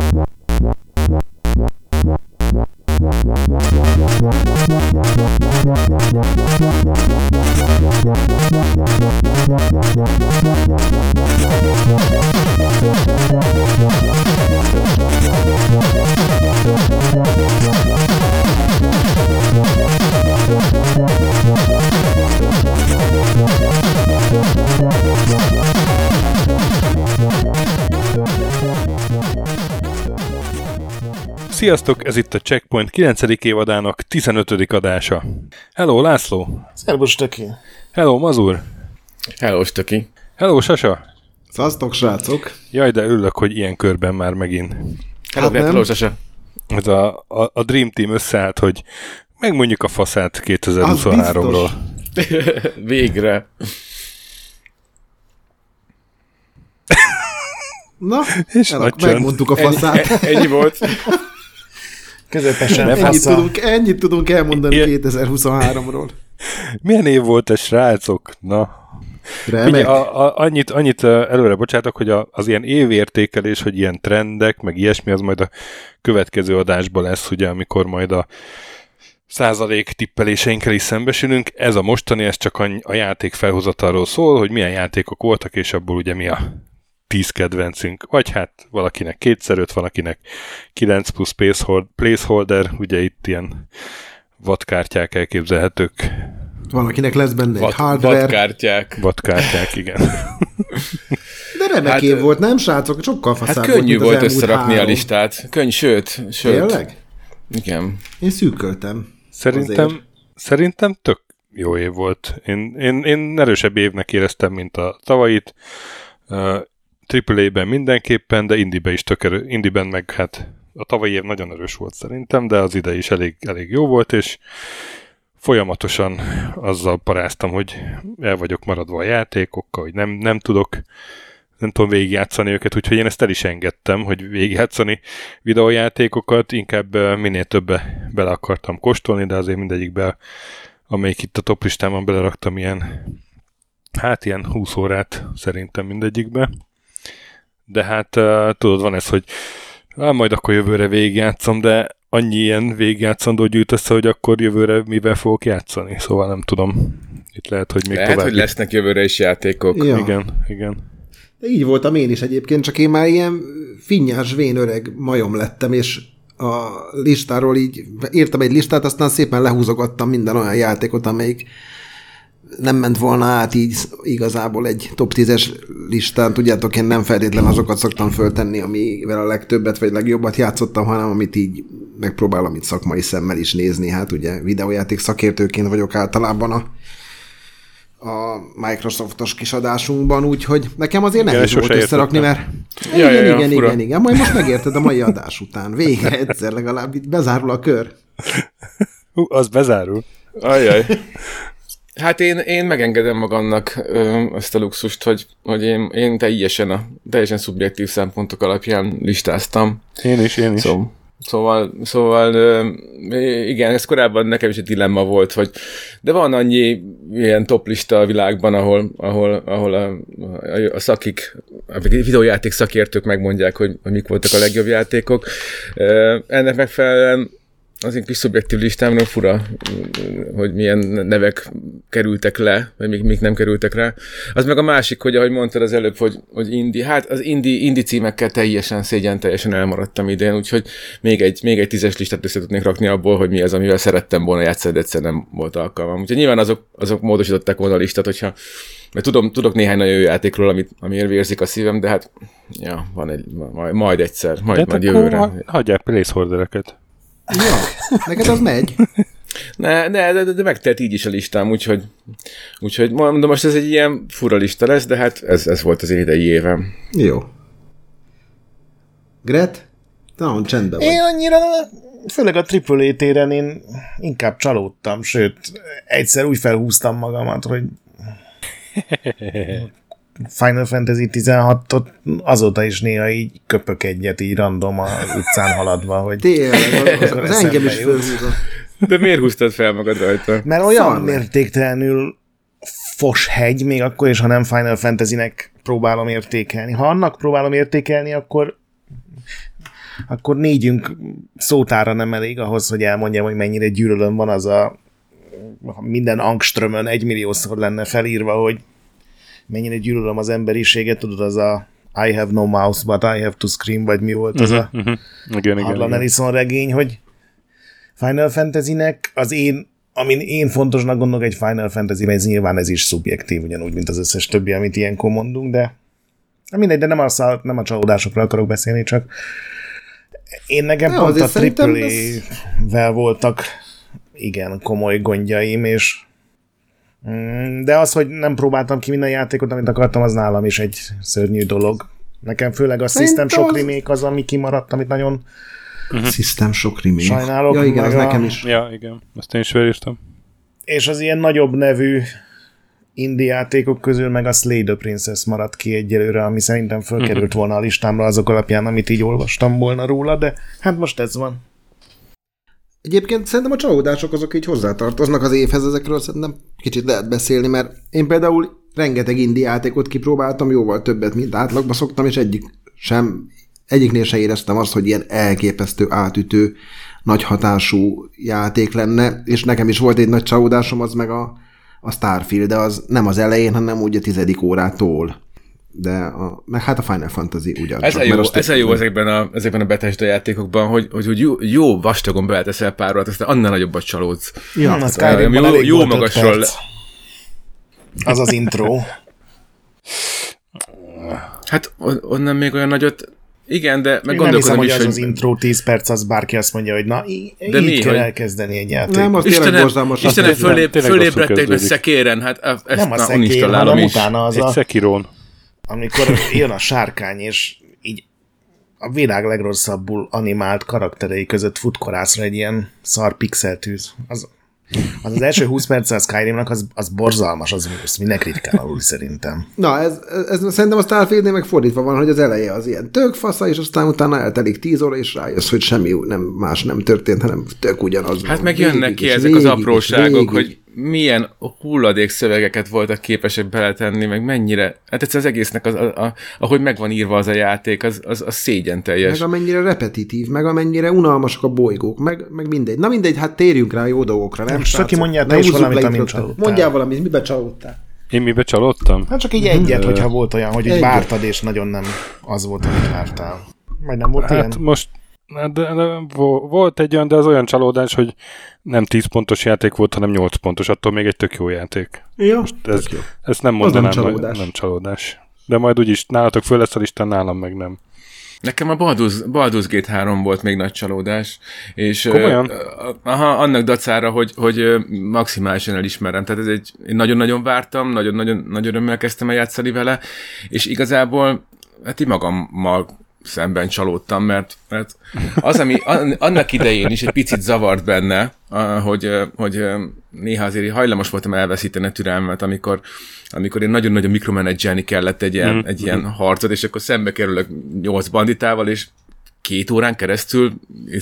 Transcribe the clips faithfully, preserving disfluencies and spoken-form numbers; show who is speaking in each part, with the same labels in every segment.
Speaker 1: Sziasztok, ez itt a Checkpoint kilencedik évadának tizenötödik adása. Hello, László!
Speaker 2: Szervus, Töki!
Speaker 1: Hello, Mazur!
Speaker 3: Hello, Töki!
Speaker 1: Hello, Sasa!
Speaker 4: Szasztok, srácok!
Speaker 1: Jaj, de örülök, hogy ilyen körben már megint.
Speaker 3: Hello, hát hello, Sasa!
Speaker 1: Ez a, a, a Dream Team összeállt, hogy megmondjuk a faszát kétezer-huszonháromról.
Speaker 3: Végre!
Speaker 4: Na,
Speaker 1: és
Speaker 4: elak, megmondtuk a faszát.
Speaker 3: Ennyi, ennyi volt.
Speaker 2: Közepesen
Speaker 4: ennyit tudunk, ennyit tudunk elmondani ilyen... kétezer-huszonháromról.
Speaker 1: Milyen év volt ez, srácok? Na. Ugye, a, a, annyit, annyit előre bocsátok, hogy a, az ilyen évértékelés, hogy ilyen trendek, meg ilyesmi, az majd a következő adásban lesz, ugye, amikor majd a százalék tippeléseinkkel is szembesülünk. Ez a mostani, ez csak a, a játék felhozatalról szól, hogy milyen játékok voltak, és abból ugye mi a tíz kedvencünk, vagy hát valakinek kétszer öt, valakinek kilenc plusz placeholder, ugye itt ilyen vadkártyák elképzelhetők.
Speaker 4: Valakinek lesz benne
Speaker 3: Vat,
Speaker 4: egy hardware.
Speaker 3: Vadkártyák.
Speaker 1: Vadkártyák, igen.
Speaker 4: De remek hát, év volt, nem srácok? Sokkal faszább
Speaker 3: hát könnyű volt, volt összerakni
Speaker 4: három.
Speaker 3: a listát. Könnyű, sőt, sőt.
Speaker 4: Tényleg?
Speaker 3: Igen.
Speaker 4: Én szűköltem.
Speaker 1: Szerintem, szerintem tök jó év volt. Én, én, én erősebb évnek éreztem, mint a tavait. Uh, á á á-ben mindenképpen, de indiben is tök erő, indiben meg hát a tavalyi év nagyon erős volt szerintem, de az idei is elég, elég jó volt, és folyamatosan azzal paráztam, hogy el vagyok maradva a játékokkal, hogy nem, nem tudok, nem tudom végigjátszani őket, úgyhogy én ezt el is engedtem, hogy végigjátszani videójátékokat, inkább minél többe bele akartam kóstolni, de azért mindegyikbe, amelyik itt a top listámon beleraktam ilyen, hát ilyen húsz órát szerintem mindegyikbe. De hát uh, tudod, van ez, hogy á, majd akkor jövőre végigjátszom, de annyi ilyen végigjátszandó gyűjt össze, hogy akkor jövőre mivel fogok játszani. Szóval nem tudom. Itt lehet, hogy még
Speaker 3: lehet,
Speaker 1: tovább.
Speaker 3: hogy lesznek jövőre is játékok.
Speaker 4: Ja.
Speaker 1: Igen, igen.
Speaker 4: De így voltam én is egyébként, csak én már ilyen finnyás, vén öreg majom lettem, és a listáról így írtam egy listát, aztán szépen lehúzogattam minden olyan játékot, amelyik nem ment volna át így igazából egy top tízes listán. Tudjátok, én nem feltétlenül azokat szoktam föltenni, amivel a legtöbbet vagy legjobbat játszottam, hanem amit így megpróbálom itt szakmai szemmel is nézni. Hát ugye videójáték szakértőként vagyok általában a, a Microsoftos kisadásunkban, úgyhogy nekem azért nehéz volt összerakni, mert
Speaker 3: ja,
Speaker 4: igen,
Speaker 3: ja, ja,
Speaker 4: igen,
Speaker 3: fura.
Speaker 4: igen, igen, majd most megérted a mai adás után. Végre egyszer legalább itt bezárul a kör.
Speaker 1: Hú, az bezárul.
Speaker 3: Ajjaj. Hát én, én megengedem magamnak ö, ezt a luxust, hogy, hogy én, én teljesen, a, teljesen szubjektív szempontok alapján listáztam.
Speaker 1: Én is, én is.
Speaker 3: Szó, szóval, szóval ö, igen, ez korábban nekem is egy dilemma volt, hogy de van annyi ilyen toplista a világban, ahol, ahol, ahol a, a, a szakik, a videójáték szakértők megmondják, hogy, hogy mik voltak a legjobb játékok. Ö, ennek megfelelően az én kis szubjektív listámról fura, hogy milyen nevek kerültek le, vagy még, még nem kerültek rá. Az meg a másik, hogy ahogy mondtad az előbb, hogy, hogy indie, hát az indie, indie címekkel teljesen szégyen, teljesen elmaradtam idén, úgyhogy még egy, még egy tízes listát össze tudnék rakni abból, hogy mi az, amivel szerettem volna játszani, de egyszer nem volt alkalmam. Úgyhogy nyilván azok, azok módosították volna a listát, hogyha, mert tudom, tudok néhány nagyon jó játékról, amit, amiért vérzik a szívem, de hát ja, van egy, majd, majd egyszer, majd,
Speaker 1: de
Speaker 3: majd jövőre.
Speaker 1: Ha, hagyják placeholdereket.
Speaker 4: Ja, neked az megy.
Speaker 3: Ne, ne de, de megtelt így is a listám, úgyhogy, úgyhogy mondom, most ez egy ilyen fura lista lesz, de hát ez, ez volt az én idei évem.
Speaker 4: Jó. Gret? Nagyon csendben vagy.
Speaker 2: Én annyira, főleg a á á á téren én inkább csalódtam, sőt, egyszer úgy felhúztam magamat, hogy Final Fantasy tizenhatot azóta is néha így köpök egyet, így random az utcán haladva, hogy...
Speaker 4: Tényleg, az, az engem is fölhúzott.
Speaker 3: De miért húztad fel magad rajta?
Speaker 2: Mert olyan Szarme. mértéktelenül fos hegy, még akkor is, ha nem Final Fantasy-nek próbálom értékelni. Ha annak próbálom értékelni, akkor akkor négyünk szótára nem elég ahhoz, hogy elmondjam, hogy mennyire gyűlölöm van az a minden angströmön egymilliószor lenne felírva, hogy mennyire gyűlölöm az emberiséget, tudod, az a I have no mouse, but I have to scream, vagy mi volt az uh-huh, a uh-huh. igen, Harlan Ellison regény, hogy Final Fantasy-nek az én, amin én fontosnak gondolok egy Final Fantasy-ben, ez nyilván ez is szubjektív, ugyanúgy, mint az összes többi, amit ilyenkor mondunk, de mindegy, de nem a, nem a csalódásokról akarok beszélni, csak én nekem pont a á á á-vel voltak igen, komoly gondjaim, és de az, hogy nem próbáltam ki minden játékot, amit akartam, az nálam is egy szörnyű dolog. Nekem főleg a System Shock remake az, ami kimaradt, amit nagyon
Speaker 4: uh-huh. System Shock remake.
Speaker 2: Sajnálok.
Speaker 4: Ja, igen, az
Speaker 2: a...
Speaker 4: nekem is.
Speaker 1: Ja, igen. Azt én is felírtam.
Speaker 2: És az ilyen nagyobb nevű indie játékok közül meg a Slay the Princess maradt ki egyelőre, ami szerintem fölkerült uh-huh. volna a listámra azok alapján, amit így olvastam volna róla, de hát most ez van.
Speaker 4: Egyébként szerintem a csalódások azok így hozzátartoznak az évhez, ezekről szerintem kicsit lehet beszélni, mert én például rengeteg indie játékot kipróbáltam, jóval többet, mint átlagban szoktam, és egyik sem, egyiknél se éreztem azt, hogy ilyen elképesztő, átütő, nagy hatású játék lenne, és nekem is volt egy nagy csalódásom, az meg a, a Starfield, de az nem az elején, hanem úgy a tizedik órától. De a, meg hát a Final Fantasy ugyan.
Speaker 3: Ez a jó, ez a jó ezekben a, ezekben a Bethesda játékokban, hogy, hogy, hogy jó, jó vastagon beleteszel pár órát, aztán annál nagyobbat csalódsz.
Speaker 2: Ja, az uh, jó,
Speaker 3: jó magasról.
Speaker 2: Az az intro.
Speaker 3: Hát onnan még olyan nagyot... Igen, de meg
Speaker 2: gondolkodom hiszem, is, hogy... az
Speaker 3: hogy...
Speaker 2: az intro tíz perc, az bárki azt mondja, hogy na, í- de így mi, kell hogy... elkezdeni egy játék.
Speaker 4: Nem, az tényleg borzalmas.
Speaker 3: Istenem, fölép, fölébredtek be szekéren, hát ezt
Speaker 2: nem a szekér, hanem is. Utána az
Speaker 1: egy
Speaker 2: a...
Speaker 1: szekirón.
Speaker 2: Amikor jön a sárkány, és így a világ legrosszabbul animált karakterei között futkorászra egy ilyen szar pixeltűz. Az az, az első húsz perc a Skyrimnak az, az borzalmas, az, az mindenki ritkán alul szerintem.
Speaker 4: Na, ez, ez szerintem a Starfieldnél meg fordítva van, hogy az eleje az ilyen tök fasza, és aztán utána eltelik tíz óra, és rájössz, hogy semmi nem, más nem történt, hanem tök ugyanaz.
Speaker 3: Hát meg jönnek ki ezek az apróságok, hogy milyen hulladék szövegeket voltak képesek beletenni, meg mennyire, hát ez az egésznek, az, a, a, ahogy meg van írva az a játék, az, az, az szégyen teljes.
Speaker 4: Meg amennyire repetitív, meg amennyire unalmasak a bolygók, meg, meg mindegy. Na mindegy, hát térjünk rá jó dolgokra, nem?
Speaker 2: Saki, mondjál te is valamit, amin csalódtál.
Speaker 4: Mondjál valamit, mibe csalódtál?
Speaker 1: Én mibe csalódtam?
Speaker 2: Hát csak így egyet, hogyha volt olyan, hogy így vártad, és nagyon nem az volt, amit vártál. Vagy nem volt
Speaker 1: hát
Speaker 2: ilyen?
Speaker 1: Most de, de, volt egy olyan, de az olyan csalódás, hogy nem tíz pontos játék volt, hanem nyolc pontos, attól még egy tök jó játék.
Speaker 4: Ja,
Speaker 1: most ez, jó. Ezt nem mondanám, nem csalódás. Nem csalódás. De majd úgyis nálatok föl lesz a listán, nálam meg nem.
Speaker 3: Nekem a Baldur's, Baldur's Gate három volt még nagy csalódás, és
Speaker 1: komolyan?
Speaker 3: Uh, aha, annak dacára, hogy, hogy maximálisan elismerem. Tehát ez egy, én nagyon-nagyon vártam, nagyon-nagyon nagy örömmel kezdtem el játszani vele, és igazából hát így magammal szemben csalódtam, mert, mert az, ami annak idején is egy picit zavart benne, hogy, hogy néha azért hajlamos voltam elveszíteni a türelmet, amikor, amikor én nagyon-nagyon mikromanedzselni kellett egy ilyen, mm. egy ilyen harcot, és akkor szembe kerülök nyolc banditával, és két órán keresztül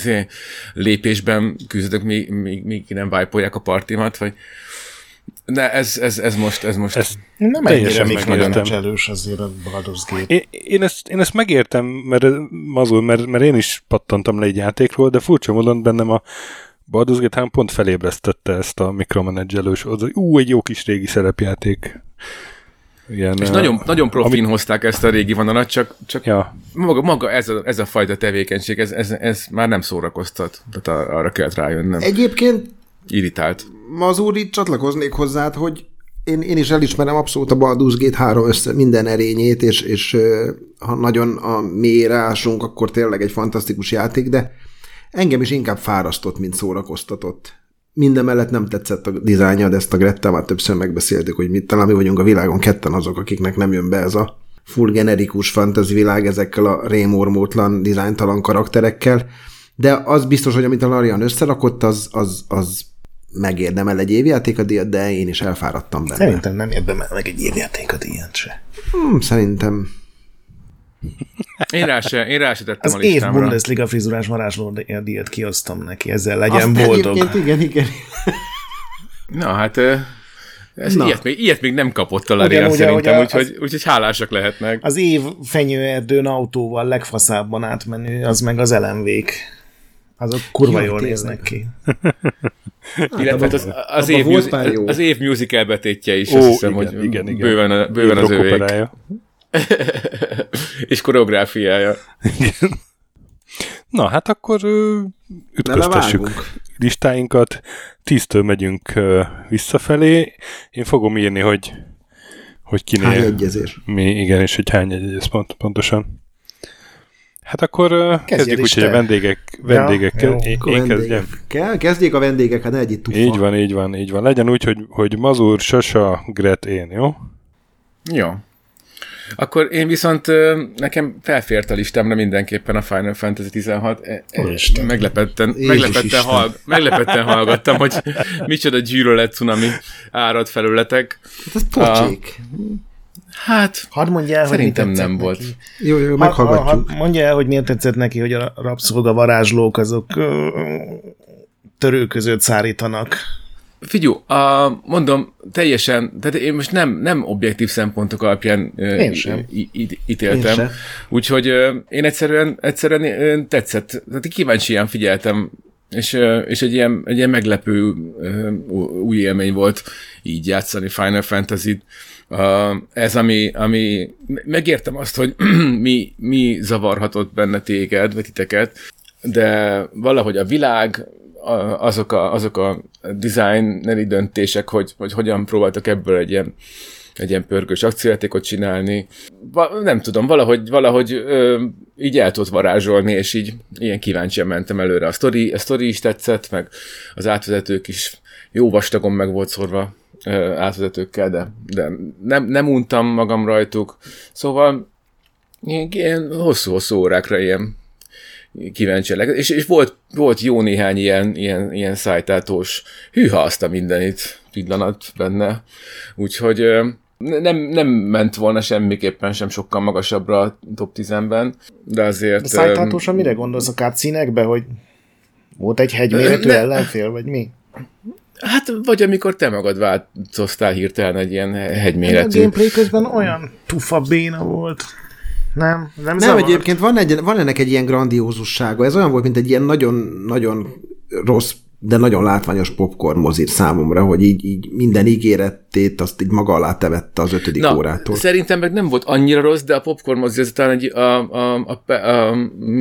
Speaker 3: lépésben küzdök, míg, míg, míg nem vájpolják a partimat, vagy de ez, ez, ez most... Ez most
Speaker 1: ez
Speaker 2: nem ennyire mikromanedzselős azért a Baldur's Gate.
Speaker 1: Én, én, ezt, én ezt megértem, mert, mazul, mert, mert én is pattantam le egy játékról, de furcsa módon bennem a Baldur's Gate három pont felébresztette ezt a mikromanedzselős, hogy ú, egy jó kis régi szerepjáték. Ilyen,
Speaker 3: és nagyon, nagyon profin amit... hozták ezt a régi vonalat, csak, csak
Speaker 1: ja.
Speaker 3: maga, maga ez, a, ez a fajta tevékenység, ez, ez, ez már nem szórakoztat. Tehát arra kellett rájönnöm.
Speaker 4: Egyébként
Speaker 3: irritált.
Speaker 4: Mazur, itt csatlakoznék hozzád, hogy én, én is elismerem abszolút a Baldur's Gate három össze minden erényét, és, és ha nagyon a mélyre ásunk, akkor tényleg egy fantasztikus játék, de engem is inkább fárasztott, mint szórakoztatott. Mindemellett nem tetszett a dizájnja, de ezt a Grettel már többször megbeszéltük, hogy mit, talán mi vagyunk a világon ketten azok, akiknek nem jön be ez a full generikus fantasy világ ezekkel a rémormótlan, dizájntalan karakterekkel, de az biztos, hogy amit a Larian összerakott, az, az, az megérdemel egy évjátékadíjat, de én is elfáradtam benne.
Speaker 2: Szerintem nem érdemel meg egy évjátékadíjat se.
Speaker 4: Hmm, szerintem.
Speaker 3: Én rá se, én rá se tettem
Speaker 2: az
Speaker 3: a listámra.
Speaker 2: Az év Bundesliga frizurás varázslódíjat kiosztam neki, ezzel legyen azt boldog.
Speaker 4: Igen, igen.
Speaker 3: Na hát Ez ilyet, még, ilyet még nem kapott a Larian szerintem, úgyhogy úgy, hálásak lehetnek.
Speaker 2: Az év fenyőerdőn autóval legfaszábban átmenő, az meg az el em vé-k. Azok kurva jól néznek ki.
Speaker 3: Illetve az, az, év music, az év musical betétje is,
Speaker 1: Ó,
Speaker 3: azt hiszem,
Speaker 1: igen,
Speaker 3: hogy
Speaker 1: igen, igen.
Speaker 3: bőven, a, bőven az övék. És koreográfiája.
Speaker 1: Na, hát akkor ö, ütköztessük listáinkat. Tíztől megyünk ö, visszafelé. Én fogom írni, hogy, hogy kinél...
Speaker 4: Hány egyezés.
Speaker 1: Mi, igen, és hogy hány egyezés pont, pontosan. Hát akkor ö, kezdjük úgy, hogy a vendégek, vendégek ja, én, én kezdjem.
Speaker 4: Kell, kezdjék a vendégek, hát ne egy itt tufa.
Speaker 1: Így van, így van, így van. Legyen úgy, hogy, hogy Mazur, Sasa, Gret, én, jó?
Speaker 3: Jó. Akkor én viszont nekem felfért a listámra mindenképpen a Final Fantasy tizenhat.
Speaker 2: Úristen.
Speaker 3: Meglepetten, meglepetten, hallg, meglepetten hallgattam, hogy micsoda gyűlölet cunami árad felületek.
Speaker 4: Hát ez pocsék.
Speaker 3: Hát,
Speaker 2: hadd mondja el,
Speaker 3: szerintem
Speaker 2: hogy
Speaker 3: nem
Speaker 2: neki.
Speaker 3: volt.
Speaker 4: Jó, jó, meghallgatjuk.
Speaker 2: Ha, ha, mondja el, hogy miért tetszett neki, hogy a rabszolga varázslók azok törőközőt szárítanak.
Speaker 3: Figyú, a, mondom, teljesen, tehát én most nem, nem objektív szempontok alapján
Speaker 2: én sem.
Speaker 3: ítéltem. Én úgyhogy én egyszerűen, egyszerűen tetszett, tehát kíváncsian figyeltem, és, és egy, ilyen, egy ilyen meglepő új élmény volt így játszani Final Fantasy-t. Ez, ami, ami megértem azt, hogy mi, mi zavarhatott benne téged, vagy titeket, de valahogy a világ, azok a, azok a designeri döntések, hogy, hogy hogyan próbáltak ebből egy ilyen, egy ilyen pörgős akciójátékot csinálni. Va, nem tudom, valahogy, valahogy ö, így el tudott varázsolni, és így ilyen kíváncsian mentem előre. A sztori, a sztori is tetszett, meg az átvezetők is jó vastagon meg volt szorva ö, átvezetőkkel, de, de nem, nem untam magam rajtuk. Szóval ilyen, ilyen hosszú-hosszú órákra ilyen kíváncsiak. És, és volt, volt jó néhány ilyen, ilyen, ilyen szájtátós hűha azt a mindenit pillanat benne. Úgyhogy nem, nem ment volna semmiképpen sem sokkal magasabbra a top tízben, de azért...
Speaker 2: De szájtátósan mire gondolsz, a cutscene-ekbe, hogy volt egy hegyméretű ellenfél, vagy mi?
Speaker 3: Hát, vagy amikor te magad változtál hirtelen egy ilyen hegyméretű...
Speaker 2: A gameplay közben olyan tufa béna volt. Nem, nem,
Speaker 4: nem egyébként van, egy, van ennek egy ilyen grandiózussága. Ez olyan volt, mint egy ilyen nagyon-nagyon rossz, de nagyon látványos popcorn mozit számomra, hogy így, így minden ígéretét azt így maga alá tevette az ötödik
Speaker 3: Na,
Speaker 4: órától.
Speaker 3: Szerintem meg nem volt annyira rossz, de a popcorn mozi azután egy, a, a, a, a, a,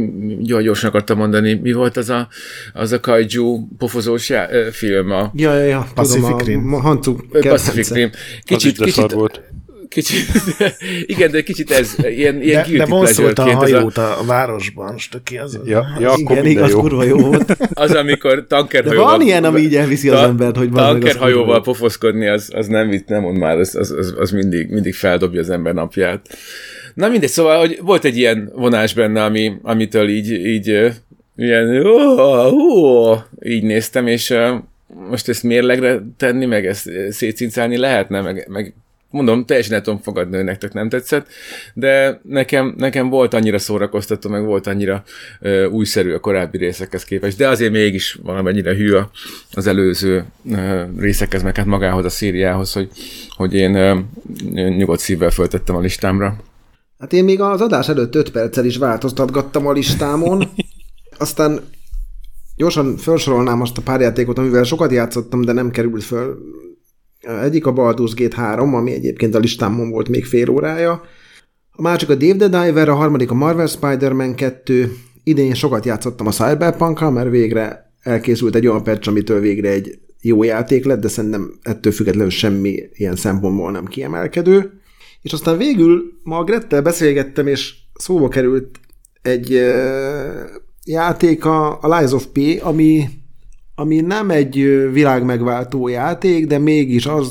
Speaker 3: a gyorsan akartam mondani, mi volt az a, az a kaiju pofozós já, film? A,
Speaker 4: ja, ja, ja,
Speaker 2: Pacific
Speaker 4: tudom,
Speaker 2: Rim.
Speaker 4: A, a Hancu
Speaker 3: Pacific Rim. Kicsit, kicsit,
Speaker 1: volt.
Speaker 3: Kicsit, igen, de kicsit ez ilyen, ilyen
Speaker 2: de, de vonszolta a hajót a, a városban, stöki az.
Speaker 1: Ja, ja,
Speaker 4: igen, igaz, jó. Kurva jó volt.
Speaker 3: Az, amikor tankerhajóval...
Speaker 4: De van ilyen, ami így elviszi az embert, hogy van
Speaker 3: tankerhajóval pofoszkodni, az, az nem vitt, nem mond már, az, az, az, az mindig, mindig feldobja az ember napját. Na mindegy, szóval, hogy volt egy ilyen vonás benne, ami, amitől így, így ilyen, ó, ó, így néztem, és most ezt mérlegre tenni, meg ezt szétszincálni lehetne, meg, meg mondom, teljesen el tudom fogadni, hogy nektek nem tetszett, de nekem, nekem volt annyira szórakoztató, meg volt annyira ö, újszerű a korábbi részekhez képest, de azért mégis valamennyire hű az előző ö, részekhez, meg hát magához a szériához, hogy, hogy én ö, nyugodt szívvel föltettem a listámra.
Speaker 4: Hát én még az adás előtt öt perccel is változtatgattam a listámon, aztán gyorsan felsorolnám azt a pár játékot, amivel sokat játszottam, de nem került föl. Egyik a Baldur's Gate három, ami egyébként a listámon volt még fél órája. A másik a Dave the Diver, a harmadik a Marvel Spider-Man kettő. Idén sokat játszottam a Cyberpunk-kal, mert végre elkészült egy olyan patch, amitől végre egy jó játék lett, de szerintem ettől függetlenül semmi ilyen szempontból nem kiemelkedő. És aztán végül ma a Grettel beszélgettem, és szóba került egy uh, játék, a, a Lies of P, ami ami nem egy világmegváltó játék, de mégis az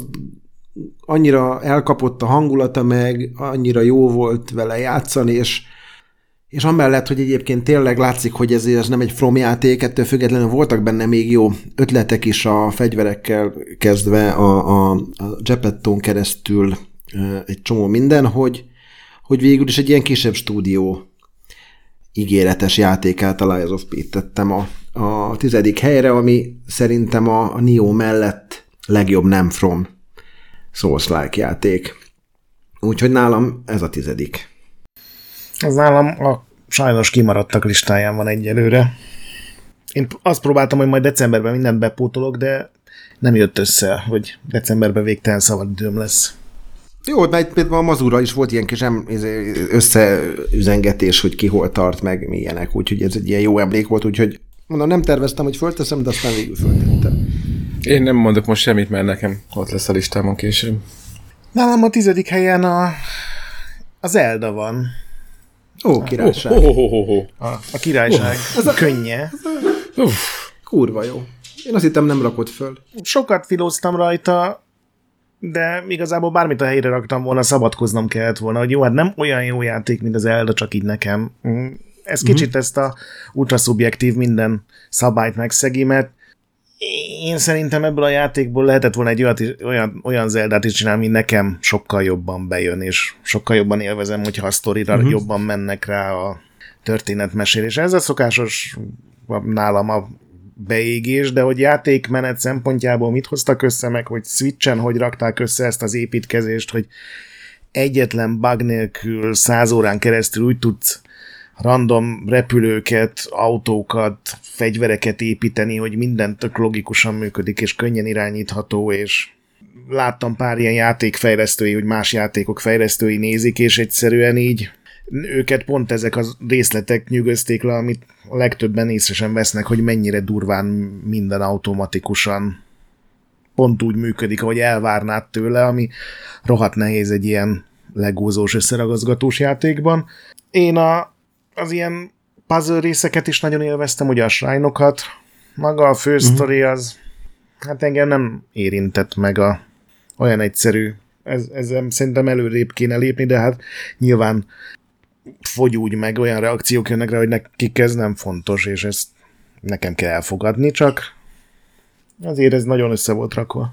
Speaker 4: annyira elkapott a hangulata meg, annyira jó volt vele játszani, és, és amellett, hogy egyébként tényleg látszik, hogy ez, ez nem egy From játék, ettől függetlenül voltak benne még jó ötletek is a fegyverekkel kezdve a, a, a Gepetton keresztül egy csomó minden, hogy, hogy végül is egy ilyen kisebb stúdió ígéretes játékát, a Lies of P-t tettem a, a tizedik helyre, ami szerintem a, a Nioh mellett legjobb nem From Souls-like játék. Úgyhogy nálam ez a tizedik.
Speaker 2: Az nálam a sajnos kimaradtak listáján van egyelőre. Én azt próbáltam, hogy majd decemberben mindent bepótolok, de nem jött össze, hogy decemberben végtelen szabadidőm lesz.
Speaker 4: Jó, mert például a Mazurral is volt ilyen kis összeüzengetés, hogy ki hol tart, meg milyenek, úgyhogy ez egy ilyen jó emlék volt, úgyhogy mondom, nem terveztem, hogy fölteszem, de aztán végül föltettem.
Speaker 3: Én nem mondok most semmit, mert nekem ott lesz a listámon később.
Speaker 2: Nálam a tizedik helyen a, a Zelda van.
Speaker 4: Ó, királyság.
Speaker 3: Oh, oh, oh, oh, oh.
Speaker 2: A, a királyság oh, könnye.
Speaker 3: Uh.
Speaker 4: Kurva jó. Én azt hittem, nem rakott föl.
Speaker 2: Sokat filóztam rajta, de igazából bármit a helyre raktam volna, szabadkoznom kellett volna, hogy jó, hát nem olyan jó játék, mint az Zelda, csak így nekem. Ez kicsit uh-huh. ezt a ultraszubjektív minden szabályt megszegi, mert én szerintem ebből a játékból lehetett volna egy olyat, olyan, olyan Zeldát is csinálni, ami nekem sokkal jobban bejön, és sokkal jobban élvezem, hogyha a sztorira uh-huh. jobban mennek rá a történetmesélés. Ez a szokásos nálam a beégés, de hogy játékmenet szempontjából mit hoztak össze, meg hogy Switchen hogy rakták össze ezt az építkezést, hogy egyetlen bug nélkül száz órán keresztül úgy tudsz random repülőket, autókat, fegyvereket építeni, hogy minden tök logikusan működik, és könnyen irányítható, és láttam pár ilyen játékfejlesztői, hogy más játékok fejlesztői nézik, és egyszerűen így őket pont ezek a részletek nyűgözték le, amit a legtöbben észre sem vesznek, hogy mennyire durván minden automatikusan pont úgy működik, ahogy elvárnád tőle, ami rohadt nehéz egy ilyen legózós, összeragazgatós játékban. Én a, az ilyen puzzle részeket is nagyon élveztem, ugye a shrine-okat, maga a fő sztori az, hát engem nem érintett meg a olyan egyszerű, ez, ezzel szerintem előrébb kéne lépni, de hát nyilván fogy úgy meg, olyan reakciók jönnek rá, hogy nekik ez nem fontos, és ezt nekem kell elfogadni, csak azért ez nagyon össze volt rakva.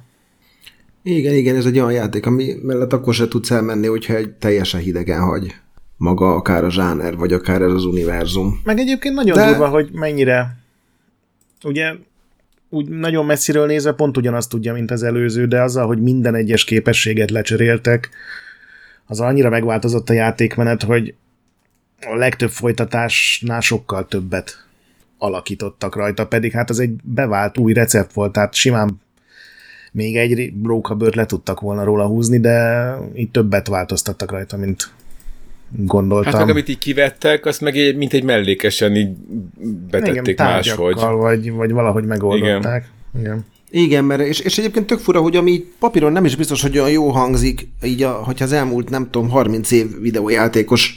Speaker 4: Igen, igen, ez egy olyan játék, ami mellett akkor se tudsz elmenni, hogyha egy teljesen hidegen hagy maga, akár a zsáner, vagy akár ez az univerzum.
Speaker 2: Meg egyébként nagyon De... durva, hogy mennyire ugye úgy nagyon messziről nézve pont ugyanazt tudja, mint az előző, de azzal, hogy minden egyes képességet lecseréltek, az annyira megváltozott a játékmenet, hogy a legtöbb folytatásnál sokkal többet alakítottak rajta, pedig hát az egy bevált új recept volt, tehát simán még egy rókabőrt le tudtak volna róla húzni, de így többet változtattak rajta, mint gondoltam.
Speaker 3: Hát meg amit így kivettek, azt meg egy, mint egy mellékesen így betették Igen, máshogy.
Speaker 2: Vagy, vagy valahogy megoldották. Igen. Igen.
Speaker 4: Igen, mert és, és egyébként tök fura, hogy ami papíron nem is biztos, hogy olyan jó hangzik, így a, hogyha az elmúlt, nem tudom, harminc év videójátékos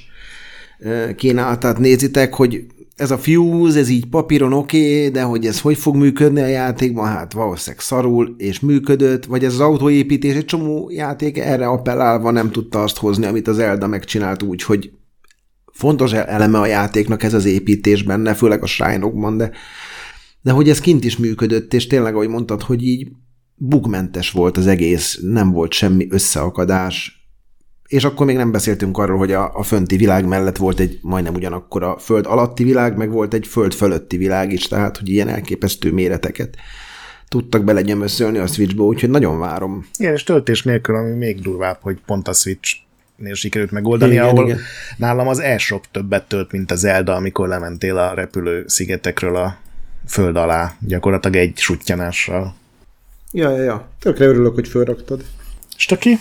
Speaker 4: kínálatát nézitek, hogy ez a Fuse, ez így papíron oké, okay, de hogy ez hogy fog működni a játékban, hát valószínűleg szarul, és működött, vagy ez az autóépítés, egy csomó játék erre appellálva nem tudta azt hozni, amit az Zelda megcsinált úgy, hogy fontos eleme a játéknak ez az építés benne, főleg a shrine-okban, de, de hogy ez kint is működött, és tényleg, ahogy mondtad, hogy így bugmentes volt az egész, nem volt semmi összeakadás, és akkor még nem beszéltünk arról, hogy a, a fönti világ mellett volt egy majdnem ugyanakkor a föld alatti világ, meg volt egy föld fölötti világ is, tehát hogy ilyen elképesztő méreteket tudtak belegyömöszölni a Switchbe, úgyhogy nagyon várom.
Speaker 2: Igen, és töltés nélkül, ami még durvább, hogy pont a Switch-nél sikerült megoldani, igen, ahol igen. Nálam az e-shop többet tölt, mint a Zelda, amikor lementél a repülő szigetekről a föld alá, gyakorlatilag egy suttyanással.
Speaker 4: Ja, ja, ja. Tökre örülök, hogy fölraktad.
Speaker 2: Stöki?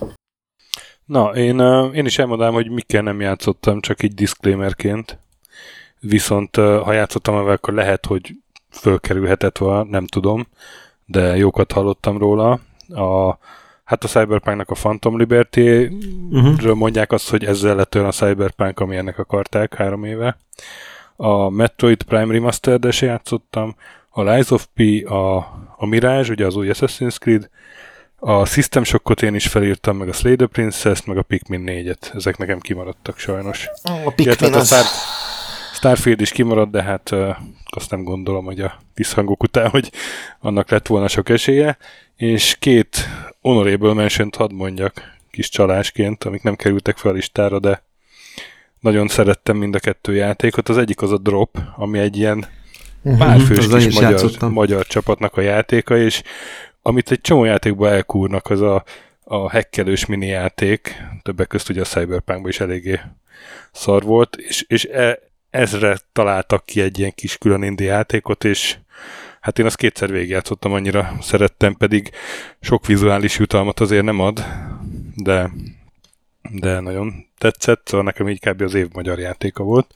Speaker 1: Na, én, uh, én is elmondám, hogy mikkel nem játszottam, csak így disclaimerként. Viszont uh, ha játszottam vele, akkor lehet, hogy fölkerülhetett volna, nem tudom, de jókat hallottam róla. A, hát a Cyberpunknak a Phantom Liberty-ről uh-huh. mondják azt, hogy ezzel lett olyan a Cyberpunk, ami ennek akarták három éve. A Metroid Prime Remastered-es játszottam, a Lies of P, a, a Mirage, ugye az új Assassin's Creed, a System Shockot én is felírtam, meg a Slay the Princess-t, meg a Pikmin négyet. Ezek nekem kimaradtak sajnos.
Speaker 2: A Pikmin az...
Speaker 1: A Star... Starfield is kimaradt, de hát uh, azt nem gondolom, hogy a visszhangok után, hogy annak lett volna sok esélye. És két honorable mention-t hadd mondjak kis csalásként, amik nem kerültek fel a listára, de nagyon szerettem mind a kettő játékot. Az egyik az a Drop, ami egy ilyen párfős kis magyar, magyar csapatnak a játéka, és amit egy csomó játékban elkúrnak, az a, a hekkelős mini játék, többek közt ugye a Cyberpunkban is eléggé szar volt, és, és e, ezre találtak ki egy ilyen kis külön indie játékot, és hát én azt kétszer végigjátszottam, annyira szerettem, pedig sok vizuális jutalmat azért nem ad, de, de nagyon tetszett, szóval nekem így kb. Az év magyar játéka volt.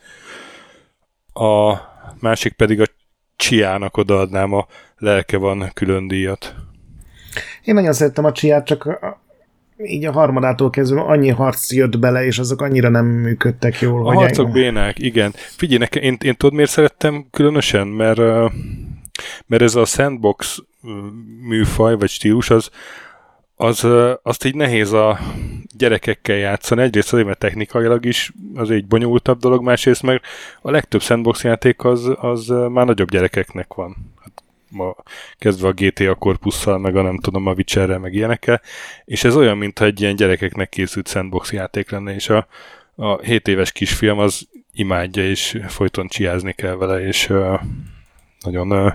Speaker 1: A másik pedig a Csiának odaadnám a Lelke van külön díjat.
Speaker 2: Én nagyon szerettem a Csiát, csak a, így a harmadától kezdve annyi harc jött bele, és azok annyira nem működtek jól.
Speaker 1: A harcok engem... bénák, igen. Figyelj, nekem, én, én tudod miért szerettem különösen? Mert, mert ez a sandbox műfaj, vagy stílus, az, az, azt így nehéz a gyerekekkel játszani. Egyrészt azért, mert technikailag is az egy bonyolultabb dolog, másrészt meg a legtöbb sandbox játék az, az már nagyobb gyerekeknek van. Hát ma kezdve a gé té á Corpusszal, meg a nem tudom, a Witcherrel, meg ilyenekkel, és ez olyan, mintha egy ilyen gyerekeknek készült sandbox játék lenne, és a, a hét éves kisfiam az imádja, és folyton csiázni kell vele, és uh, nagyon uh,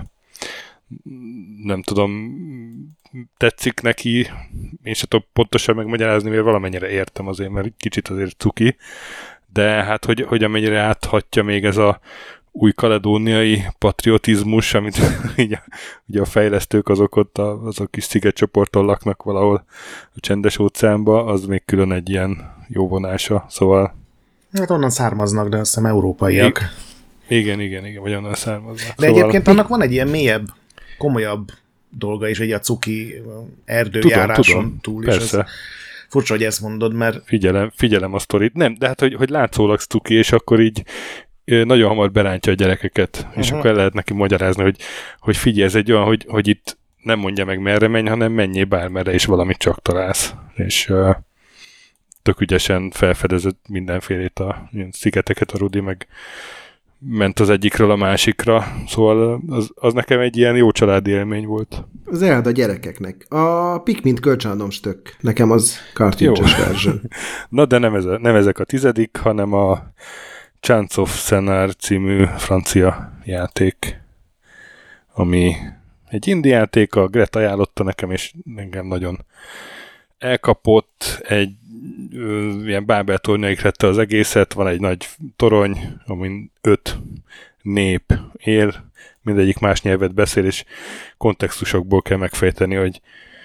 Speaker 1: nem tudom, tetszik neki, én sem tudom pontosan megmagyarázni, mert valamennyire értem azért, mert kicsit azért cuki, de hát, hogy, hogy amennyire áthatja még ez a új kaledóniai patriotizmus, amit így a, ugye a fejlesztők azok ott a, azok kis szigetcsoporton laknak valahol a csendes óceánban, az még külön egy ilyen jó vonása, szóval...
Speaker 2: Hát onnan származnak, de azt hiszem európaiak.
Speaker 1: I- igen, igen, igen, vagy onnan származnak.
Speaker 2: De
Speaker 1: szóval...
Speaker 2: egyébként annak van egy ilyen mélyebb, komolyabb dolga is, egy a cuki erdőjáráson
Speaker 1: tudom, tudom,
Speaker 2: túl is.
Speaker 1: Persze.
Speaker 2: Ez furcsa, hogy ezt mondod, mert...
Speaker 1: Figyelem, figyelem a sztorit. Nem, de hát, hogy, hogy látszólag cuki, és akkor így nagyon hamar berántja a gyerekeket, uh-huh. és akkor el lehet neki magyarázni, hogy, hogy figyelj, ez egy olyan, hogy, hogy itt nem mondja meg merre menj, hanem menjél bármerre, és valamit csak találsz. És uh, tök ügyesen felfedezett mindenfélét a ilyen szigeteket a Rudi, meg ment az egyikről a másikra, szóval az, az nekem egy ilyen jó családi élmény volt.
Speaker 4: Zelda gyerekeknek. A Pikmin kölcsönadom stök. Nekem az cartridge-es version.
Speaker 1: Na, de nem, ez a, nem ezek a tizedik, hanem a Chants of Sennaar című francia játék, ami egy indie játék, a Gret ajánlotta nekem, és engem nagyon elkapott, egy ö, ilyen Bábel tornyaik lette az egészet, van egy nagy torony, amin öt nép él, mindegyik más nyelvet beszél, és kontextusokból kell megfejteni, hogy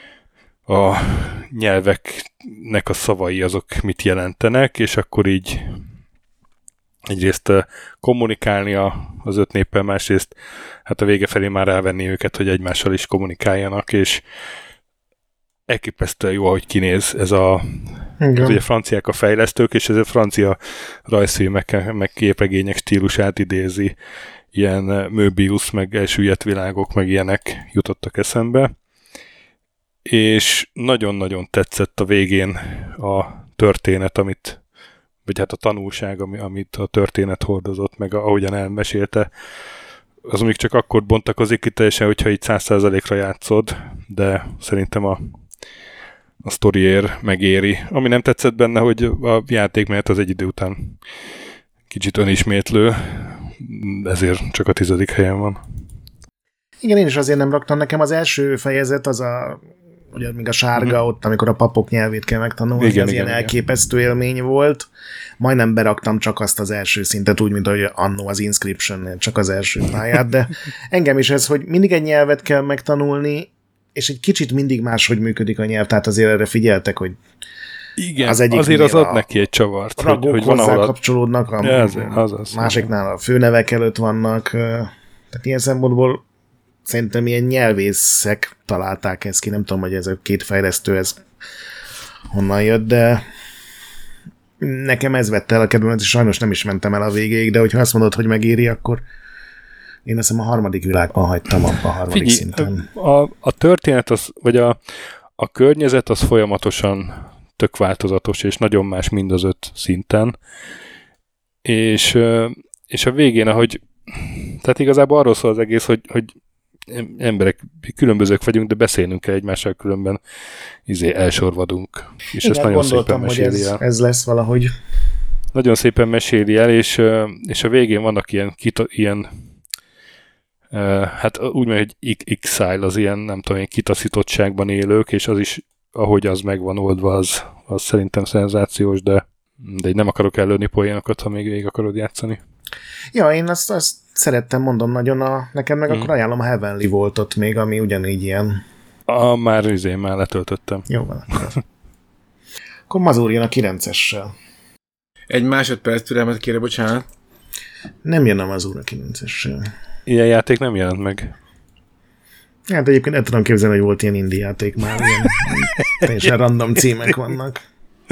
Speaker 1: a nyelveknek a szavai azok mit jelentenek, és akkor így egyrészt kommunikálni a, az öt néppel, másrészt hát a vége felé már rávenni őket, hogy egymással is kommunikáljanak, és elképesztően jó, ahogy kinéz ez a ez ugye franciák a fejlesztők, és ez a francia rajzfilmek, meg képregények stílusát idézi, ilyen Möbius, meg elsüllyedt világok, meg ilyenek jutottak eszembe, és nagyon-nagyon tetszett a végén a történet, amit vagy hát a tanulság, ami, amit a történet hordozott, meg ahogyan elmesélte, az még csak akkor bontakozik ki teljesen, hogyha így száz százalékra játszod, de szerintem a, a sztoriér megéri. Ami nem tetszett benne, hogy a játék mehet az egy idő után kicsit önismétlő, ezért csak a tizedik helyen van. Igen,
Speaker 2: én is azért nem raktam. Nekem az első fejezet az a ugye még a sárga, mm. ott, amikor a papok nyelvét kell megtanulni, igen, az igen, ilyen igen. elképesztő élmény volt. Majdnem beraktam csak azt az első szintet, úgy, mint ahogy annó az Inscription-nél, csak az első pályát, de engem is ez, hogy mindig egy nyelvet kell megtanulni, és egy kicsit mindig máshogy működik a nyelv, tehát azért erre figyeltek, hogy
Speaker 1: igen, az egyik azért az ad neki egy csavart.
Speaker 2: Ragok hogy, hogy hozzá van, ahol kapcsolódnak, a
Speaker 1: ja, az, az, az,
Speaker 2: másiknál a főnevek előtt vannak, tehát ilyen szempontból szerintem ilyen nyelvészek találták ezt ki, nem tudom, hogy ez a két fejlesztő ez honnan jött, de nekem ez vette el a kedvemet, és sajnos nem is mentem el a végéig, de hogyha azt mondod, hogy megéri, akkor én azt hiszem a harmadik világban hagytam abba a harmadik Figyelj, szinten.
Speaker 1: A, a történet, az, vagy a, a környezet az folyamatosan tök változatos, és nagyon más mind az öt szinten, és, és a végén, ahogy tehát igazából arról szól az egész, hogy, hogy emberek, különbözők vagyunk, de beszélnünk kell egymással, különben izé elsorvadunk. És
Speaker 2: igen,
Speaker 1: ezt nagyon szépen meséli el.
Speaker 2: Ez, ez lesz valahogy.
Speaker 1: Nagyon szépen meséli el, és, és a végén vannak ilyen, kita, ilyen hát úgy mondja, hogy exile, az ilyen, nem tudom, ilyen kitaszítottságban élők, és az is ahogy az meg van oldva, az, az szerintem szenzációs, de, de így nem akarok előni poénokat, ha még végig akarod játszani.
Speaker 2: Ja, én azt, azt szerettem, mondom nagyon, a, nekem meg hmm. akkor ajánlom a Heavenly Voltot még, ami ugyanígy ilyen.
Speaker 1: A, már izé, már letöltöttem.
Speaker 2: Jó van. Akkor Mazur jön a kilencessel.
Speaker 3: Egy másodperc türelmet kérre, bocsánat.
Speaker 2: Nem jön a Mazur a kilencessel.
Speaker 1: Ilyen játék nem jelent meg.
Speaker 2: Hát egyébként el tudom képzelni, hogy volt ilyen indie játék már, ilyen teljesen random címek vannak.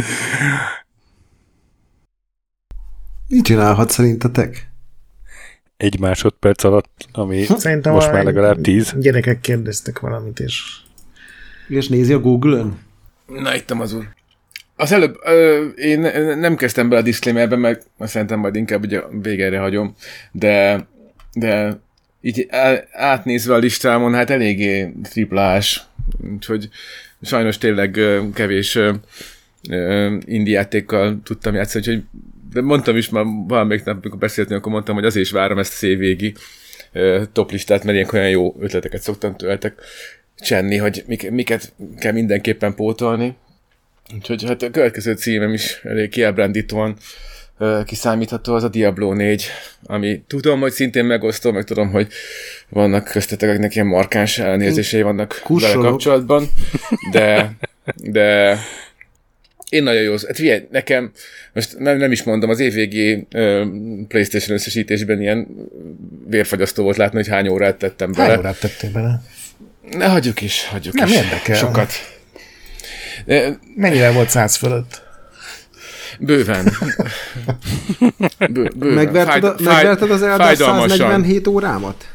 Speaker 4: Mit csinálhat szerintetek?
Speaker 1: Egy másodperc alatt, ami
Speaker 2: Szerintem
Speaker 1: most már legalább tíz.
Speaker 2: Gyerekek kérdeztek valamit, és...
Speaker 4: És nézi a Google-ön?
Speaker 3: Na, itt a Mazur. Az előbb, ö, én nem kezdtem bele a disclaimerbe, meg szerintem majd inkább ugye végére hagyom, de, de így átnézve a listámon, hát eléggé triplás, úgyhogy sajnos tényleg kevés indie játékkal tudtam játszani, úgyhogy de mondtam is már valamelyik nap, amikor beszéltünk, akkor mondtam, hogy azért is várom ezt a szévégi top listát, mert ilyen olyan jó ötleteket szoktam tőletek csenni, hogy mik, miket kell mindenképpen pótolni. Úgyhogy hát a következő címem is elég kiábrándítóan uh, kiszámítható, az a Diablo négy, ami tudom, hogy szintén megosztó, meg tudom, hogy vannak köztetek, akiknek ilyen markáns elnézései vannak
Speaker 4: Kussolok.
Speaker 3: vele kapcsolatban, de, de én nagyon jó. Hát figyelj, nekem, most nem, nem is mondom, az évvégi uh, PlayStation összesítésben ilyen vérfagyasztó volt látni, hogy hány órát tettem bele.
Speaker 2: Hány órát tettél bele?
Speaker 3: Ne, hagyjuk is, hagyjuk
Speaker 2: nem
Speaker 3: is.
Speaker 2: Nem érdekel.
Speaker 3: Sokat. De,
Speaker 2: mennyire volt száz fölött?
Speaker 3: Bőven. Bő, bőven.
Speaker 4: Megverted, a,
Speaker 3: Fáj,
Speaker 4: megverted az Elder száznegyvenhét órámat?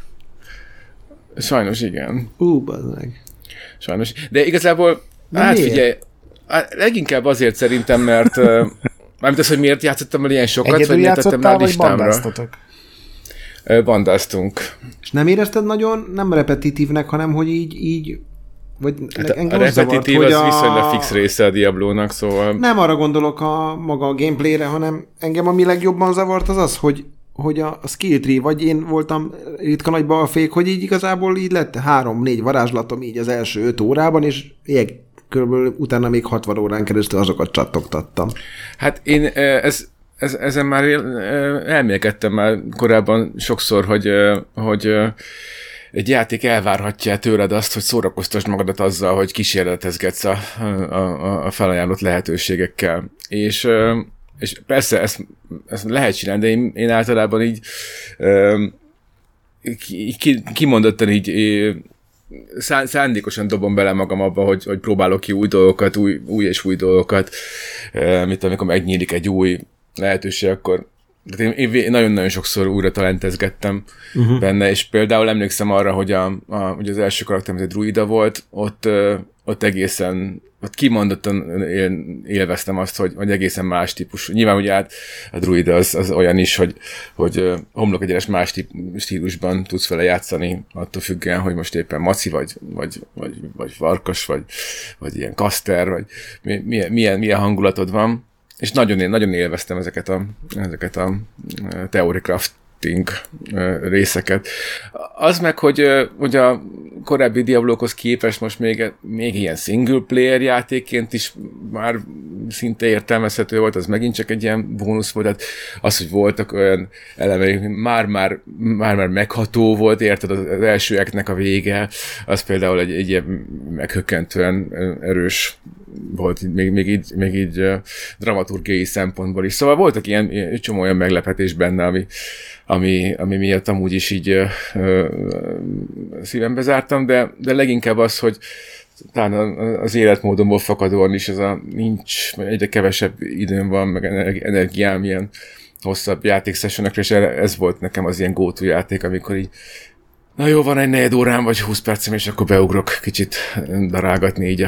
Speaker 3: Sajnos igen.
Speaker 4: Ú, bazd meg.
Speaker 3: Sajnos. De igazából,
Speaker 4: De
Speaker 3: hát
Speaker 4: miért?
Speaker 3: figyelj, leginkább azért szerintem, mert mármint az, hogy miért játszottam el ilyen sokat,
Speaker 2: Egyedül
Speaker 3: vagy miért tettem le a
Speaker 2: játszottál, vagy
Speaker 3: listámra.
Speaker 2: bandáztatok?
Speaker 3: Bandáztunk.
Speaker 4: És nem érezted nagyon, nem repetitívnek, hanem hogy így, így vagy
Speaker 3: Hát a
Speaker 4: engem az
Speaker 3: repetitív
Speaker 4: zavart,
Speaker 3: az
Speaker 4: hogy a...
Speaker 3: viszonylag fix része a Diablónak, szóval...
Speaker 4: Nem arra gondolok a maga a gameplayre, hanem engem ami legjobban zavart az az, hogy, hogy a skill tree, vagy én voltam ritka nagy balfék, hogy így igazából így lett három-négy varázslatom így az első öt órában, és ég, körülbelül utána még hatvan órán keresztül azokat csattogtattam.
Speaker 3: Hát én ez, ez, ezen már elmélkedtem már korábban sokszor, hogy, hogy egy játék elvárhatja tőled azt, hogy szórakoztasd magadat azzal, hogy kísérletezgetsz a, a, a felajánlott lehetőségekkel. És, és persze ezt, ezt lehet csinálni, de én, én általában így ki, kimondottan így szándékosan dobom bele magam abba, hogy, hogy próbálok ki új dolgokat, új, új és új dolgokat, mint amikor megnyílik egy új lehetőség, akkor én, én nagyon-nagyon sokszor újra talentezgettem uh-huh. benne, és például emlékszem arra, hogy, a, a, hogy az első karakterem egy druida volt, ott, ott egészen, ott kimondottan én élveztem azt, hogy, hogy egészen más típus. Nyilván ugye hát a druida az, az olyan is, hogy, hogy homlokegyenes más típ, stílusban tudsz vele játszani, attól függően, hogy most éppen maci vagy, vagy, vagy, vagy farkas, vagy, vagy ilyen kaszter, vagy milyen, milyen, milyen hangulatod van. És nagyon, nagyon élveztem ezeket a, ezeket a theory crafting részeket. Az meg, hogy, hogy a korábbi Diablókhoz képest most még, még ilyen single player játékként is már szinte értelmezhető volt, az megint csak egy ilyen bónusz volt. Tehát az, hogy voltak olyan elemek, már-már, már-már megható volt, érted, az első aktnek a vége, az például egy, egy ilyen meghökkentően erős volt, még, még így, még így uh, dramaturgiai szempontból is. Szóval voltak ilyen, ilyen csomó olyan meglepetés benne, ami, ami, ami miatt amúgy is így uh, uh, szívembe zártam, de, de leginkább az, hogy talán az életmódomból fakadóan is ez a nincs, egyre kevesebb időm van, meg energiám ilyen hosszabb játékszessionokra, és ez volt nekem az ilyen go-to játék, amikor így na jó, van egy negyed órám, vagy húsz percem, és akkor beugrok kicsit darálgatni így a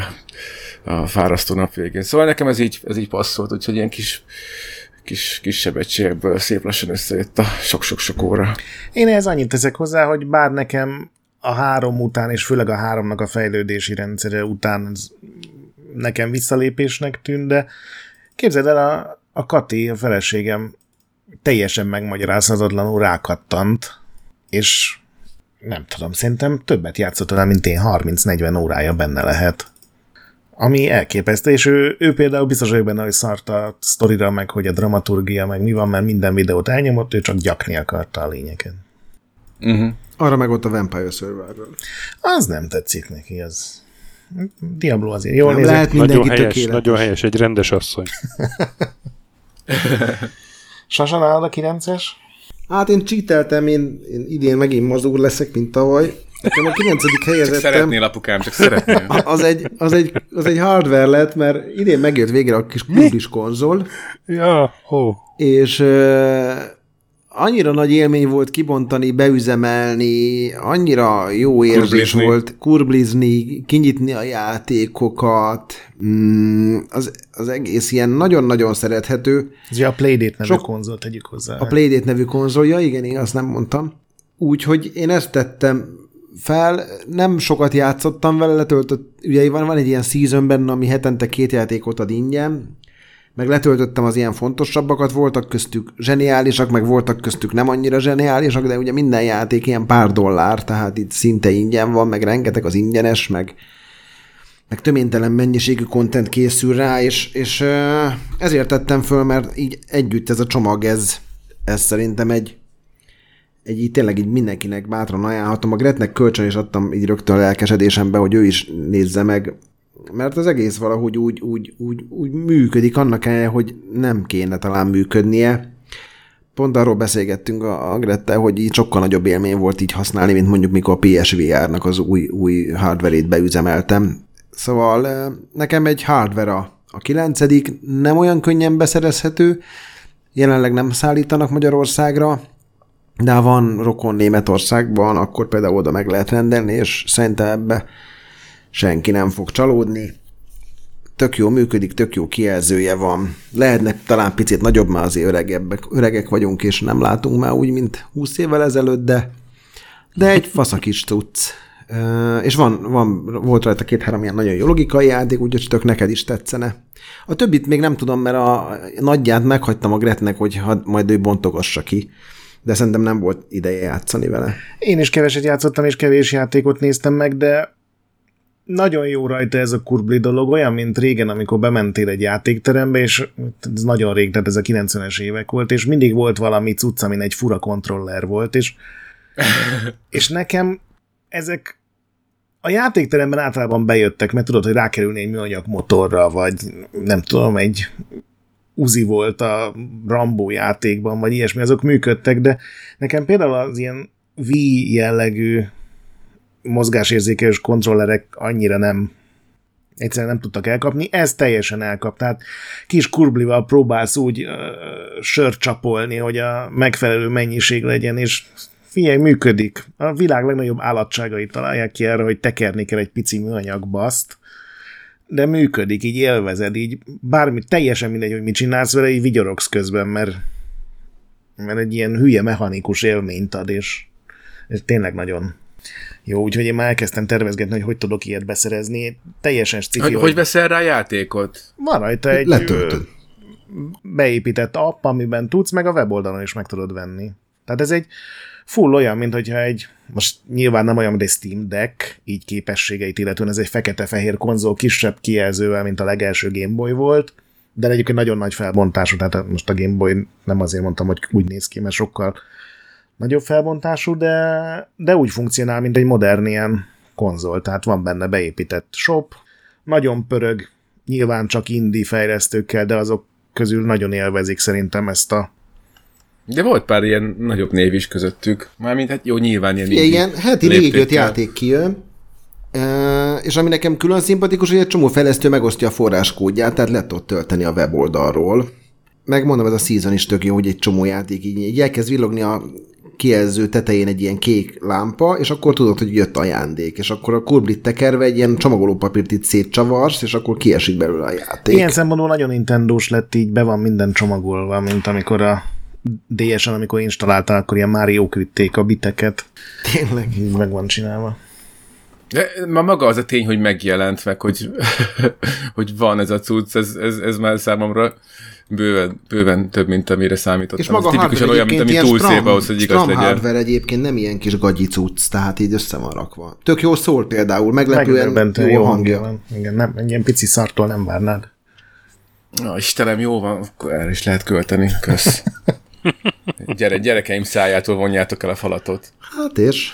Speaker 3: a fárasztó nap végén. Szóval nekem ez így, ez így passzolt, úgyhogy ilyen kis, kis, kis sebességekből szép lassan összejött a sok-sok-sok óra.
Speaker 2: Én ehhez annyit teszek hozzá, hogy bár nekem a három után, és főleg a háromnak a fejlődési rendszere után ez nekem visszalépésnek tűnt, de képzeld el, a, a Kati, a feleségem teljesen megmagyarázhatatlanul rákattant, és nem tudom, szerintem többet játszott el, mint én, harminc-negyven órája benne lehet. Ami elképesztő, és ő, ő például biztos vagyok benne, hogy szart a sztorira, meg hogy a dramaturgia, meg mi van, mert minden videót elnyomott, ő csak gyakni akarta a lényeket.
Speaker 3: Uh-huh.
Speaker 4: Arra meg ott a Vampire Survivor.
Speaker 2: Az nem tetszik neki, az... Diablo azért jól
Speaker 4: nézett. Lehet
Speaker 1: nagyon helyes, nagyon helyes, egy rendes asszony.
Speaker 2: Sasa, nálad a kilences?
Speaker 4: Hát én cheateltem, én, én idén megint mazúr leszek, mint tavaly. Nekem a kilencedik helyezettem...
Speaker 3: Csak szeretnél, apukám, csak szeretnél.
Speaker 4: Az egy, az, egy, az egy hardware lett, mert idén megjött végre a kis klubis konzol.
Speaker 1: Ja, ó.
Speaker 4: És uh, annyira nagy élmény volt kibontani, beüzemelni, annyira jó érzés kurblizni. volt kurblizni, kinyitni a játékokat, mm, az, az egész ilyen nagyon-nagyon szerethető.
Speaker 2: Ez a Playdate nevű Sok... konzol, tegyük hozzá.
Speaker 4: A Playdate nevű konzolja, igen, én azt nem mondtam. Úgyhogy én ezt tettem fel, nem sokat játszottam vele, letöltött, ugye van, van egy ilyen season benne, ami hetente két játékot ad ingyen, meg letöltöttem az ilyen fontosabbakat, voltak köztük zseniálisak, meg voltak köztük nem annyira zseniálisak, de ugye minden játék ilyen pár dollár, tehát itt szinte ingyen van, meg rengeteg az ingyenes, meg, meg töménytelen mennyiségű content készül rá, és, és ezért tettem föl, mert így együtt ez a csomag, ez, ez szerintem egy egy így tényleg így mindenkinek bátran ajánlhatom. A Gretnek kölcsön is adtam így rögtön a lelkesedésembe, hogy ő is nézze meg, mert az egész valahogy úgy, úgy, úgy, úgy működik, annak ellenére, hogy nem kéne talán működnie. Pont arról beszélgettünk a, a Grettel, hogy így sokkal nagyobb élmény volt így használni, mint mondjuk mikor a pé es vé er-nak az új, új hardverét beüzemeltem. Szóval nekem egy hardware a, a kilencedik, nem olyan könnyen beszerezhető, jelenleg nem szállítanak Magyarországra, de ha van rokon Németországban, akkor például oda meg lehet rendelni, és szerintem ebbe senki nem fog csalódni. Tök jó működik, tök jó kijelzője van. Lehetne talán picit nagyobb, már azért öregebbek, öregek vagyunk, és nem látunk már úgy, mint húsz évvel ezelőtt, de, de egy faszakis cucc. Uh, és van, van, volt rajta két-három ilyen nagyon jó logikai játék, úgyhogy tök neked is tetszene. A többit még nem tudom, mert a nagyját meghagytam a Gretnek, hogy majd ő bontogassa ki, de szerintem nem volt ideje játszani vele.
Speaker 2: Én is keveset játszottam, és kevés játékot néztem meg, de nagyon jó rajta ez a kurbli dolog, olyan, mint régen, amikor bementél egy játékterembe, és ez nagyon rég, tehát ez a kilencvenes évek volt, és mindig volt valami cucc, amin egy fura kontroller volt, és, és nekem ezek a játékteremben általában bejöttek, mert tudod, hogy rákerülni egy műanyag motorra, vagy nem tudom, egy Uzi volt a Rambo játékban, vagy ilyesmi, azok működtek, de nekem például az ilyen Wii jellegű mozgásérzékelős kontrollerek annyira nem, egyszerűen nem tudtak elkapni, ez teljesen elkap, tehát kis kurblival próbálsz úgy uh, sört csapolni, hogy a megfelelő mennyiség legyen, és figyelj, működik. A világ legnagyobb állatságait találják ki erre, hogy tekerni kell egy pici műanyag baszt, de működik, így élvezed, így bármi, teljesen mindegy, hogy mit csinálsz vele, így vigyorogsz közben, mert, mert egy ilyen hülye mechanikus élményt ad, és ez tényleg nagyon jó, úgyhogy én már elkezdtem tervezgetni, hogy hogy tudok ilyet beszerezni. Teljesen cifi.
Speaker 3: Hogy, hogy veszel rá játékot?
Speaker 2: Van rajta egy
Speaker 4: Letöltöd.
Speaker 2: beépített app, amiben tudsz, meg a weboldalon is meg tudod venni. Tehát ez egy full olyan, mint hogyha egy, most nyilván nem olyan, mint egy Steam Deck, így képességeit illetően, ez egy fekete-fehér konzol, kisebb kijelzővel, mint a legelső Game Boy volt, de egyébként nagyon nagy felbontású, tehát most a Game Boy nem azért mondtam, hogy úgy néz ki, mert sokkal nagyobb felbontású, de, de úgy funkcionál, mint egy modern ilyen konzol, tehát van benne beépített shop, nagyon pörög, nyilván csak indie fejlesztőkkel, de azok közül nagyon élvezik szerintem ezt a
Speaker 3: De volt pár ilyen nagyobb név is közöttük. Mármint hát jó, nyilván ilyen
Speaker 4: indie. Igen, heti négy-öt játék kijön, és ami nekem külön szimpatikus, hogy egy csomó fejlesztő megosztja a forráskódját, tehát lehet ott tölteni a weboldalról. Megmondom, ez a season is tök jó, hogy egy csomó játék így, így elkezd villogni a kijelző tetején egy ilyen kék lámpa, és akkor tudod, hogy jött ajándék, és akkor a kurblit tekerve egy ilyen csomagolópapírt itt szétcsavarsz, és akkor kiesik belőle a játék.
Speaker 2: Ilyen szempontból nagyon Nintendós lett, így be van minden csomagolva, mint amikor a dé es-en, amikor installáltál, akkor ilyen Mario küldték a biteket.
Speaker 4: Tényleg.
Speaker 2: Így meg van csinálva.
Speaker 3: De ma maga az a tény, hogy megjelent meg, hogy, hogy van ez a cucc, ez, ez, ez már számomra bőven, bőven több, mint amire számítottam.
Speaker 4: És maga
Speaker 3: ez tipikusan olyan, mint ami túl szép ahhoz, hogy igaz legyen.
Speaker 4: hardware egyébként nem ilyen kis gagyi cucc, tehát így össze van rakva. Tök jó szól például, meglepően jó, jó hangja van.
Speaker 2: Igen, nem, egy ilyen pici szartól nem várnád.
Speaker 3: Na, Istenem, jó van, akkor erre is lehet költeni. Kösz. Gyere, gyerekeim szájától vonjátok el a falatot.
Speaker 4: Hát és?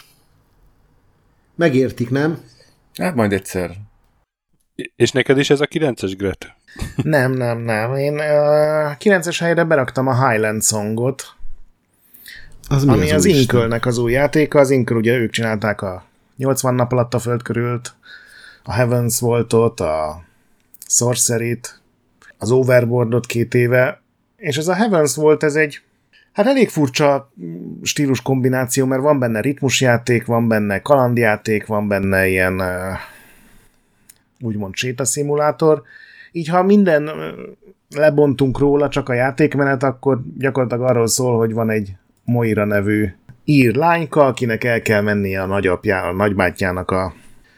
Speaker 4: Megértik, nem?
Speaker 3: Hát majd egyszer.
Speaker 1: És neked is ez a kilences, Gret?
Speaker 2: Nem, nem, nem. Én a kilences helyre beraktam a Highland Songot,
Speaker 4: az
Speaker 2: ami
Speaker 4: az,
Speaker 2: az
Speaker 4: az
Speaker 2: Inkölnek az új játéka. Az Inkl, ugye ők csinálták a nyolcvan nap alatt a föld körült, a Heavens volt ott, a Sorcery-t, az Overboardot két éve, és ez a Heavens volt, ez egy hát elég furcsa stílus kombináció, mert van benne ritmusjáték, van benne kalandjáték, van benne ilyen uh, úgymond sétaszimulátor. Így ha minden uh, lebontunk róla, csak a játékmenet, akkor gyakorlatilag arról szól, hogy van egy Moira nevű ír lányka, akinek el kell mennie a nagyapjá, a nagybátyjának a,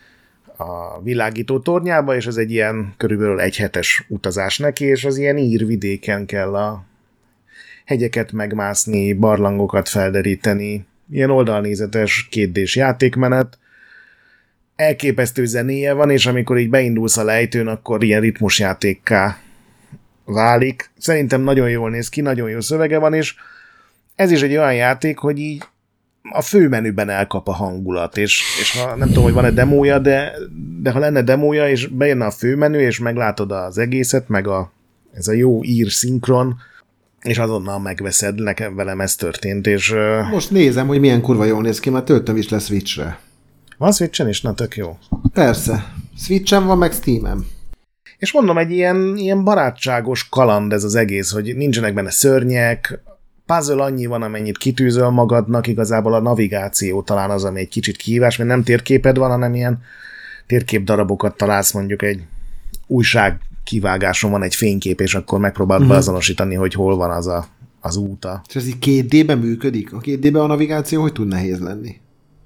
Speaker 2: a világító tornyába, és ez egy ilyen körülbelül egy hetes utazás neki, és az ilyen ír vidéken kell a hegyeket megmászni, barlangokat felderíteni, ilyen oldalnézetes kétdés játékmenet, elképesztő zenéje van, és amikor így beindulsz a lejtőn, akkor ilyen ritmusjátékká válik. Szerintem nagyon jól néz ki, nagyon jó szövege van, és ez is egy olyan játék, hogy így a főmenüben elkap a hangulat, és, és ha nem tudom, hogy van-e demója, de, de ha lenne demója, és bejönne a főmenü, és meglátod az egészet, meg a, ez a jó ír szinkron, és azonnal megveszed, nekem velem ez történt, és...
Speaker 4: Most nézem, hogy milyen kurva jól néz ki, mert töltöm is le Switchre.
Speaker 2: Van Switchen is? Na, tök jó.
Speaker 4: Persze. Switchen van, meg Steam-en.
Speaker 2: És mondom, egy ilyen, ilyen barátságos kaland ez az egész, hogy nincsenek benne szörnyek, puzzle annyi van, amennyit kitűzöl magadnak, igazából a navigáció talán az, ami egy kicsit kihívás, mert nem térképed van, hanem ilyen térképdarabokat találsz, mondjuk egy újság kivágáson van egy fénykép, és akkor megpróbálod uh-huh. beazonosítani, hogy hol van az a, az úta.
Speaker 4: És ez így két dé-ben működik? A két dé-ben a navigáció hogy tud nehéz lenni?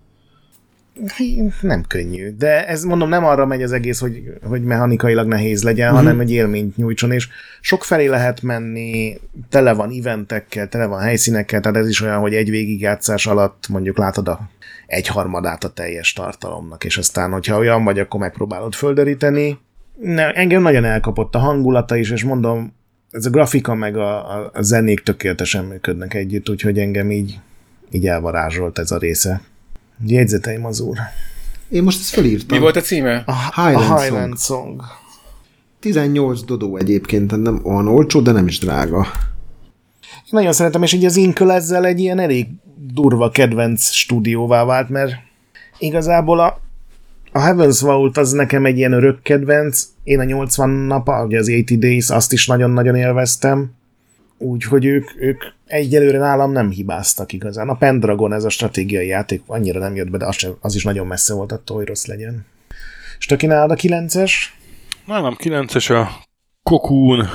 Speaker 2: Nem könnyű, de ez mondom nem arra megy az egész, hogy, hogy mechanikailag nehéz legyen, uh-huh. hanem hogy élményt nyújtson, és sok felé lehet menni, tele van eventekkel, tele van helyszínekkel, tehát ez is olyan, hogy egy végigjátszás alatt mondjuk látod a egyharmadát a teljes tartalomnak, és aztán, hogyha olyan vagy, akkor megpróbálod földeríteni. Ne, engem nagyon elkapott a hangulata is, és mondom, ez a grafika meg a, a, a zenék tökéletesen működnek együtt, úgyhogy engem így, így elvarázsolt ez a része. Jegyzeteim az úr.
Speaker 4: Én most ezt felírtam.
Speaker 3: Mi volt a címe?
Speaker 2: A Highland, a Highland Song. Song.
Speaker 4: tizennyolc dodó egyébként, nem olyan olcsó, de nem is drága.
Speaker 2: Én nagyon szeretem, és így az Inkl ezzel egy ilyen elég durva kedvenc stúdióvá vált, mert igazából a A Heaven's Vault az nekem egy ilyen örök kedvenc. Én a nyolcvan nap, ugye az nyolcvan Days, azt is nagyon-nagyon élveztem. Úgyhogy ők, ők egyelőre nálam nem hibáztak igazán. A Pendragon, ez a stratégiai játék annyira nem jött be, de az, sem, az is nagyon messze volt attól, hogy rossz legyen. És te kínálod a kilences?
Speaker 1: Nálam kilences a Cocoon.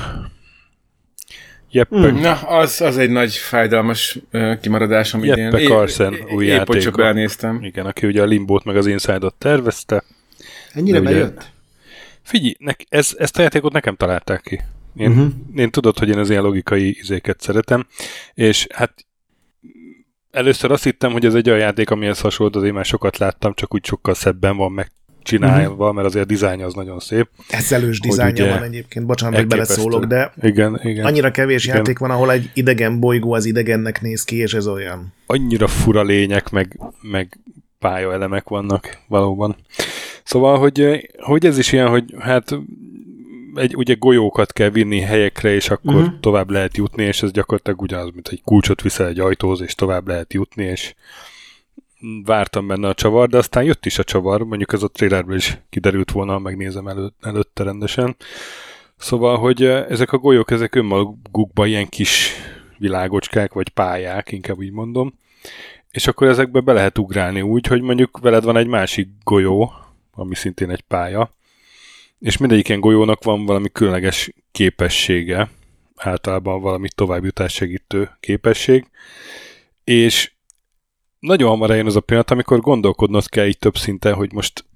Speaker 1: Jeppe.
Speaker 3: Mm, na, az, az egy nagy fájdalmas uh, kimaradásom idén.
Speaker 1: Jeppe Carlsen új
Speaker 3: játéka. Épp, hogy csak elnéztem.
Speaker 1: Igen, aki ugye a Limbót meg az Inside-ot tervezte.
Speaker 4: Ennyire bejött?
Speaker 1: Figyelj, ne, ez, ezt a játékot nekem találták ki. Én, uh-huh. én tudod, hogy én az ilyen logikai izéket szeretem, és hát először azt hittem, hogy ez egy olyan játék, amihez hasonló, azért már sokat láttam, csak úgy sokkal szebben van megcsinálva, uh-huh. mert azért a dizájn az nagyon szép.
Speaker 2: Eszelős dizájnja van egyébként, bocsánat, hogy beleszólok, de
Speaker 1: igen, igen,
Speaker 2: annyira kevés
Speaker 1: igen.
Speaker 2: játék van, ahol egy idegen bolygó az idegennek néz ki, és ez olyan.
Speaker 1: Annyira fura lények, meg, meg pályaelemek vannak valóban. Szóval, hogy, hogy ez is ilyen, hogy hát egy, ugye golyókat kell vinni helyekre, és akkor uh-huh. tovább lehet jutni, és ez gyakorlatilag ugyanaz, mint egy kulcsot viszel egy ajtóhoz, és tovább lehet jutni, és vártam benne a csavar, de aztán jött is a csavar, mondjuk ez a trailerből is kiderült volna, megnézem elő, előtte rendesen. Szóval, hogy ezek a golyók, ezek önmagukban ilyen kis világocskák, vagy pályák, inkább így mondom, és akkor ezekbe be lehet ugrálni úgy, hogy mondjuk veled van egy másik golyó, ami szintén egy pálya, és mindegyik ilyen golyónak van valami különleges képessége, általában valami továbbjutás segítő képesség, és nagyon hamar eljön az a pillanat, amikor gondolkodnod kell így több szinten, hogy most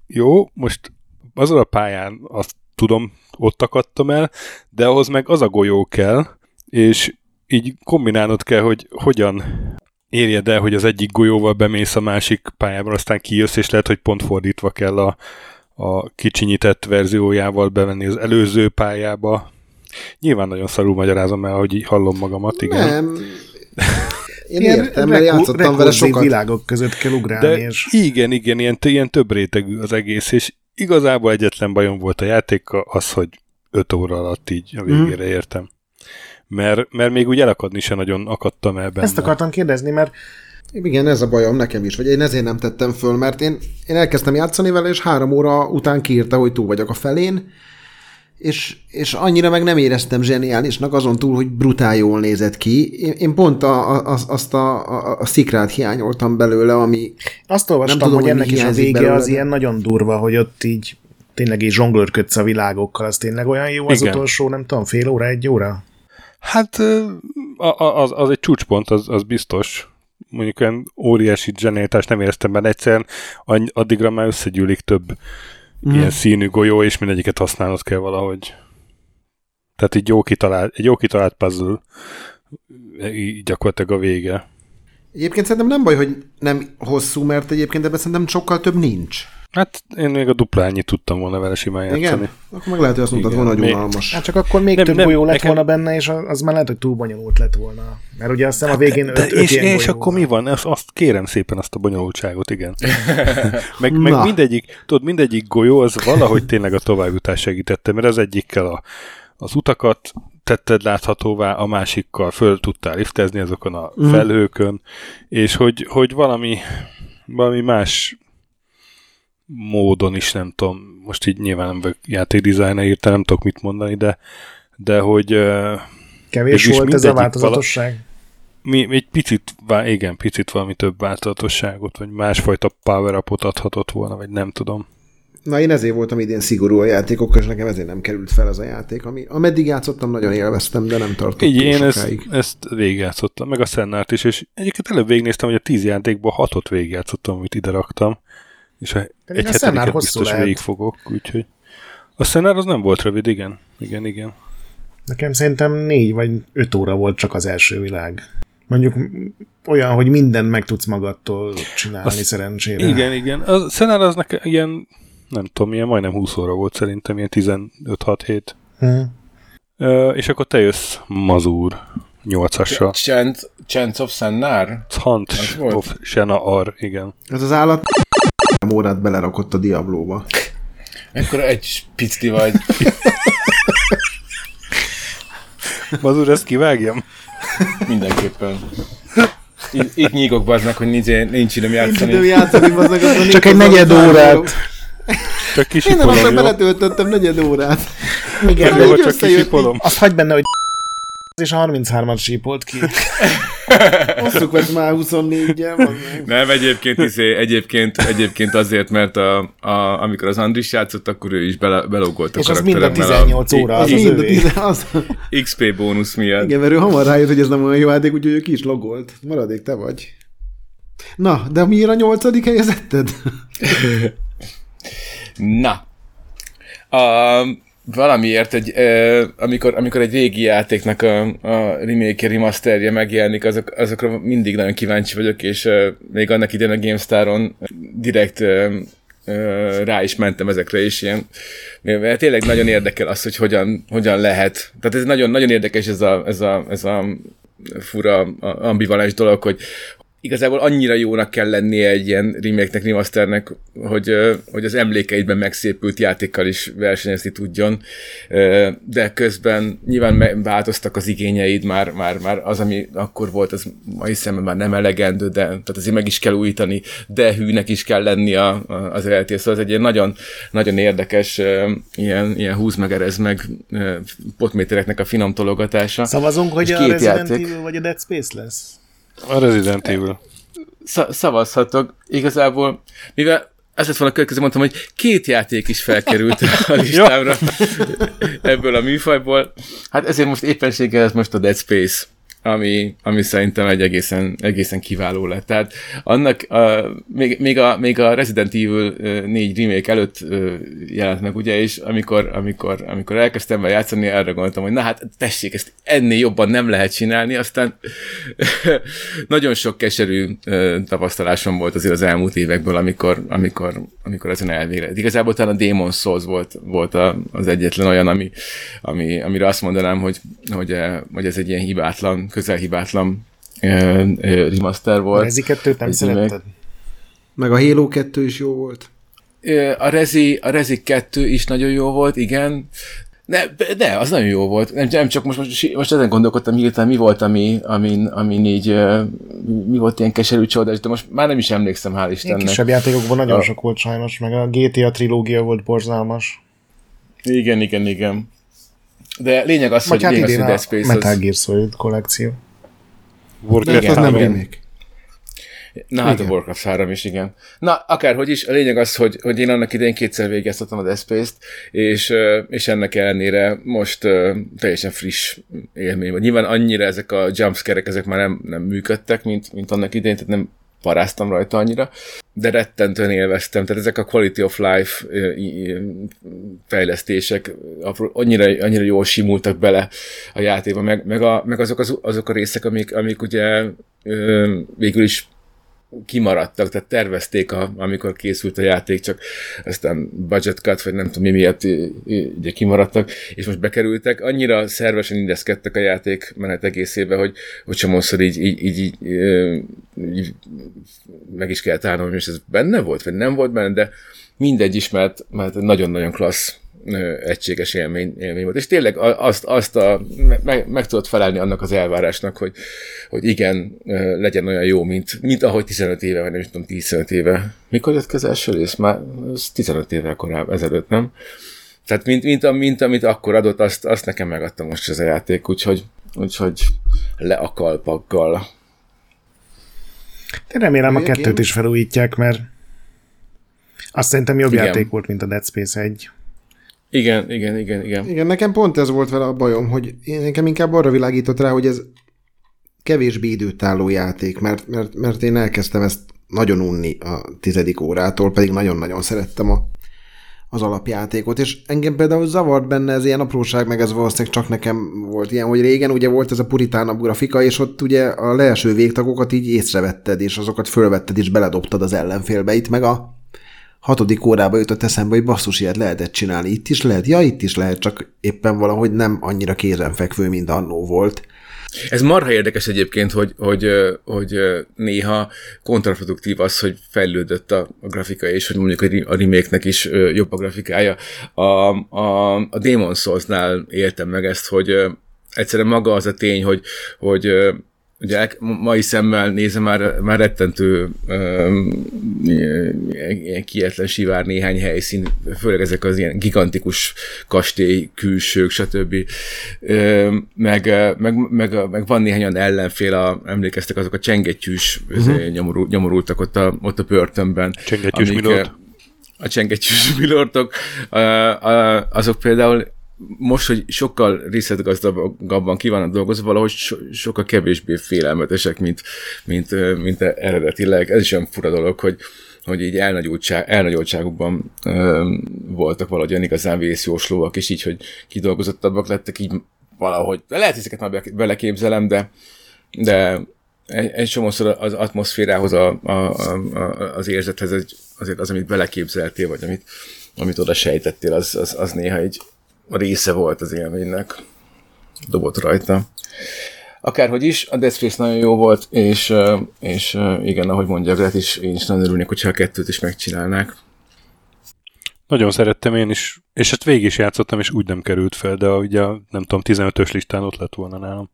Speaker 1: jó, most azon a pályán azt tudom, ott akadtam el, de ahhoz meg az a golyó kell, és így kombinálnod kell, hogy hogyan érjed el, hogy az egyik golyóval bemész a másik pályából, aztán kijössz, és lehet, hogy pont fordítva kell a, a kicsinyített verziójával bevenni az előző pályába. Nyilván nagyon szarul magyarázom el, hogy így hallom magamat, igen.
Speaker 4: Nem. Én ilyen értem, mert játszottam vele sokat.
Speaker 2: Világok között kell ugrálni.
Speaker 1: De
Speaker 2: és...
Speaker 1: igen, igen, ilyen, ilyen több rétegű az egész, és igazából egyetlen bajom volt a játékkal az, hogy öt óra alatt így a végére mm. értem. Mert, mert még úgy elakadni se nagyon akadtam el benne.
Speaker 2: Ezt akartam kérdezni, mert...
Speaker 4: Igen, ez a bajom nekem is, vagy én ezért nem tettem föl, mert én, én elkezdtem játszani vele, és három óra után kiírta, hogy túl vagyok a felén, és, és annyira meg nem éreztem zseniálisnak, azon túl, hogy brutál jól nézett ki. Én, én pont a, a, azt a, a, a szikrát hiányoltam belőle, ami...
Speaker 2: Azt olvastam, tudom, hogy ennek is a vége belőle, az de... ilyen nagyon durva, hogy ott így tényleg így zsonglőrködsz a világokkal, az tényleg olyan jó az igen. utolsó, nem tudom, fél óra, egy óra?
Speaker 1: Hát az, az egy csúcspont, az, az biztos. Mondjuk olyan óriási zsenialitást nem éreztem benne, egyszerűen addigra már összegyűlik több mm. ilyen színű golyó, és mindegyiket használnod kell valahogy. Tehát így jó kitalált, egy jó kitalált puzzle, így gyakorlatilag a vége.
Speaker 4: Egyébként szerintem nem baj, hogy nem hosszú, mert egyébként ebben szerintem sokkal több nincs.
Speaker 1: Hát én még a duplányi tudtam volna vele simán játszani.
Speaker 4: Igen? Akkor meg lehet, hogy azt mondtad volna, hogy unalmas.
Speaker 2: Hát csak akkor még nem, több nem, golyó lett nekem... volna benne, és az már lehet, hogy túl bonyolult lett volna. Mert ugye azt hiszem a végén öt,
Speaker 1: de,
Speaker 2: öt
Speaker 1: és,
Speaker 2: ilyen
Speaker 1: és akkor mi van? Azt, azt kérem szépen azt a bonyolultságot, igen. meg,
Speaker 4: Na.
Speaker 1: meg mindegyik, tudod, mindegyik golyó az valahogy tényleg a továbbjutás segítette, mert az egyikkel a, az utakat tetted láthatóvá, a másikkal föl tudtál liftezni azokon a mm. felhőkön, és hogy, hogy valami, valami más módon is, nem tudom, most így nyilván nem vagyok játékdesigner, írta, nem tudok mit mondani, de, de hogy...
Speaker 2: Kevés volt ez a változatosság?
Speaker 1: Mi, egy picit, igen, picit valami több változatosságot, vagy másfajta power-upot adhatott volna, vagy nem tudom.
Speaker 4: Na, én ezért voltam idén szigorú a játékokkal, és nekem ezért nem került fel az a játék, ami ameddig játszottam, nagyon élveztem, de nem tartott
Speaker 1: így én ezt,
Speaker 4: sokáig.
Speaker 1: ezt végigjátszottam, meg a Szennárt is, és egyébként előbb végignéztem, hogy a tíz játékból hatot végigjátszottam, amit ide raktam, és a egy hetediket biztos végig fogok, úgyhogy a Szennár az nem volt rövid, igen. Igen, igen.
Speaker 2: Nekem szerintem négy vagy öt óra volt csak az első világ. Mondjuk olyan, hogy mindent meg tudsz magadtól csinálni az, szerencsére.
Speaker 1: Igen, igen. A Szennár az nekem ilyen, nem tudom, ilyen majdnem húsz óra volt szerintem, ilyen tizenöt hat hét. Hmm. Uh, és akkor te jössz Mazur nyolcassal.
Speaker 3: Chance of Szennár?
Speaker 1: Chance of Szennár, igen.
Speaker 4: Ez az állat órát belerakott a Diablóba.
Speaker 3: Ekkora egy picti vagy.
Speaker 1: Mazur, ezt kivágjam?
Speaker 3: Mindenképpen. Itt, itt nyígok baznak, hogy nincs, nincs időm játszani.
Speaker 4: Nincs időm játszani, baznak.
Speaker 2: Csak egy negyed órát.
Speaker 1: Csak kisipolom,
Speaker 4: én nem, azt beletöltöttem negyed órát.
Speaker 2: Igen,
Speaker 1: jó, csak kisipolom.
Speaker 2: Azt hagyd benne, hogy és a harminchámat sípolt ki.
Speaker 4: Hosszuk meg már huszonnégyel.
Speaker 3: Nem, egyébként, izé, egyébként, egyébként azért, mert a, a, amikor az Andris játszott, akkor ő is bele, belógolt a
Speaker 2: és az mind a tizennyolc óra, az, az, az, az, az, az
Speaker 3: iksz pé bónusz miatt.
Speaker 4: Igen, mert ő hamar rájött, hogy ez nem olyan jó játék, úgyhogy ő ki is logolt. Maradék te vagy. Na, de miért a nyolcadik helyezetted?
Speaker 3: Na. A... Valamiért, egy, eh, amikor, amikor egy régi játéknak a, a remake remasterje megjelenik, azok, azokra mindig nagyon kíváncsi vagyok, és eh, még annak idején a GameStar-on direkt eh, eh, rá is mentem ezekre is ilyen. Mert tényleg nagyon érdekel az, hogy hogyan, hogyan lehet. Tehát ez nagyon, nagyon érdekes ez a, ez a, ez a fura, ambivalens dolog, hogy igazából annyira jónak kell lennie egy ilyen remake-nek, remasternek, hogy, hogy az emlékeidben megszépült játékkal is versenyezni tudjon, de közben nyilván változtak az igényeid, már, már, már az, ami akkor volt, az ma hiszem már nem elegendő, de tehát azért meg is kell újítani, de hűnek is kell lenni a, a, az eredeti. Szóval ez egy ilyen nagyon, nagyon érdekes ilyen, ilyen húz meg, erez meg potmétereknek a finom tologatása.
Speaker 2: Szavazunk, hogy a Resident Evil vagy a Dead Space lesz?
Speaker 1: A Resident Evil.
Speaker 3: Sz- szavazhatok. Igazából, mivel ezt lett volna a következő, mondtam, hogy két játék is felkerült a listámra ebből a műfajból. Hát ezért most éppenséggel ez most a Dead Space. ami, ami szerintem egy egészen, egészen kiváló lett. Tehát annak, a, még, még, a, még a Resident Evil négy remake előtt jelent meg, ugye, és amikor, amikor, amikor elkezdtem vele játszani, arra gondoltam, hogy na hát tessék, ezt ennél jobban nem lehet csinálni, aztán nagyon sok keserű tapasztalásom volt azért az elmúlt évekből, amikor, amikor, amikor ezen elvégre. Igazából talán a Demon's Souls volt, volt a, az egyetlen olyan, ami, ami, amire azt mondanám, hogy, hogy, hogy ez egy ilyen hibátlan, közel hibátlan uh, uh, remaster volt.
Speaker 2: A Rezi kettőt nem szeretted?
Speaker 4: Meg a Halo kettő is jó volt.
Speaker 3: Uh, a Rezi, a Rezi kettő is nagyon jó volt, igen. Ne, de, az nagyon jó volt. Nem, nem csak most, most, most ezen gondolkodtam, hirtelen mi volt, ami, ami, ami így, uh, mi volt ilyen keserű csodás, de most már nem is emlékszem, hál' Istennek.
Speaker 2: Ilyen kisebb játékokban nagyon
Speaker 3: a...
Speaker 2: sok volt sajnos, meg a gé té á trilógia volt borzalmas.
Speaker 3: Igen, igen, igen. De lényeg az,
Speaker 2: Vagy
Speaker 3: hogy,
Speaker 2: hát
Speaker 3: lényeg az, hogy Dead Space
Speaker 2: Metal
Speaker 3: az...
Speaker 2: Gear Solid kollekció.
Speaker 4: Warcraft az nem remake.
Speaker 3: Na hát igen. A Warcraft három is, igen. Na, akárhogy is, a lényeg az, hogy, hogy én annak idején kétszer végeztettem a Dead Space-t, és, és ennek ellenére most uh, teljesen friss élmény van. Nyilván annyira ezek a jumpscare-ek, ezek már nem, nem működtek, mint, mint annak idején, tehát nem paráztam rajta annyira, de rettentően élveztem. Tehát ezek a quality of life fejlesztések annyira, annyira jól simultak bele a játékba, meg, meg, a, meg azok, az, azok a részek, amik, amik ugye végül is kimaradtak, tehát tervezték, a, amikor készült a játék, csak aztán budget cut, vagy nem tudom mi miatt ugye kimaradtak, és most bekerültek. Annyira szervesen indeszkedtek a játék menet egészébe, hogy, hogy csomószor így, így, így, így, így meg is kellett állnom, hogy ez benne volt, vagy nem volt benne, de mindegy is, mert, mert nagyon-nagyon klassz egységes élmény, élmény volt. És tényleg azt, azt a, meg, meg tudod felelni annak az elvárásnak, hogy, hogy igen, legyen olyan jó, mint, mint ahogy tizenöt éve, vagy nem is tudom, tizenöt éve. Mikor jött az első rész? Már tizenöt évvel korábban, ezelőtt, nem? Tehát mint, mint, mint amit akkor adott, azt, azt nekem megadta most ez a játék, úgyhogy, úgyhogy le a kalpakkal.
Speaker 2: De remélem a kettőt is felújítják, mert azt szerintem jobb
Speaker 3: igen.
Speaker 2: játék volt, mint a Dead Space egy.
Speaker 3: Igen, igen, igen, igen.
Speaker 4: Igen, nekem pont ez volt vele a bajom, hogy én nekem inkább arra világított rá, hogy ez kevésbé időtálló játék, mert, mert, mert én elkezdtem ezt nagyon unni a tizedik órától, pedig nagyon-nagyon szerettem a, az alapjátékot, és engem például zavart benne ez ilyen apróság, meg ez valószínűleg csak nekem volt ilyen, hogy régen ugye volt ez a puritánabb grafika, és ott ugye a leeső végtagokat így észrevetted, és azokat fölvetted, és beledobtad az ellenfélbe. Itt meg a hatodik órába jutott eszembe, hogy basszus, ilyet lehetett csinálni. Itt is lehet? Ja, itt is lehet, csak éppen valahogy nem annyira kézenfekvő, mint annó volt.
Speaker 3: Ez marha érdekes egyébként, hogy, hogy, hogy néha kontraproduktív az, hogy fejlődött a, a grafika, és hogy mondjuk a remake-nek is jobb a grafikája. A, a, a Demon's Souls-nál éltem meg ezt, hogy egyszerűen maga az a tény, hogy, hogy ugye mai szemmel nézem, már, már rettentő um, ilyen kietlen sivár néhány helyszín, főleg ezek az ilyen gigantikus kastély, külsők, stb. Um, meg, meg, meg, meg van néhány olyan ellenfél, a, emlékeztek azok a csengettyűs uh-huh. nyomorul, nyomorultak ott a, ott a börtönben.
Speaker 1: Csengettyűs milord.
Speaker 3: A csengettyűs milordok, azok például most, hogy sokkal részletgazdagabban ki vannak dolgozva, valahogy so, sokkal kevésbé félelmetesek, mint, mint, mint eredetileg. Ez is olyan fura dolog, hogy, hogy így elnagyultság, elnagyultságukban ö, voltak valahogy olyan igazán vészjóslóak, és így, hogy kidolgozottabbak lettek, így valahogy. De lehet, hogy ezeket már beleképzelem, de, de egy, egy csomószor az atmoszférához, a, a, a, az érzethez azért az, amit beleképzeltél, vagy amit, amit oda sejtettél, az, az, az néha így a része volt az élménynek. Dobott rajta. Akárhogy is, a Dead Space nagyon jó volt, és, és igen, ahogy mondja Gret is, én is nagyon örülnék, hogyha a kettőt is megcsinálnák.
Speaker 1: Nagyon szerettem én is, és ezt végig is játszottam, és úgy nem került fel, de ugye nem tudom, tizenötös listán ott lett volna nálam.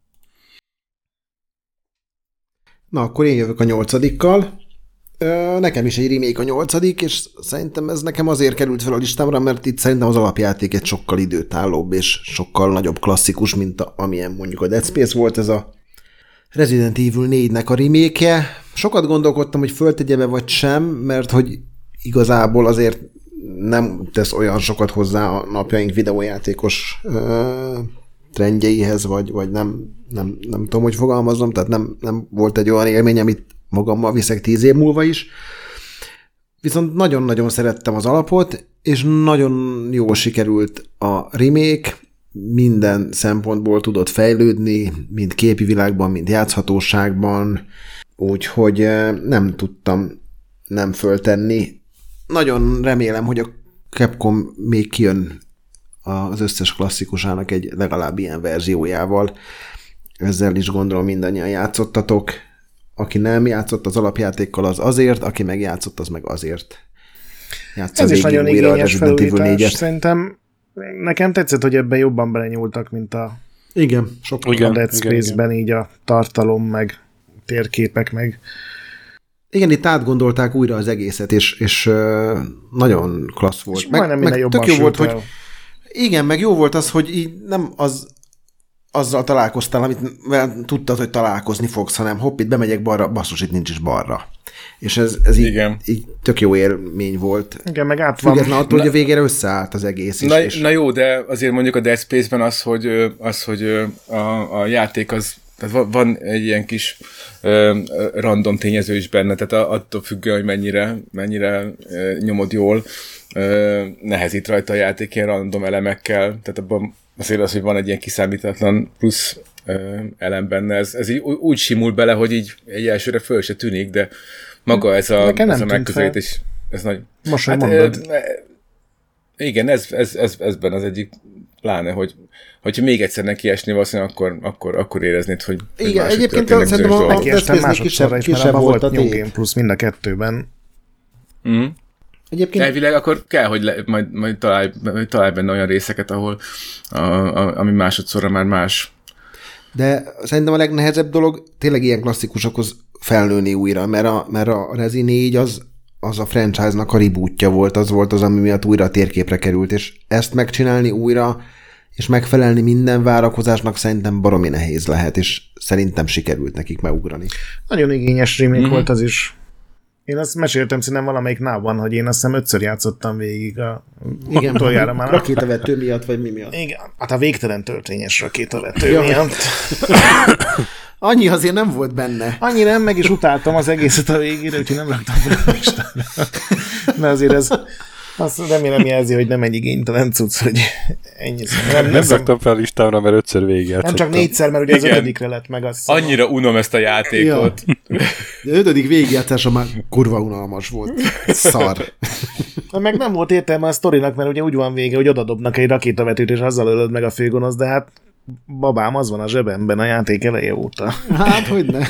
Speaker 4: Na, akkor én jövök a nyolcadikkal. Nekem is egy remake a nyolcadik, és szerintem ez nekem azért került fel a listámra, mert itt szerintem az alapjáték egy sokkal időtállóbb, és sokkal nagyobb klasszikus, mint a, amilyen mondjuk a Dead Space volt, ez a Resident Evil négynek a remake-je. Sokat gondolkodtam, hogy föltegye-e vagy sem, mert hogy igazából azért nem tesz olyan sokat hozzá a napjaink videójátékos ö, trendjeihez, vagy, vagy nem, nem, nem tudom, hogy fogalmazom, tehát nem, nem volt egy olyan élmény, amit magammal viszek tíz év múlva is. Viszont nagyon-nagyon szerettem az alapot, és nagyon jól sikerült a remake, minden szempontból tudott fejlődni, mind képi világban, mind játszhatóságban, úgyhogy nem tudtam nem föltenni. Nagyon remélem, hogy a Capcom még kijön az összes klasszikusának egy legalább ilyen verziójával. Ezzel is gondolom mindannyian játszottatok. Aki nem játszott az alapjátékkal, az azért, aki megjátszott, az meg azért.
Speaker 2: Játsza ez is nagyon igényes felújítás. Szerintem nekem tetszett, hogy ebben jobban belenyúltak, mint a,
Speaker 4: igen,
Speaker 2: sokkal igen, a Dead Space-ben, így a tartalom, meg térképek, meg
Speaker 4: igen, itt átgondolták újra az egészet, és, és uh, nagyon klassz volt.
Speaker 2: És meg, meg
Speaker 4: tök jó volt, el. hogy igen, meg jó volt az, hogy így nem az azzal találkoztál, amit tudtad, hogy találkozni fogsz, hanem hopp, itt bemegyek balra, basszus, itt nincs is balra. És ez, ez így, így tök jó élmény volt.
Speaker 2: Igen, meg át van.
Speaker 4: Független attól, hogy a végére összeállt az egész is.
Speaker 3: Na,
Speaker 4: és...
Speaker 3: na jó, de azért mondjuk a Dead Space-ben az, hogy, az, hogy a, a játék az, tehát van egy ilyen kis uh, random tényező is benne, tehát attól függően, hogy mennyire, mennyire uh, nyomod jól, uh, nehezít rajta a játék ilyen random elemekkel, tehát abban azért az, hogy van egy ilyen kiszámítatlan plusz uh, elem benne, ez, ez így úgy simul bele, hogy így egy elsőre föl se tűnik, de maga ez a, ez a megközelítés, ez nagy...
Speaker 2: Most hát, mondod. Uh,
Speaker 3: igen, ez, ez, ez, ez benne az egyik pláne, hogy hogyha még egyszer neki esni valószínűleg, akkor, akkor, akkor éreznéd, hogy...
Speaker 4: Igen, egyébként szerintem a
Speaker 2: neki estem másodszorra is, mert abban volt New Game Plus mind a kettőben.
Speaker 3: Mm. Egyébként... Elvileg akkor kell, hogy le, majd, majd találj, találj benne olyan részeket, ahol a, a, ami másodszorra már más.
Speaker 4: De szerintem a legnehezebb dolog tényleg ilyen klasszikusokhoz felnőni újra, mert a, mert a Resi négy az, az a franchise-nak a rebootja volt, az volt az, ami miatt újra a térképre került, és ezt megcsinálni újra, és megfelelni minden várakozásnak szerintem baromi nehéz lehet, és szerintem sikerült nekik megugrani.
Speaker 2: Nagyon igényes remake mm-hmm. volt az is. Én azt meséltem szerintem valamelyik nában, hogy én azt hiszem ötször játszottam végig a
Speaker 4: igen, utoljára már. Rakétavető miatt, vagy mi miatt?
Speaker 2: Igen, hát a végtelen töltényes rakétavető miatt.
Speaker 4: Annyi azért nem volt benne.
Speaker 2: Annyi nem, meg is utáltam az egészet a végére, úgyhogy nem raktam fel a listára. De azért ez, azt remélem jelzi, hogy nem egy igénytelen cucc, hogy ennyi.
Speaker 1: Nem, nem, nem raktam fel a listára, mert ötször végigjátszottam.
Speaker 2: Nem csak négyszer, mert ugye igen. Az ötödikre lett meg az.
Speaker 3: Annyira unom ezt a játékot.
Speaker 4: Ja. De ötödik végigjátszása már kurva unalmas volt. Szar.
Speaker 2: Meg nem volt értelme a sztorinak, mert ugye úgy van vége, hogy odadobnak egy rakétavetőt, és azzal ölöd meg a főgonosz, de hát babám, az van a zsebemben a játék eleje óta.
Speaker 4: Hát, hogyne.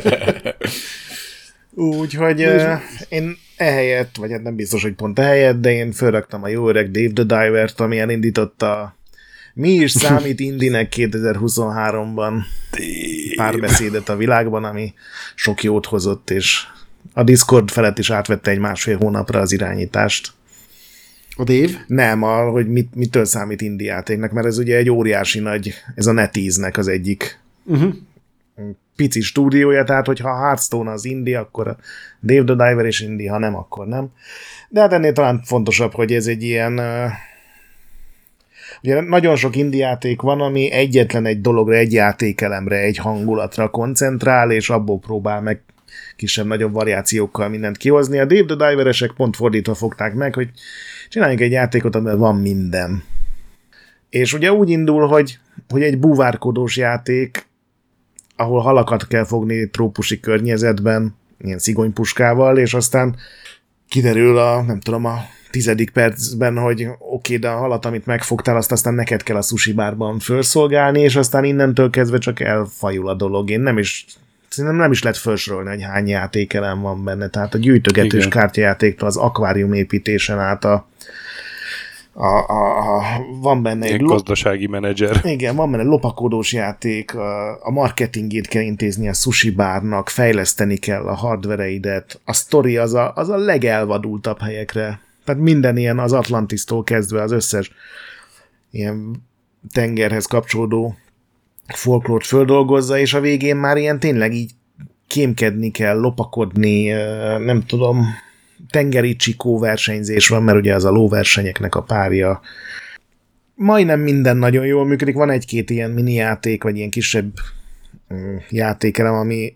Speaker 2: Úgyhogy uh, én ehelyett, vagy hát nem biztos, hogy pont ehelyett, de én fölraktam a jó öreg Dave the Divert, ami elindította mi is számít indinek kétezer-huszonháromban párbeszédet a világban, ami sok jót hozott, és a Discord felett is átvette egy másfél hónapra az irányítást.
Speaker 4: A Dave?
Speaker 2: Nem, a, hogy mit, mitől számít indie játéknak, mert ez ugye egy óriási nagy, ez a NetEase-nek az egyik uh-huh. pici stúdiója, tehát hogyha a Hearthstone az indie, akkor a Dave the Diver is indie, ha nem, akkor nem. De hát ennél talán fontosabb, hogy ez egy ilyen... Uh, ugye nagyon sok indie játék van, ami egyetlen egy dologra, egy játékelemre, egy hangulatra koncentrál, és abból próbál meg kisebb-nagyobb variációkkal mindent kihozni. A Dave the Diveresek pont fordítva fogták meg, hogy csináljunk egy játékot, amiben van minden. És ugye úgy indul, hogy, hogy egy búvárkodós játék, ahol halakat kell fogni trópusi környezetben, ilyen szigonypuskával, és aztán kiderül a, nem tudom, a tizedik percben, hogy oké, okay, de a halat, amit megfogtál, azt aztán neked kell a sushi bárban felszolgálni, és aztán innentől kezdve csak elfajul a dolog. Én nem is Szerintem nem is lehet felsorolni, hogy hány játékelem van benne. Tehát a gyűjtögetős igen. kártyajátéktól az akvárium építésen át a, a, a, a van benne egy...
Speaker 1: Egy lo- gazdasági menedzser.
Speaker 2: Igen, van benne lopakodós játék, a, a marketingét kell intézni a sushi bárnak, fejleszteni kell a hardvereidet, a sztori az a, az a legelvadultabb helyekre. Tehát minden ilyen az Atlantisztól kezdve az összes ilyen tengerhez kapcsolódó folklórt földolgozza, és a végén már ilyen tényleg így kémkedni kell, lopakodni, nem tudom, tengeri csikó versenyzés van, mert ugye az a lóversenyeknek a párja. majdnem minden nagyon jól működik. Van egy-két ilyen mini játék, vagy ilyen kisebb játékelem, ami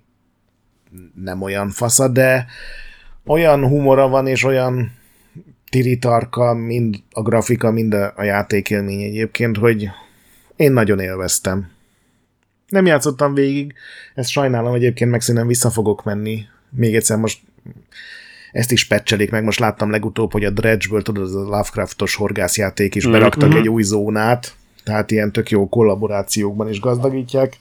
Speaker 2: nem olyan faszad, de olyan humora van, és olyan tiritarka, mind a grafika, mind a játékélmény egyébként, hogy én nagyon élveztem. Nem játszottam végig, ezt sajnálom egyébként, meg szerintem vissza fogok menni. Még egyszer most ezt is patchelik meg, most láttam legutóbb, hogy a Dredge-ből, tudod, az a Lovecraftos horgászjáték is beraktak mm-hmm. egy új zónát, tehát ilyen tök jó kollaborációkban is gazdagítják,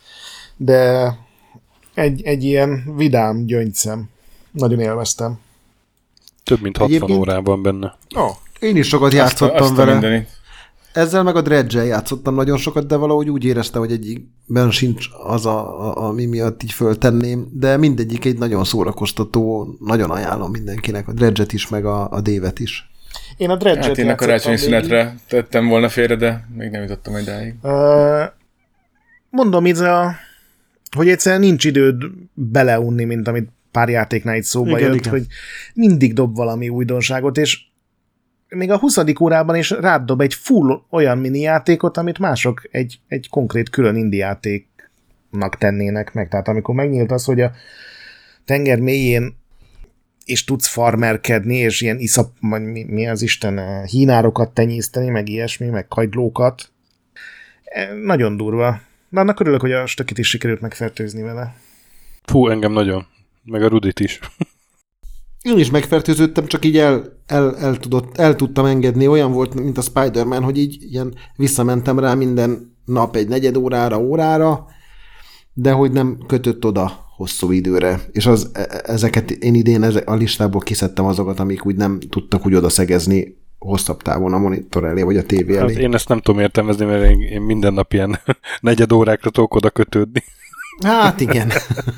Speaker 2: de egy, egy ilyen vidám gyöngyszem. Nagyon élveztem.
Speaker 1: Több mint hatvan Egyébként... órában benne.
Speaker 4: Oh, én is sokat játszottam
Speaker 3: azt,
Speaker 4: vele.
Speaker 3: Azt
Speaker 4: Ezzel meg a Dredge-el játszottam nagyon sokat, de valahogy úgy éreztem, hogy egyikben sincs az, a, a, ami miatt így föltenném, de mindegyik egy nagyon szórakoztató, nagyon ajánlom mindenkinek, a Dredge-et is, meg a, a Dave-et is.
Speaker 2: Én a Dredge-et
Speaker 3: hát én a karácsonyi szünetre tettem volna félre, de még nem jutottam idáig.
Speaker 2: Uh, mondom, ez a, hogy egyszerűen nincs időd beleunni, mint amit pár játéknál itt szóba igen, jött, igen. hogy mindig dob valami újdonságot, és még a huszadik órában is rád dob egy full olyan mini játékot, amit mások egy, egy konkrét külön indie játéknak tennének meg. Tehát amikor megnyílt az, hogy a tenger mélyén és tudsz farmerkedni, és ilyen iszap, mi, mi az Isten, hínárokat tenyészteni, meg ilyesmi, meg kagylókat. Nagyon durva. De annak örülök, hogy a stökit is sikerült megfertőzni vele.
Speaker 1: Fú, engem nagyon. Meg a Rudit is.
Speaker 4: Én is megfertőződtem, csak így el, el, el, tudott, el tudtam engedni. Olyan volt, mint a Spider-Man, hogy így ilyen visszamentem rá minden nap egy negyed órára, órára, de hogy nem kötött oda hosszú időre. És az, ezeket én idén a listából kiszedtem azokat, amik úgy nem tudtak úgy odaszegezni hosszabb távon a monitor elé, vagy a tévé elé.
Speaker 1: Hát én ezt nem tudom értelmezni, mert én, én minden nap ilyen negyed órákra tudok oda kötődni.
Speaker 4: Hát igen.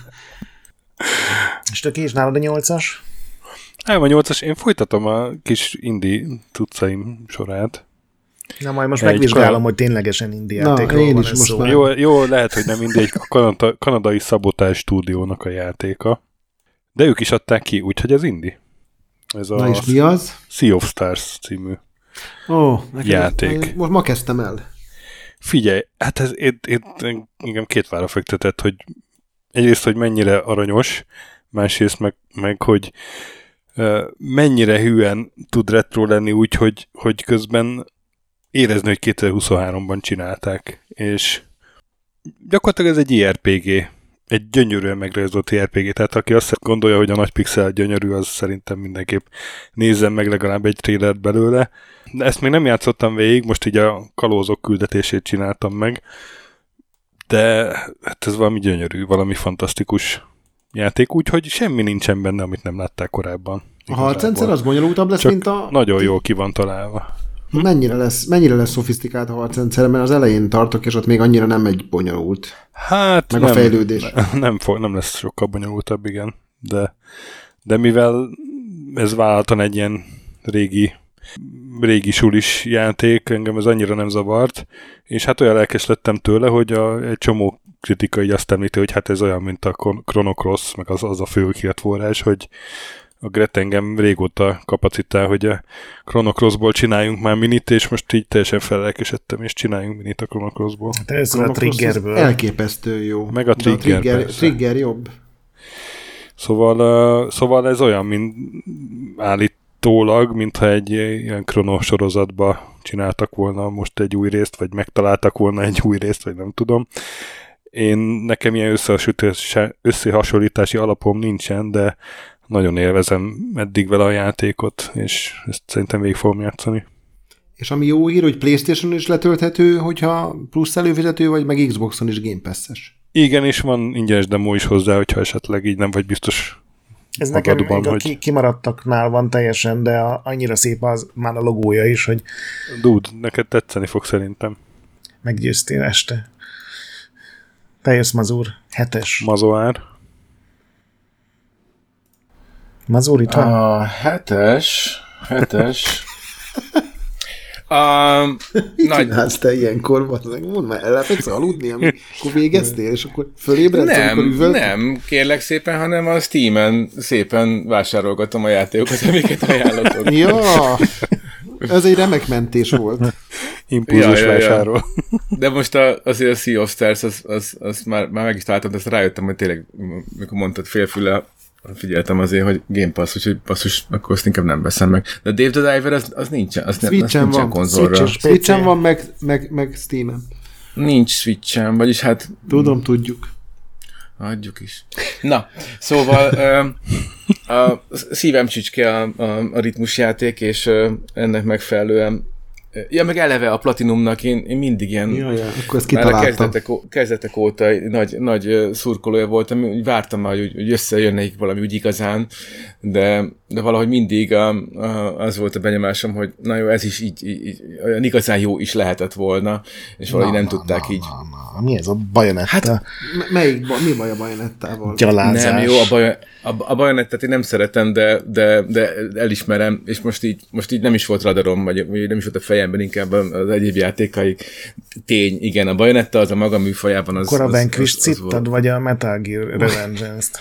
Speaker 2: És tök is nálad a nyolcas?
Speaker 1: Nem, a nyolcas, én folytatom a kis indie cuccaim sorát.
Speaker 2: Na majd most egy megvizsgálom, kan... hogy ténylegesen indie játékról van ez szó.
Speaker 1: Már... Jó, jó, lehet, hogy nem indie, egy kanada, kanadai Sabotage stúdiónak a játéka. De ők is adták ki, úgyhogy ez indie. Ez
Speaker 4: Na a és mi az?
Speaker 1: Sea of Stars című
Speaker 4: oh,
Speaker 1: játék.
Speaker 4: Ez, most ma kezdtem el.
Speaker 1: Figyelj, hát ez én, én, én, engem két vára fektetett, hogy egyrészt, hogy mennyire aranyos, másrészt meg, meg hogy uh, mennyire hűen tud retro lenni úgy, hogy, hogy közben érezni, hogy kétezer-huszonháromban csinálták. És gyakorlatilag ez egy i er pé gé. Egy gyönyörűen megrajzolt i er pé gé. Tehát aki azt gondolja, hogy a nagy pixel gyönyörű, az szerintem mindenképp nézzen meg legalább egy trailert belőle. De ezt még nem játszottam végig, most így a kalózok küldetését csináltam meg. De hát ez valami gyönyörű, valami fantasztikus játék, úgyhogy semmi nincsen benne, amit nem látták korábban.
Speaker 4: A harcrendszer az bonyolultabb lesz,
Speaker 1: csak
Speaker 4: mint a...
Speaker 1: nagyon jól ki van találva.
Speaker 4: Mennyire lesz, mennyire lesz szofisztikált a harcrendszer, mert az elején tartok, és ott még annyira nem egy bonyolult.
Speaker 1: Hát
Speaker 4: meg
Speaker 1: nem,
Speaker 4: a fejlődés.
Speaker 1: Nem, nem, fog, nem lesz sokkal bonyolultabb, igen. De, de mivel ez vállaltan egy ilyen régi régi sulis játék, engem ez annyira nem zavart, és hát olyan lelkes lettem tőle, hogy a, egy csomó kritika így azt említi, hogy hát ez olyan, mint a Chrono Cross, meg az, az a fő hírforrás, hogy a Gret engem régóta kapacitál, hogy a Chrono Crossból csináljunk már minit, és most így teljesen fellelkesedtem, és csináljunk minit a Chrono Crossból.
Speaker 2: Hát ez a Triggerből.
Speaker 4: Elképesztő jó.
Speaker 1: Meg a Trigger,
Speaker 4: a trigger, trigger jobb.
Speaker 1: Szóval, uh, szóval ez olyan, mint állítólag, mintha egy ilyen Chrono sorozatba csináltak volna most egy új részt, vagy megtaláltak volna egy új részt, vagy nem tudom. Én nekem ilyen összehasonlítási alapom nincsen, de nagyon élvezem eddig vele a játékot, és ezt szerintem végig fogom játszani.
Speaker 4: És ami jó hír, hogy PlayStation is letölthető, hogyha plusz előfizető vagy, meg Xboxon is Game Pass-es.
Speaker 1: Igen, és van ingyenes demo is hozzá, hogyha esetleg így nem vagy biztos.
Speaker 2: Ez nekem még hogy... a ki- kimaradtaknál van teljesen, de a, annyira szép az már a logója is, hogy...
Speaker 1: Dude, neked tetszeni fog szerintem.
Speaker 2: Meggyőztél este. Te jössz, Mazur. Hetes.
Speaker 1: Mazoár.
Speaker 2: Mazur itt van?
Speaker 3: A hetes... Hetes... Um,
Speaker 4: Mit
Speaker 3: nagy...
Speaker 4: csinálsz te ilyenkor? Mondd már, elfeksz aludni, amikor végeztél, és akkor fölébredsz,
Speaker 3: nem,
Speaker 4: amikor üvölt?
Speaker 3: Nem, kérlek szépen, hanem a Steamen szépen vásárolgatom a játékokat, amiket ajánlatok.
Speaker 4: Ja, ez egy remek mentés volt.
Speaker 1: impulzus
Speaker 3: ja, ja,
Speaker 1: vásárol.
Speaker 3: Ja. De most a, azért a Sea of Stars, az, az, az már, már meg is találtam, ezt rájöttem, hogy tényleg, mikor mondtad félfüle, figyeltem azért, hogy Game Pass, úgyhogy basszus, akkor azt inkább nem veszem meg. De Dave the Diver, az, az nincsen, az,
Speaker 4: Switchen
Speaker 3: az nincsen
Speaker 4: van.
Speaker 3: konzolra.
Speaker 4: Switchen, Switchen van, meg, meg, meg Steamen.
Speaker 3: Nincs Switchen, vagyis hát...
Speaker 4: Tudom, tudjuk.
Speaker 3: Adjuk is. Na, szóval uh, a szívem csücske a, a, a ritmusjáték, és uh, ennek megfelelően ja, meg eleve a Platinumnak én, én mindig ilyen
Speaker 4: ja, ja, akkor ezt
Speaker 3: már a kezdetek, kezdetek óta nagy, nagy szurkolója voltam, úgy vártam, hogy, hogy összejönnek valami úgy igazán, de, de valahogy mindig a, a, az volt a benyomásom, hogy na jó, ez is így, így, így olyan igazán jó is lehetett volna, és valahogy na, nem na, tudták na, így.
Speaker 2: Na, na. Mi ez a Bayonetta? Hát,
Speaker 4: m- melyik, mi baj a Bajonettával?
Speaker 2: Gyalázás.
Speaker 3: Nem, jó, a, bajon, a, a Bajonettát én nem szeretem, de, de, de elismerem, és most így, most így nem is volt radarom, vagy nem is volt a fejemben, inkább az egyéb játékaik. Tény, igen, a Bajonetta az a maga műfajában az...
Speaker 2: Akkor a Vanquish
Speaker 3: az, az, az
Speaker 2: cittad, vagy a Metal Gear Revengeance-t?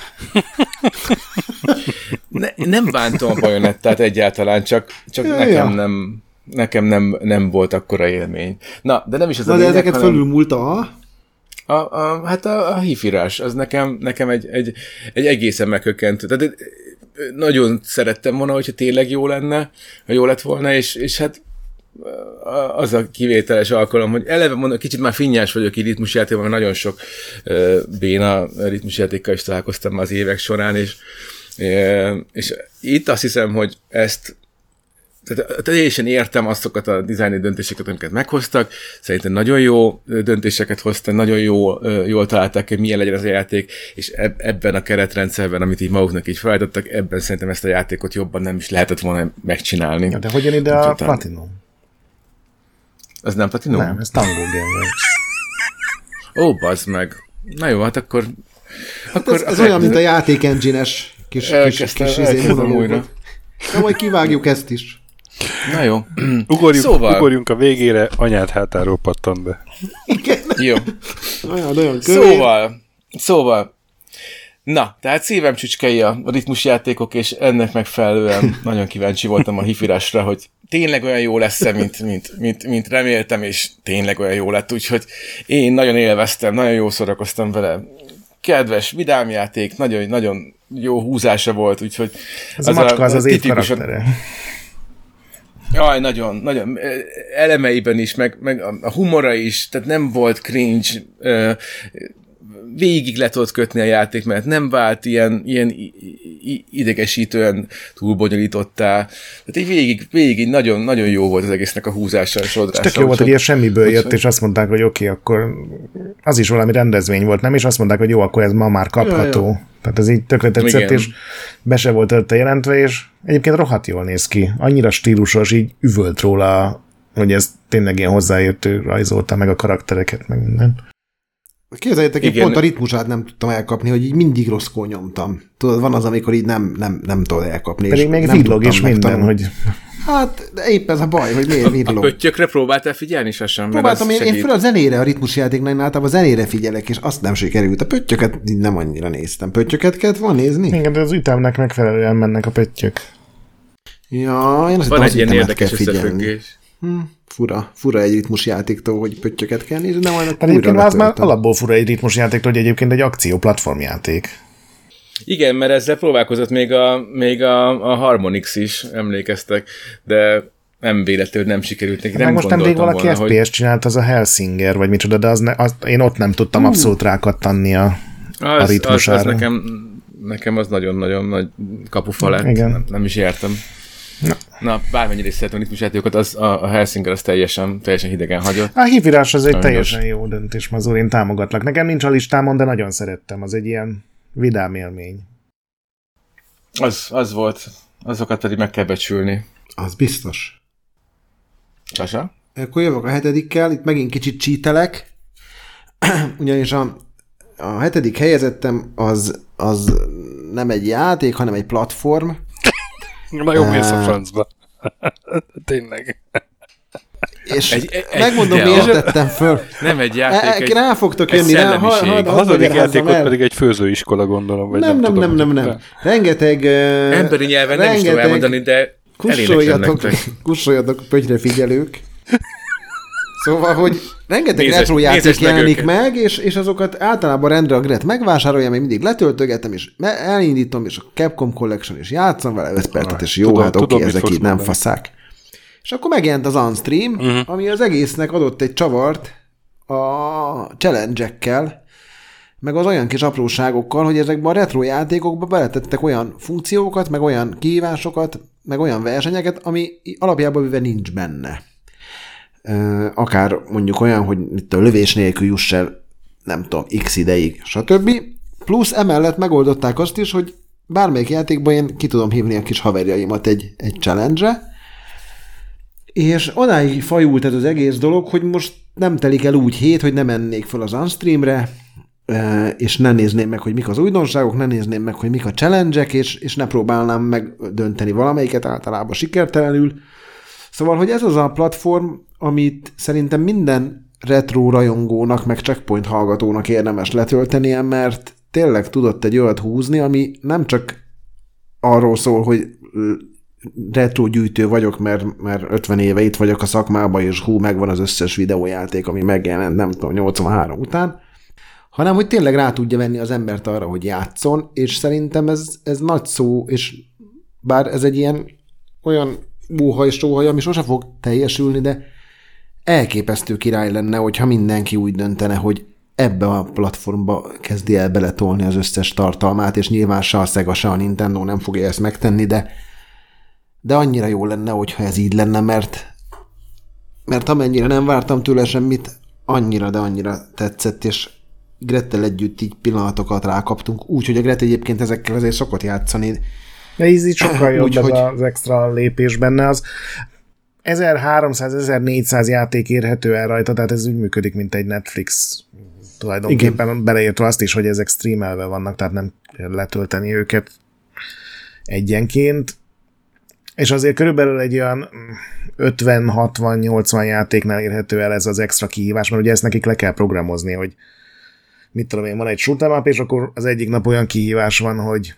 Speaker 3: ne, nem bántom a Bajonettát egyáltalán, csak, csak ja, nekem ja. nem... Nekem nem, nem volt akkora élmény. Na, de nem is ez
Speaker 4: Na,
Speaker 3: a
Speaker 4: de
Speaker 3: lényeg,
Speaker 4: ezeket
Speaker 3: hanem...
Speaker 4: fölülmúlta a...
Speaker 3: A, a, hát a, a hifirás, az nekem, nekem egy, egy, egy egészen megkökkentő. Tehát nagyon szerettem volna, hogyha tényleg jó lenne, ha jó lett volna, és, és hát az a kivételes alkalom, hogy eleve mondom, kicsit már finnyás vagyok így ritmusjátékban, mert nagyon sok uh, béna ritmusjátékkal is találkoztam az évek során, és, uh, és itt azt hiszem, hogy ezt tehát teljesen értem azokat a dizájni döntéseket, amiket meghoztak. Szerintem nagyon jó döntéseket hoztak, nagyon jó, jól találták, hogy milyen legyen az a játék, és ebben a keretrendszerben, amit így maguknak így felállítottak, ebben szerintem ezt a játékot jobban nem is lehetett volna megcsinálni.
Speaker 2: Ja, de hogyan ide a Platinum?
Speaker 3: Az nem Platinum?
Speaker 2: Nem, ez Tango Gameworks.
Speaker 3: Ó, bazd meg. Na jó, hát akkor... akkor
Speaker 4: ez, ez olyan, mint a játék engine-es kis, kis, kis, kis izé
Speaker 3: újra.
Speaker 4: Na, majd kivágjuk ezt is.
Speaker 3: Na jó.
Speaker 1: Ugorjunk, szóval... ugorjunk a végére, anyád hátáról pattant be.
Speaker 3: Igen. Jó.
Speaker 4: Olyan, olyan
Speaker 3: szóval, szóval, na, tehát szívem csücskei a ritmusjátékok, és ennek megfelelően nagyon kíváncsi voltam a hifirásra, hogy tényleg olyan jó lesz-e, mint, mint, mint, mint reméltem, és tényleg olyan jó lett, úgyhogy én nagyon élveztem, nagyon jól szórakoztam vele. Kedves, vidám játék, nagyon, nagyon jó húzása volt, úgyhogy...
Speaker 2: Ez az a macska, az az év karaktere.
Speaker 3: Jaj, nagyon, nagyon, elemeiben is, meg, meg a humora is, tehát nem volt cringe, végig le tudott kötni a játék, mert nem vált ilyen, ilyen idegesítően túlbonyolítottá. Tehát így végig, végig nagyon, nagyon jó volt az egésznek a húzása, a sodrása.
Speaker 2: És tök jó volt, hogy ilyen semmiből jött, hogy... és azt mondták, hogy oké, okay, akkor az is valami rendezvény volt, nem? És azt mondták, hogy jó, akkor ez ma már kapható. Ja, ja. Tehát ez így tökre tetszett, igen. És be se volt előtte jelentve, és egyébként rohadt jól néz ki. Annyira stílusos, így üvölt róla, hogy ez tényleg ilyen hozzáértő, rajzolta meg a karaktereket, meg minden.
Speaker 4: Képzeljétek, hogy pont a ritmusát nem tudtam elkapni, hogy így mindig rosszkó nyomtam. Tudod, van az, amikor így nem, nem, nem tudod elkapni.
Speaker 2: Pedig még villog és minden, hogy...
Speaker 4: Hát, de épp ez a baj, hogy miért villog.
Speaker 3: A pöttyökre próbáltál figyelni sosem?
Speaker 4: Próbáltam, én, én föl a zenére, a ritmusjátéknál általában a zenére figyelek, és azt nem sikerült. A pöttyöket nem annyira néztem. Pöttyöket kellett volna nézni?
Speaker 2: Igen, de az ütemnek megfelelően mennek a pöttyök.
Speaker 4: Ja, én azt
Speaker 3: van
Speaker 4: az
Speaker 3: egy ilyen érdekes összefüggés.
Speaker 4: Hm, fura, fura egy ritmusjátéktól, hogy pöttyöket kell nézni, de majd
Speaker 2: újra egyébként az már alapból fura egy ritmusjátéktól, hogy egyébként egy akció platformjáték.
Speaker 3: Igen, mert ezzel próbálkozott még a, még a, a Harmonix is, emlékeztek, de nem véletlenül nem sikerült neki.
Speaker 2: Nem meg most nemrég valaki volna, ef pé es hogy... csinált, az a Hellsinger, vagy micsoda, de az ne, az, én ott nem tudtam uh. abszolút rákattanni a,
Speaker 3: az,
Speaker 2: a ritmusára.
Speaker 3: Az, az nekem, nekem az nagyon-nagyon nagy kapufa lett, nem, nem is értem. Na, Na bármennyire is szeretem a ritmusjátékokat, az a, a Hellsinger az teljesen, teljesen hidegen hagyott.
Speaker 2: A hívírás az egy nagyon teljesen jó döntés, Mazur, én támogatlak. Nekem nincs a listámon, de nagyon szerettem, az egy ilyen vidám élmény.
Speaker 3: Az, az volt, azokat pedig meg kell becsülni.
Speaker 4: Az biztos.
Speaker 3: Sasa?
Speaker 4: Akkor jövök a hetedikkel, itt megint kicsit csítelek, ugyanis a, a hetedik helyezettem az, az nem egy játék, hanem egy platform.
Speaker 1: Na jó, mész a francba. Tényleg.
Speaker 4: És egy, egy, megmondom, egy, miért tettem föl.
Speaker 3: Nem egy játék,
Speaker 4: e,
Speaker 3: egy,
Speaker 4: rá fogtok
Speaker 3: egy
Speaker 4: jönni. Rá, ha, ha,
Speaker 1: a hazadik játékot pedig egy főzőiskola, gondolom. Vagy
Speaker 4: nem, nem, nem, nem, nem, nem. Rengeteg... Uh,
Speaker 3: emberi nyelven nem is tudom elmondani, de
Speaker 4: kussoljatok, kussoljatok pöttyre figyelők. Szóval, hogy rengeteg
Speaker 3: Nézes-
Speaker 4: retro játék
Speaker 3: nézes meg
Speaker 4: jelenik
Speaker 3: őket.
Speaker 4: meg, és, és azokat általában rendre a Gret megvásárolja, még mindig letöltögetem, és me- elindítom, és a Capcom Collection, és játszom vele öt percet, és jó,
Speaker 1: tudom,
Speaker 4: hát
Speaker 1: tudom,
Speaker 4: oké,
Speaker 1: mit
Speaker 4: ezek
Speaker 1: fogsz
Speaker 4: így nem
Speaker 1: mondani.
Speaker 4: faszák. És akkor megjelent az Unstream, uh-huh. ami az egésznek adott egy csavart a challenge-ekkel, meg az olyan kis apróságokkal, hogy ezekben a retro játékokba beletettek olyan funkciókat, meg olyan kihívásokat, meg olyan versenyeket, ami alapjában véve nincs benne. Akár mondjuk olyan, hogy itt a lövés nélkül juss el, nem tudom, x ideig, stb. Plusz emellett megoldották azt is, hogy bármelyik játékban én ki tudom hívni a kis haverjaimat egy, egy challenge-re, és odáig fajult ez az egész dolog, hogy most nem telik el úgy hét, hogy ne mennék fel az Unstreamre, és ne nézném meg, hogy mik az újdonságok, ne nézném meg, hogy mik a challenge-ek, és, és ne próbálnám megdönteni valamelyiket, általában sikertelenül. Szóval, hogy ez az a platform, amit szerintem minden retro rajongónak, meg checkpoint hallgatónak érdemes letöltenie, mert tényleg tudott egy olyat húzni, ami nem csak arról szól, hogy retro gyűjtő vagyok, mert, mert ötven éve itt vagyok a szakmában, és hú, megvan az összes videójáték, ami megjelent, nem tudom, nyolcvanhárom után, hanem hogy tényleg rá tudja venni az embert arra, hogy játszon, és szerintem ez, ez nagy szó, és bár ez egy ilyen olyan búhaj, sóhaj, ami sose fog teljesülni, de elképesztő király lenne, hogyha mindenki úgy döntene, hogy ebbe a platformba kezdi el beletolni az összes tartalmát, és nyilván se a Sega, se a Nintendo nem fogja ezt megtenni, de, de annyira jó lenne, hogyha ez így lenne, mert, mert amennyire nem vártam tőle semmit, annyira, de annyira tetszett, és Grettel együtt így pillanatokat rákaptunk, úgyhogy a Gret egyébként ezekkel azért szokott játszani.
Speaker 2: De ez így sokkal jobb
Speaker 4: Úgy,
Speaker 2: ez
Speaker 4: hogy...
Speaker 2: az extra lépés benne. Az ezerháromszáz-ezernégyszáz játék érhető el rajta, tehát ez úgy működik, mint egy Netflix tulajdonképpen. Igen. Beleértve azt is, hogy ezek streamelve vannak, tehát nem kell letölteni őket egyenként. És azért körülbelül egy olyan ötven hatvan nyolcvan játéknál érhető el ez az extra kihívás, mert ugye ezt nekik le kell programozni, hogy mit tudom én, van egy shoot'em up, és akkor az egyik nap olyan kihívás van, hogy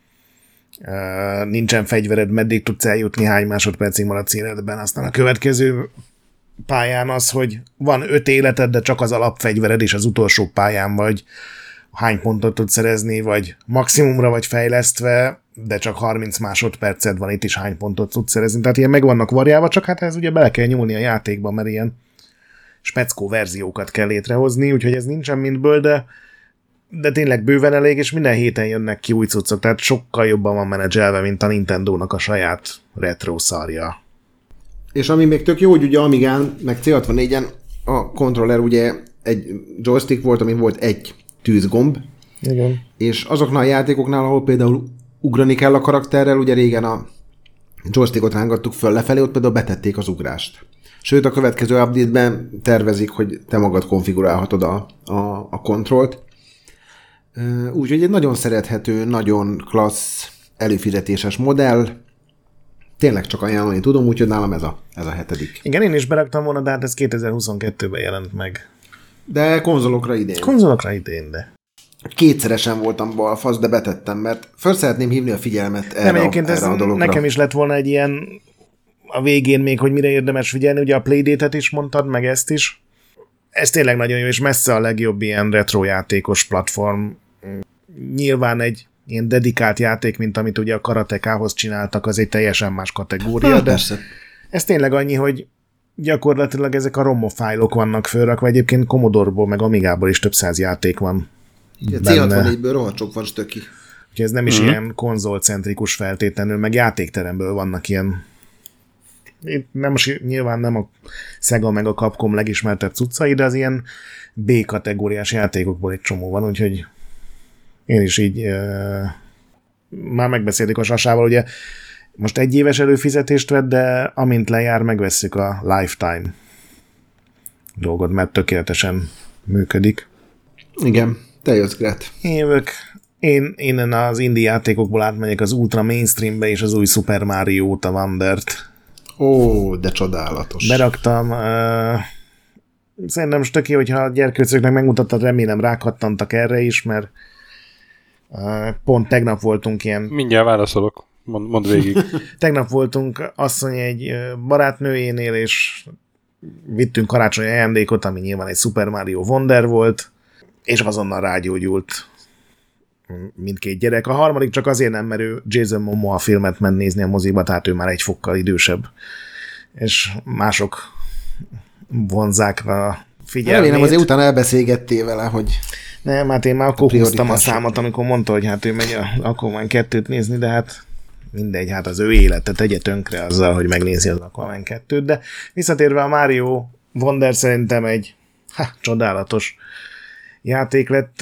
Speaker 2: uh, nincsen fegyvered, meddig tudsz eljutni, hány másodpercig maradsz életben. Aztán a következő pályán az, hogy van öt életed, de csak az alapfegyvered, és az utolsó pályán vagy, hány pontot tudsz szerezni, vagy maximumra vagy fejlesztve, de csak harminc másodperced van, itt is hány pontot tudsz szerezni. Tehát ilyen meg vannak variálva, csak hát ez ugye bele kell nyúlni a játékba, mert ilyen speckó verziókat kell létrehozni, úgyhogy ez nincsen mindből, de, de tényleg bőven elég, és minden héten jönnek ki új cuccok, tehát sokkal jobban van menedzselve, mint a Nintendónak a saját retro szarja.
Speaker 4: És ami még tök jó, hogy ugye Amigán, meg cé hatvannégyen a kontroller ugye egy joystick volt, ami volt egy tűzgomb,
Speaker 2: Igen.
Speaker 4: és azoknál a játékoknál, ahol például ugrani kell a karakterrel, ugye régen a joystickot rángattuk föl lefelé, ott például betették az ugrást. Sőt, a következő update-ben tervezik, hogy te magad konfigurálhatod a, a, a kontrollt. Úgyhogy egy nagyon szerethető, nagyon klassz, előfizetéses modell. Tényleg csak ajánlani tudom, úgyhogy nálam ez a, ez a hetedik.
Speaker 2: Igen, én is beraktam volna, de hát ez kétezer-huszonkettőben jelent meg.
Speaker 4: De konzolokra idén.
Speaker 2: Konzolokra idén, de.
Speaker 4: Kétszeresen voltam balfasz, de betettem, mert föl szeretném hívni a figyelmet erre,
Speaker 2: Nem, egyébként
Speaker 4: a, erre
Speaker 2: ez
Speaker 4: a dologra.
Speaker 2: nekem is lett volna egy ilyen a végén még, hogy mire érdemes figyelni, ugye a Playdate-et is mondtad, meg ezt is. Ez tényleg nagyon jó, és messze a legjobb ilyen retro játékos platform. Nyilván egy ilyen dedikált játék, mint amit ugye a Karateka-hoz csináltak, az egy teljesen más kategória,
Speaker 4: Ha,
Speaker 2: de
Speaker 4: persze.
Speaker 2: ez tényleg annyi, hogy gyakorlatilag ezek a ROM fájlok vannak fölrakva, egyébként Commodore-ból, meg Amigából is több száz játék van.
Speaker 4: Ugye cé hatvannégyből rohadt sok van stöki.
Speaker 2: Úgyhogy ez nem is
Speaker 1: Mhm.
Speaker 2: ilyen konzolcentrikus feltétlenül, meg játékteremből vannak ilyen. Itt nem, nyilván nem a Sega meg a Capcom legismertebb cuccai, de az ilyen B-kategóriás játékokból egy csomó van, úgyhogy én is így uh, már megbeszéltük a Sasával, ugye most egy éves előfizetést vett, de amint lejár, megvesszük a Lifetime dolgot, mert tökéletesen működik.
Speaker 4: Igen, te jössz, Gret.
Speaker 2: Én jövök, én innen az indie játékokból átmegyek az ultra mainstreambe, és az új Super Mario-t, a Wondert
Speaker 4: Ó, de csodálatos.
Speaker 2: beraktam. Uh, szerintem stöki, hogyha a gyerkőcöknek megmutattad, remélem rákattantak erre is, mert uh, pont tegnap voltunk ilyen,
Speaker 1: Mindjárt válaszolok. Mond, mondd végig.
Speaker 2: tegnap voltunk asszony egy barátnőjénél, és vittünk karácsonyi ajándékot, ami nyilván egy Super Mario Wonder volt, és azonnal rágyógyult mindkét gyerek. A harmadik csak azért nem, mert ő Jason Momoa filmet ment nézni a moziba, tehát ő már egy fokkal idősebb. És mások vonzák a figyelmét.
Speaker 4: Remélem azért utána elbeszélgettél vele, hogy...
Speaker 2: Nem, hát én már akkor húztam a számot, amikor mondta, hogy hát ő megy a Aquaman kettőt nézni, de hát mindegy, hát az ő élete tegye tönkre azzal, hogy megnézi az Aquaman kettőt, de visszatérve a Mario Wonder szerintem egy ha, csodálatos játék lett,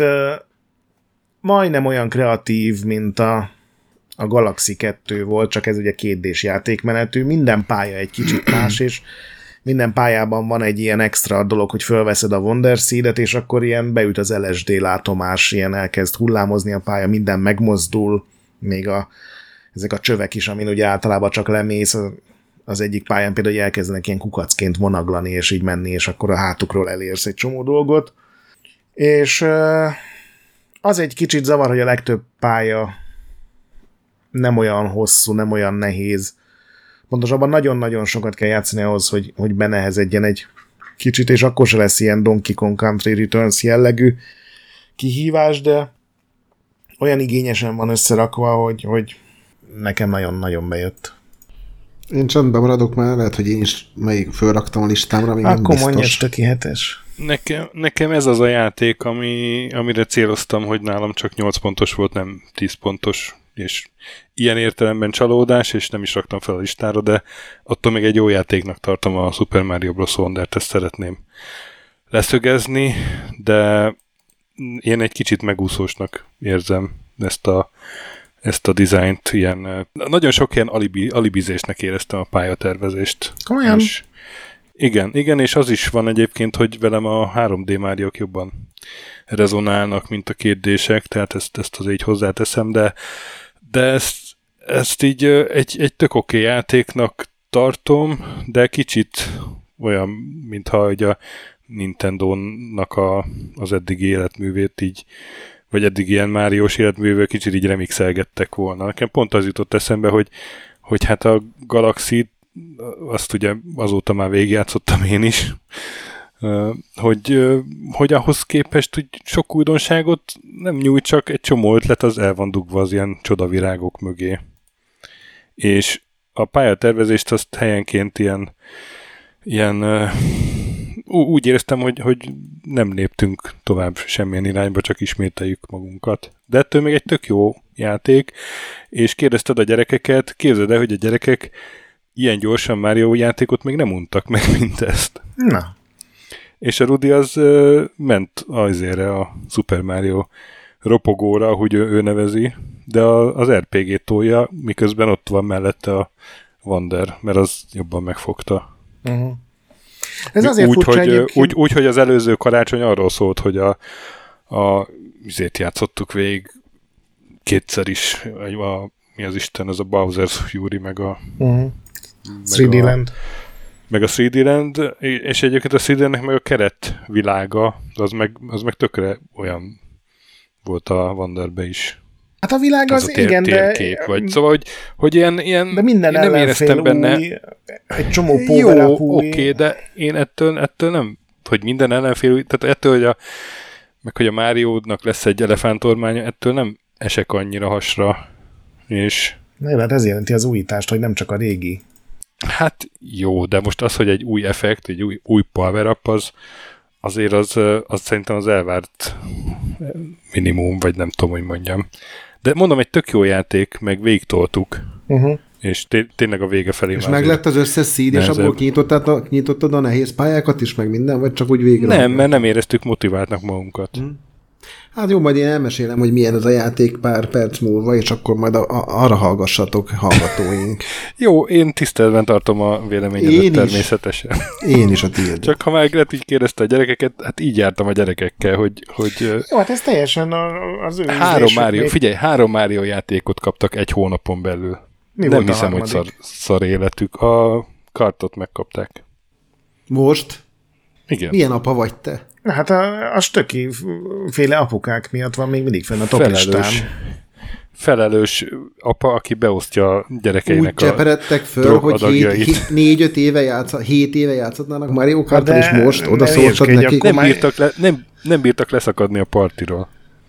Speaker 2: majdnem olyan kreatív, mint a, a Galaxy kettő volt, csak ez ugye kétdés játékmenetű, minden pálya egy kicsit más, és minden pályában van egy ilyen extra dolog, hogy fölveszed a Wonder Seed-et, és akkor ilyen beüt az el es dé látomás, ilyen elkezd hullámozni a pálya, minden megmozdul, még a, ezek a csövek is, amin ugye általában csak lemész, az egyik pályán például elkezdenek ilyen kukacként vonaglani, és így menni, és akkor a hátukról elérsz egy csomó dolgot. És az egy kicsit zavar, hogy a legtöbb pálya nem olyan hosszú, nem olyan nehéz. Pontosabban nagyon-nagyon sokat kell játszani ahhoz, hogy, hogy benehezedjen egy kicsit, és akkor se lesz ilyen Donkey Kong Country Returns jellegű kihívás, de olyan igényesen van összerakva, hogy, hogy nekem nagyon-nagyon bejött.
Speaker 4: Én csendben maradok már, lehet, hogy én is melyik fölraktam a listámra, még
Speaker 2: akkor mondj egy tökéletes.
Speaker 1: Nekem, nekem ez az a játék, ami, amire céloztam, hogy nálam csak nyolc pontos volt, nem tíz pontos, és ilyen értelemben csalódás, és nem is raktam fel a listára, de attól még egy jó játéknak tartom a Super Mario Bros. Wondert, ezt szeretném leszögezni, de én egy kicsit megúszósnak érzem ezt a, ezt a dizájnt, ilyen, nagyon sok ilyen alibi, alibizésnek éreztem a pályatervezést.
Speaker 2: Komolyan?
Speaker 1: És igen, igen, és az is van egyébként, hogy velem a három dé Máriók jobban rezonálnak, mint a kétdések, tehát ezt, ezt azért így hozzáteszem, de, de ezt, ezt így egy, egy tök oké játéknak tartom, de kicsit olyan, mintha hogy a Nintendónak a, az eddigi életművét így, vagy eddig ilyen Máriós életművét kicsit így remixelgettek volna. Nekem pont az jutott eszembe, hogy, hogy hát a Galaxy, azt ugye azóta már végigjátszottam én is, hogy, hogy ahhoz képest hogy sok újdonságot nem nyújt, csak egy csomó ötlet az el van dugva az ilyen csodavirágok mögé. És a pályatervezést azt helyenként ilyen, ilyen úgy éreztem, hogy, hogy nem léptünk tovább semmilyen irányba, csak ismételjük magunkat. De ettől még egy tök jó játék, és kérdezted a gyerekeket, képzeld el, hogy a gyerekek ilyen gyorsan Mario játékot még nem untak meg, mint ezt.
Speaker 2: Na.
Speaker 1: És a Rudi az uh, ment azért a Super Mario ropogóra, ahogy ő, ő nevezi, de a, az er pé gét tolja, miközben ott van mellette a Wonder, mert az jobban megfogta.
Speaker 2: Uh-huh. Ez azért
Speaker 1: úgy,
Speaker 2: furcsa
Speaker 1: hogy,
Speaker 2: egyébként.
Speaker 1: úgy, úgy, hogy az előző karácsony arról szólt, hogy a, a izét játszottuk végig kétszer is, a, mi az Isten, ez a Bowser's Fury, meg a
Speaker 2: uh-huh. három dé Land.
Speaker 1: Meg a három dé Land, és egyébként a három dé Landnek meg a keret világa, az meg, az meg tökre olyan volt a Wonderbe is.
Speaker 2: Hát a világ az,
Speaker 1: az a tér,
Speaker 2: igen,
Speaker 1: térkép,
Speaker 2: de...
Speaker 1: vagy, szóval, hogy, hogy ilyen, ilyen...
Speaker 2: De minden
Speaker 1: nem éreztem benne.
Speaker 2: Új, egy csomó power
Speaker 1: Jó,
Speaker 2: up új.
Speaker 1: oké, de én ettől, ettől nem, hogy minden ellenfél új, tehát ettől, hogy a, meg hogy a Máriónak lesz egy elefántormánya, ettől nem esek annyira hasra, és...
Speaker 2: Nem, hát ez jelenti az újítást, hogy nem csak a régi.
Speaker 1: Hát jó, de most az, hogy egy új effekt, egy új, új power up, az azért az, az szerintem az elvárt minimum, vagy nem tudom, hogy mondjam. De mondom, egy tök jó játék, meg végigtoltuk, uh-huh. és té- tényleg a vége felé
Speaker 4: és meg lett az összes szíd, és abból kinyitottad a, kinyitottad a nehéz pályákat is, meg minden, vagy csak úgy végre?
Speaker 1: Nem, mert nem éreztük motiváltnak magunkat. Hmm.
Speaker 4: Hát jó, majd én elmesélem, hogy milyen ez a játék pár perc múlva, és akkor majd a, a, arra hallgassatok, hallgatóink.
Speaker 1: Jó, én tiszteletben tartom a véleményedet természetesen.
Speaker 4: Én is a tiéd.
Speaker 1: Csak ha már Gret így kérdezte a gyerekeket, hát így jártam a gyerekekkel, hogy... hogy
Speaker 2: jó, hát ez teljesen az ő
Speaker 1: három Mario, még... Figyelj, három Mario játékot kaptak egy hónapon belül.
Speaker 2: Mi
Speaker 1: nem hiszem, hogy szar, szar életük. A kartot megkapták.
Speaker 4: Most?
Speaker 1: Igen.
Speaker 4: Milyen apa vagy te?
Speaker 2: Na, hát a, a stöki féle apukák miatt van még mindig fenn a top
Speaker 1: felelős,
Speaker 2: listán.
Speaker 1: Felelős apa, aki beosztja a gyerekeinek
Speaker 4: úgy cseperedtek föl, hogy négy-öt éve játszat, hét éve játszhatnának Mario Karttal, és most oda szóltad neki.
Speaker 1: Nem bírtak, le, nem, nem bírtak leszakadni a partiról.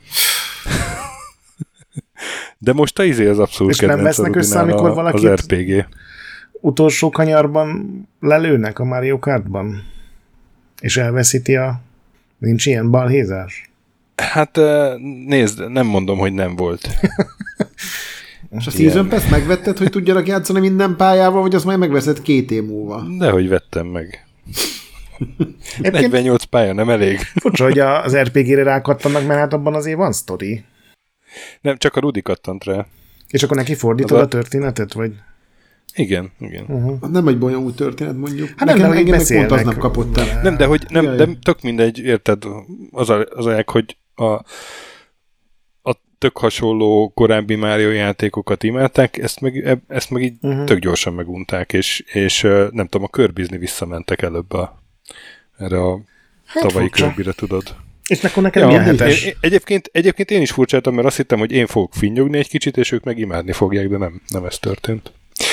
Speaker 1: De most a izé az abszolút
Speaker 2: és nem vesznek össze, amikor valakit
Speaker 1: az er pé gé.
Speaker 2: Utolsó kanyarban lelőnek a Mario Kartban? És elveszíti a... Nincs ilyen balhézás?
Speaker 1: Hát nézd, nem mondom, hogy nem volt.
Speaker 4: És a Season Pass megvetted, hogy tudjanak játszani minden pályával, vagy azt majd megveszed két év múlva?
Speaker 1: Dehogy vettem meg. negyvennyolc pálya nem elég.
Speaker 2: Furcsa, hogy az er pé gére rákattannak, mert hát abban azért van sztori.
Speaker 1: Nem, csak a Rudi kattant rá.
Speaker 2: És akkor neki fordítod a... a történetet, vagy?
Speaker 1: Igen, igen.
Speaker 2: Uh-huh.
Speaker 4: Nem egy bonyolult történet, mondjuk.
Speaker 2: Hát nem,
Speaker 4: nekem engem pont az nem kapott el.
Speaker 1: Nem, de hogy nem, de tök mindegy, érted, az a, az a hogy a, a tök hasonló korábbi Mario játékokat imádták, ezt meg, ezt meg így uh-huh. tök gyorsan megunták, és, és nem tudom, a Kirbyzni visszamentek előbb a, erre a hát tavalyi Kirbyre, tudod.
Speaker 2: És akkor nekem ja, milyen hetes?
Speaker 1: Egyébként, egyébként én is furcsáltam, mert azt hittem, hogy én fogok finnyogni egy kicsit, és ők meg imádni fogják, de nem, nem ez történt.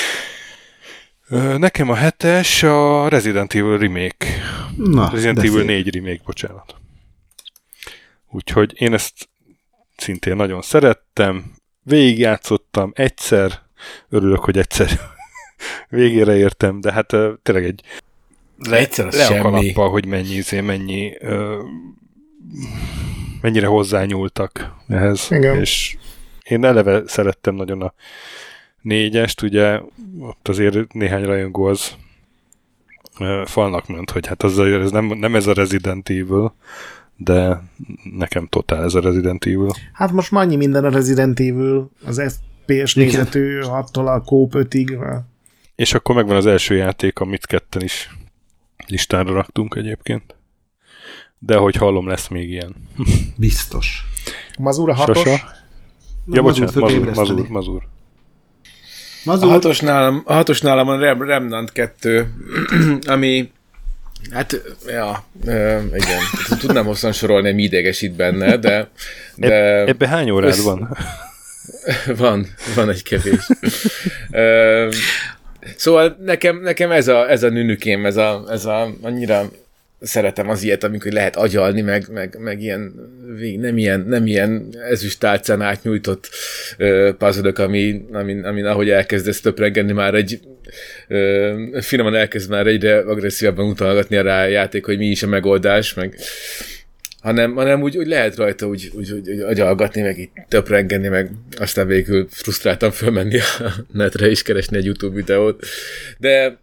Speaker 1: Nekem a hetes a Resident Evil remake. Na, Resident Evil szép. négy remake, bocsánat. Úgyhogy én ezt szintén nagyon szerettem. Végigjátszottam egyszer. Örülök, hogy egyszer végére értem, de hát uh, tényleg egy
Speaker 3: le, egyszer az semmi.
Speaker 1: Leakalappal, hogy mennyi, mennyi uh, mennyire hozzányúltak ehhez.
Speaker 2: Igen.
Speaker 1: És én eleve szerettem nagyon a négyest, ugye ott azért néhány rajongó az uh, falnak ment, hogy hát az, ez nem, nem ez a Resident Evil, de nekem totál ez a Resident Evil.
Speaker 2: Hát most már annyi minden a Resident Evil, az ef pé es nézetű hattól a Coop ötig.
Speaker 1: És akkor megvan az első játék, amit ketten is listára raktunk egyébként. De ahogy hallom, lesz még ilyen.
Speaker 4: Biztos.
Speaker 2: Mazur a hatos?
Speaker 1: Sasa? Ja, bocsánat, Mazur, Mazur, Mazur.
Speaker 3: Mazur. A hatos nálam, a hatos nálam a Remnant kettő, ami hát, ja, e, igen, tudnám hosszan sorolni, mi idegesít benne, de... de
Speaker 1: Eb- ebbe hány órád össz... van?
Speaker 3: van, van egy kevés. e, szóval nekem, nekem ez a, ez a nünükém, ez a, ez a annyira szeretem az ilyet, amikor lehet agyalni, meg, meg, meg ilyen, nem ilyen, nem ilyen ezüstálcán átnyújtott uh, puzzle-ök, ami, amin, amin ahogy elkezdesz töprengeni, már egy uh, finoman elkezd már egyre agresszívabban utalgatni rá a játék, hogy mi is a megoldás, meg hanem, hanem úgy, úgy lehet rajta úgy, úgy, úgy, úgy agyalgatni, meg így töprengeni, meg aztán végül frusztráltan fölmenni a netre és keresni egy YouTube videót. De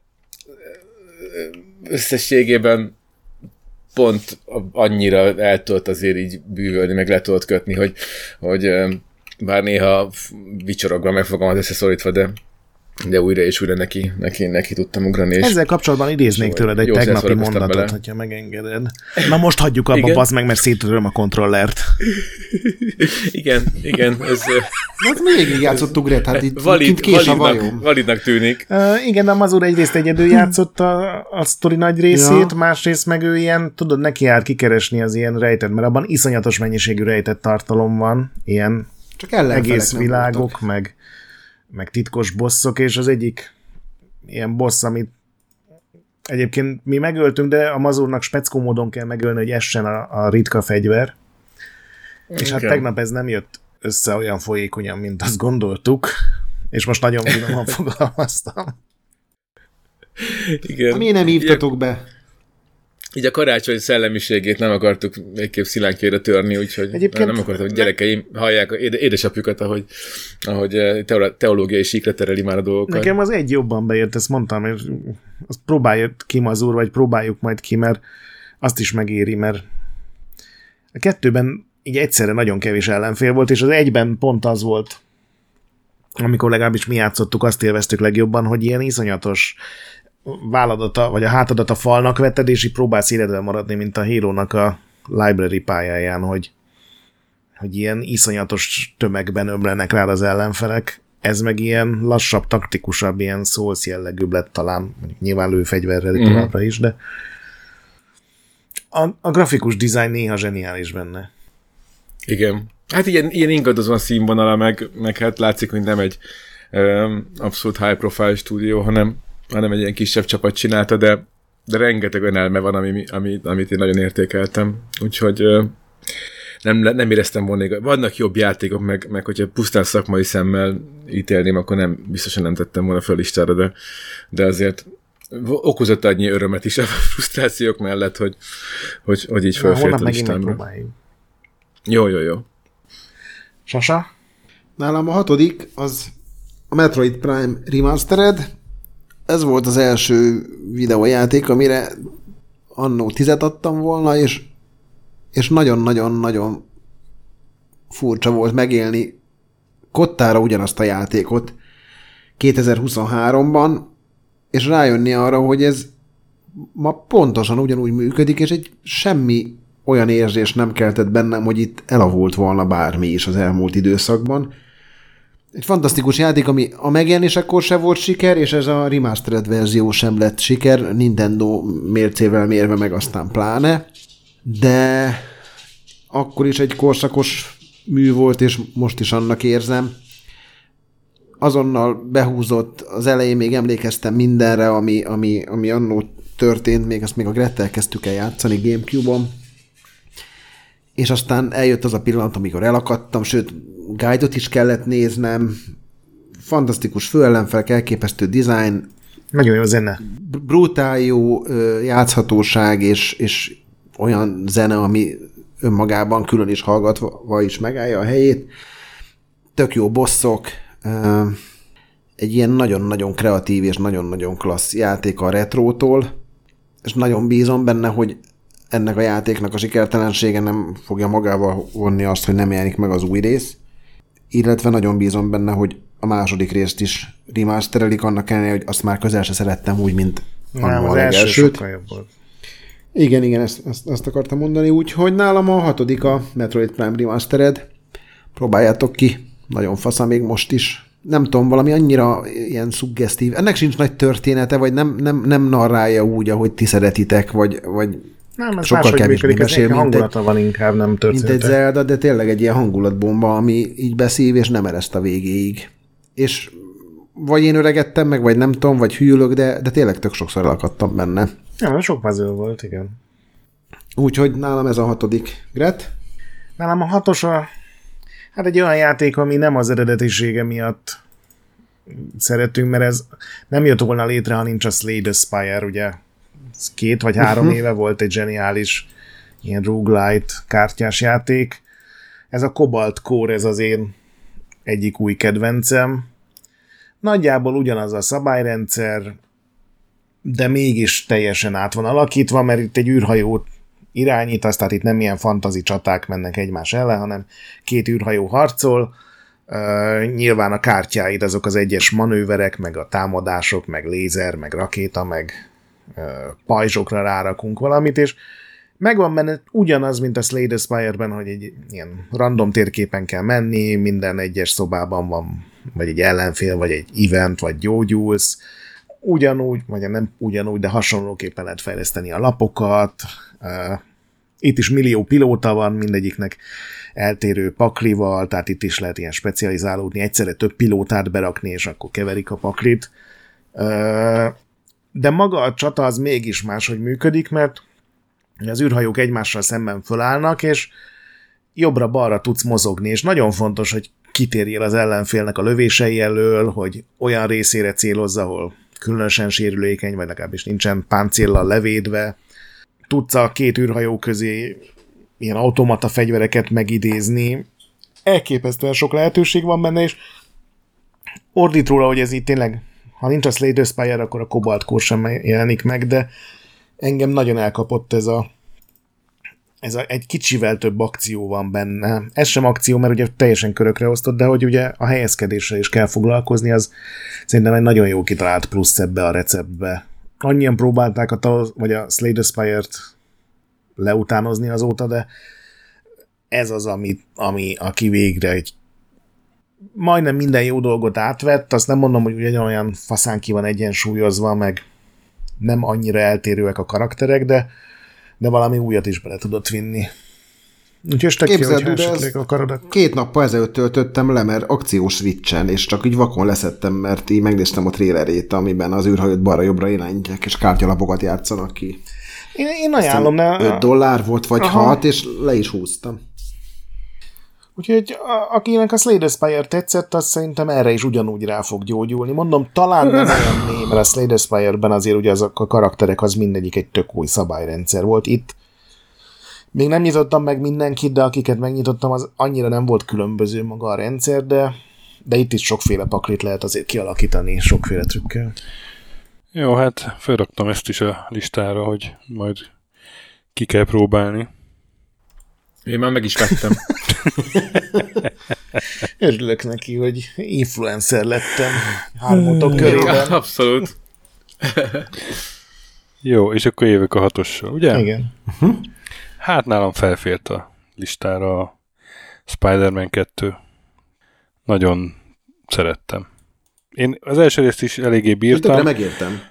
Speaker 3: összességében pont annyira el tudott azért így bűvölni, meg le tudott kötni, hogy, hogy bár néha vicsorogva meg fogom az összeszorítva, de, de újra és újra neki, neki, neki tudtam ugrani. És
Speaker 2: ezzel kapcsolatban idéznék tőled egy tegnapi mondatot, bele. Hogyha megengeded. Na most hagyjuk abba, bazd meg, mert szétöröm a kontrollert.
Speaker 3: igen, igen. Ez,
Speaker 4: hát még játszottuk Gret, hát itt
Speaker 3: valid,
Speaker 4: kint kés a vajom.
Speaker 3: Validnak tűnik.
Speaker 2: Uh, igen, de a Mazur egyrészt egyedül játszott a, a sztori nagy részét, ja. Másrészt meg ő ilyen, tudod, neki jár kikeresni az ilyen rejtet, mert abban iszonyatos mennyiségű rejtett tartalom van, ilyen
Speaker 4: csak
Speaker 2: egész világok, meg meg titkos bosszok, és az egyik ilyen bossz, amit egyébként mi megöltünk, de a Mazurnak speckó módon kell megölni, hogy essen a, a ritka fegyver. Okay. És hát tegnap ez nem jött össze olyan folyékonyan, mint azt gondoltuk, és most nagyon finoman fogalmaztam.
Speaker 3: Igen.
Speaker 4: Miért nem hívtatok be?
Speaker 3: Így a karácsony szellemiségét nem akartuk végképp szilánkjára törni, úgyhogy egyébként nem akartam, hogy gyerekeim hallják édesapjukat, ahogy, ahogy teológiai síkra tereli már a dolgokat.
Speaker 2: Nekem az egy jobban beért, ezt mondtam, és azt próbáljuk ki, Mazur, vagy próbáljuk majd ki, mert azt is megéri, mert a kettőben így egyszerre nagyon kevés ellenfél volt, és az egyben pont az volt, amikor legalábbis mi játszottuk, azt élveztük legjobban, hogy ilyen iszonyatos váladata, vagy a hátadat a falnak vetted, és így próbálsz életben maradni, mint a Halo-nak a library pályáján, hogy, hogy ilyen iszonyatos tömegben ömlenek rád az ellenfelek. Ez meg ilyen lassabb, taktikusabb, ilyen Souls jellegűbb lett talán, nyilván lőfegyverrel mm-hmm. továbbra is, de a, a grafikus design néha zseniális benne.
Speaker 3: Igen. Hát ilyen, ilyen ingadozóan színvonala, meg, meg hát látszik, hogy nem egy um, abszolút high profile stúdió, hanem, hanem egy ilyen kisebb csapat csinálta, de, de rengeteg önelme van, ami, ami, amit én nagyon értékeltem. Úgyhogy uh, nem, nem éreztem volna. Vannak jobb játékok, meg, meg hogyha pusztán szakmai szemmel ítélném, akkor nem, biztosan nem tettem volna fel listára, de, de azért okozott annyi örömet is a frusztrációk mellett, hogy, hogy, hogy így felfért a listámra. Jó, jó, jó.
Speaker 2: Sasa?
Speaker 4: Nálam a hatodik az a Metroid Prime Remastered. Ez volt az első videójáték, amire annó tizet adtam volna, és, és nagyon-nagyon-nagyon furcsa volt megélni kottára ugyanazt a játékot kétezer-huszonháromban, és rájönni arra, hogy ez ma pontosan ugyanúgy működik, és egy semmi olyan érzés nem keltett bennem, hogy itt elavult volna bármi is az elmúlt időszakban. Egy fantasztikus játék, ami a megjelenésekor se volt siker, és ez a remastered verzió sem lett siker, Nintendo mércével mérve meg aztán pláne, de akkor is egy korszakos mű volt, és most is annak érzem. Azonnal behúzott, az elején még emlékeztem mindenre, ami, ami, ami annó történt, még azt még a Grettel kezdtük el játszani Gamecube-on, és aztán eljött az a pillanat, amikor elakadtam, sőt, guide-ot is kellett néznem, fantasztikus főellenfelek, elképesztő design,
Speaker 2: nagyon jó zene.
Speaker 4: Brutál jó játszhatóság, és, és olyan zene, ami önmagában külön is hallgatva is megállja a helyét. Tök jó bosszok, egy ilyen nagyon-nagyon kreatív és nagyon-nagyon klassz játék a retrótól, és nagyon bízom benne, hogy ennek a játéknak a sikertelensége nem fogja magával vonni azt, hogy nem jelenik meg az új rész, illetve nagyon bízom benne, hogy a második részt is remasterelik, annak ellenére, hogy azt már közel se szerettem úgy, mint
Speaker 2: nem, az első sokkal jobb volt.
Speaker 4: Igen, igen, ezt, ezt, ezt akartam mondani, úgyhogy nálam a hatodik a Metroid Prime Remastered. Próbáljátok ki, nagyon fasza még most is. Nem tudom, valami annyira ilyen szuggesztív. Ennek sincs nagy története, vagy nem, nem, nem narrálja úgy, ahogy ti szeretitek, vagy, vagy
Speaker 2: nem, ez
Speaker 4: sokkal kevésbé mesél, mint
Speaker 2: hangulata
Speaker 4: egy,
Speaker 2: van inkább, nem története.
Speaker 4: mint egy Zelda, de tényleg egy ilyen hangulatbomba, ami így beszív, és nem ereszt a végéig. És vagy én öregettem meg, vagy nem tudom, vagy hűlök, de, de tényleg tök sokszor elakadtam benne.
Speaker 2: Ja, sok puzzle volt, igen.
Speaker 4: Úgyhogy nálam ez a hatodik. Gret?
Speaker 2: Nálam a hatos a... Hát egy olyan játék, ami nem az eredetisége miatt szeretünk, mert ez nem jött volna létre, ha nincs a Slay the Spire, ugye? Ez két vagy három uh-huh. éve volt egy zseniális ilyen roguelite kártyás játék. Ez a Cobalt Core, ez az én egyik új kedvencem. Nagyjából ugyanaz a szabályrendszer, de mégis teljesen át van alakítva, mert itt egy űrhajót irányítasz, tehát itt nem ilyen fantazi csaták mennek egymás ellen, hanem két űrhajó harcol. Uh, nyilván a kártyáid azok az egyes manőverek, meg a támadások, meg lézer, meg rakéta, meg uh, pajzsokra rárakunk valamit, és megvan benne ugyanaz, mint a Slay the Spire-ben, hogy egy ilyen random térképen kell menni, minden egyes szobában van vagy egy ellenfél, vagy egy event, vagy gyógyulsz. Ugyanúgy, vagy nem ugyanúgy, de hasonlóképpen lehet fejleszteni a lapokat. Uh, itt is millió pilóta van, mindegyiknek eltérő paklival, tehát itt is lehet ilyen specializálódni, egyszerre több pilótát berakni, és akkor keverik a paklit. Uh, de maga a csata az mégis máshogy működik, mert az űrhajók egymással szemben fölállnak, és jobbra-balra tudsz mozogni, és nagyon fontos, hogy kitérjél az ellenfélnek a lövései elől, hogy olyan részére célozza, ahol különösen sérülékeny, vagy legalábbis nincsen páncéllal levédve. Tudsz a két űrhajó közé ilyen automata fegyvereket megidézni. Elképesztően sok lehetőség van benne, és ordít róla, hogy ez így tényleg, ha nincs a Slay the Spire, akkor a Cobalt Core sem jelenik meg, de engem nagyon elkapott ez a ez a, egy kicsivel több akció van benne. Ez sem akció, mert ugye teljesen körökre osztott, de hogy ugye a helyezkedéssel is kell foglalkozni, az szerintem egy nagyon jó kitalált plusz ebbe a receptbe. Annyian próbálták a, Talos, vagy a Slay the Spire-t leutánozni azóta, de ez az, ami, ami aki végre egy majdnem minden jó dolgot átvett, azt nem mondom, hogy ugyanolyan faszán ki van egyensúlyozva, meg nem annyira eltérőek a karakterek, de de valami újat is bele tudott vinni. Úgyhogy tök ki, hogyha
Speaker 4: de ez
Speaker 2: esetleg akarod.
Speaker 4: két nappal ezelőtt töltöttem le, mert akciós Switchen, és csak így vakon leszettem, mert így megnéztem a trailerét, amiben az űrhajót balra-jobbra irányítják, és kártyalapokat játszanak ki.
Speaker 2: Én, én ajánlom. Ne...
Speaker 4: öt dollár volt, vagy
Speaker 2: Aha.
Speaker 4: hat, és le is húztam.
Speaker 2: Úgyhogy a, akinek a Slay the Spire tetszett, az szerintem erre is ugyanúgy rá fog gyógyulni. Mondom, talán nem olyan mély, mert a Slay the Spire-ben azért ugye azok a karakterek, az mindegyik egy tök új szabályrendszer volt. Itt még nem nyitottam meg mindenkit, de akiket megnyitottam, az annyira nem volt különböző maga a rendszer, de, de itt is sokféle paklit lehet azért kialakítani, sokféle trükkel.
Speaker 1: Jó, hát felraktam ezt is a listára, hogy majd ki kell próbálni.
Speaker 3: Én már meg is vettem.
Speaker 2: Örülök neki, hogy influencer lettem hármatok körében.
Speaker 3: Abszolút.
Speaker 1: Jó, és akkor jövök a hatossal, ugye?
Speaker 2: Igen.
Speaker 1: Uh-huh. Hát nálam felfért a listára a Spider-Man kettő. Nagyon szerettem. Én az első részt is eléggé bírtam.
Speaker 4: Tökre megértem.